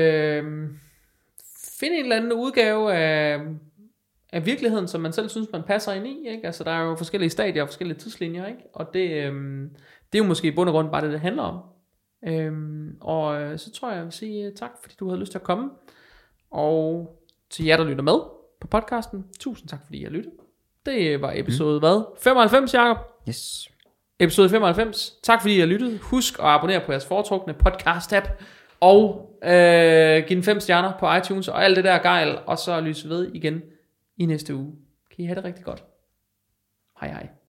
finde en eller anden udgave af virkeligheden, som man selv synes, man passer ind i. Ikke? Altså, der er jo forskellige stadier og forskellige tidslinjer, ikke? Og det er jo måske i bund og grund bare det handler om. Og så tror jeg vil sige tak, fordi du havde lyst til at komme. Og til jer, der lytter med på podcasten, tusind tak, fordi I har lyttet. Det var episode 95, Jacob? Yes. Episode 95. Tak fordi I har lyttet. Husk at abonnere på jeres foretrukne podcast-app. Og giv den 5 stjerner på iTunes og alt det der gejl. Og så lyse ved igen i næste uge. Kan I have det rigtig godt. Hej hej.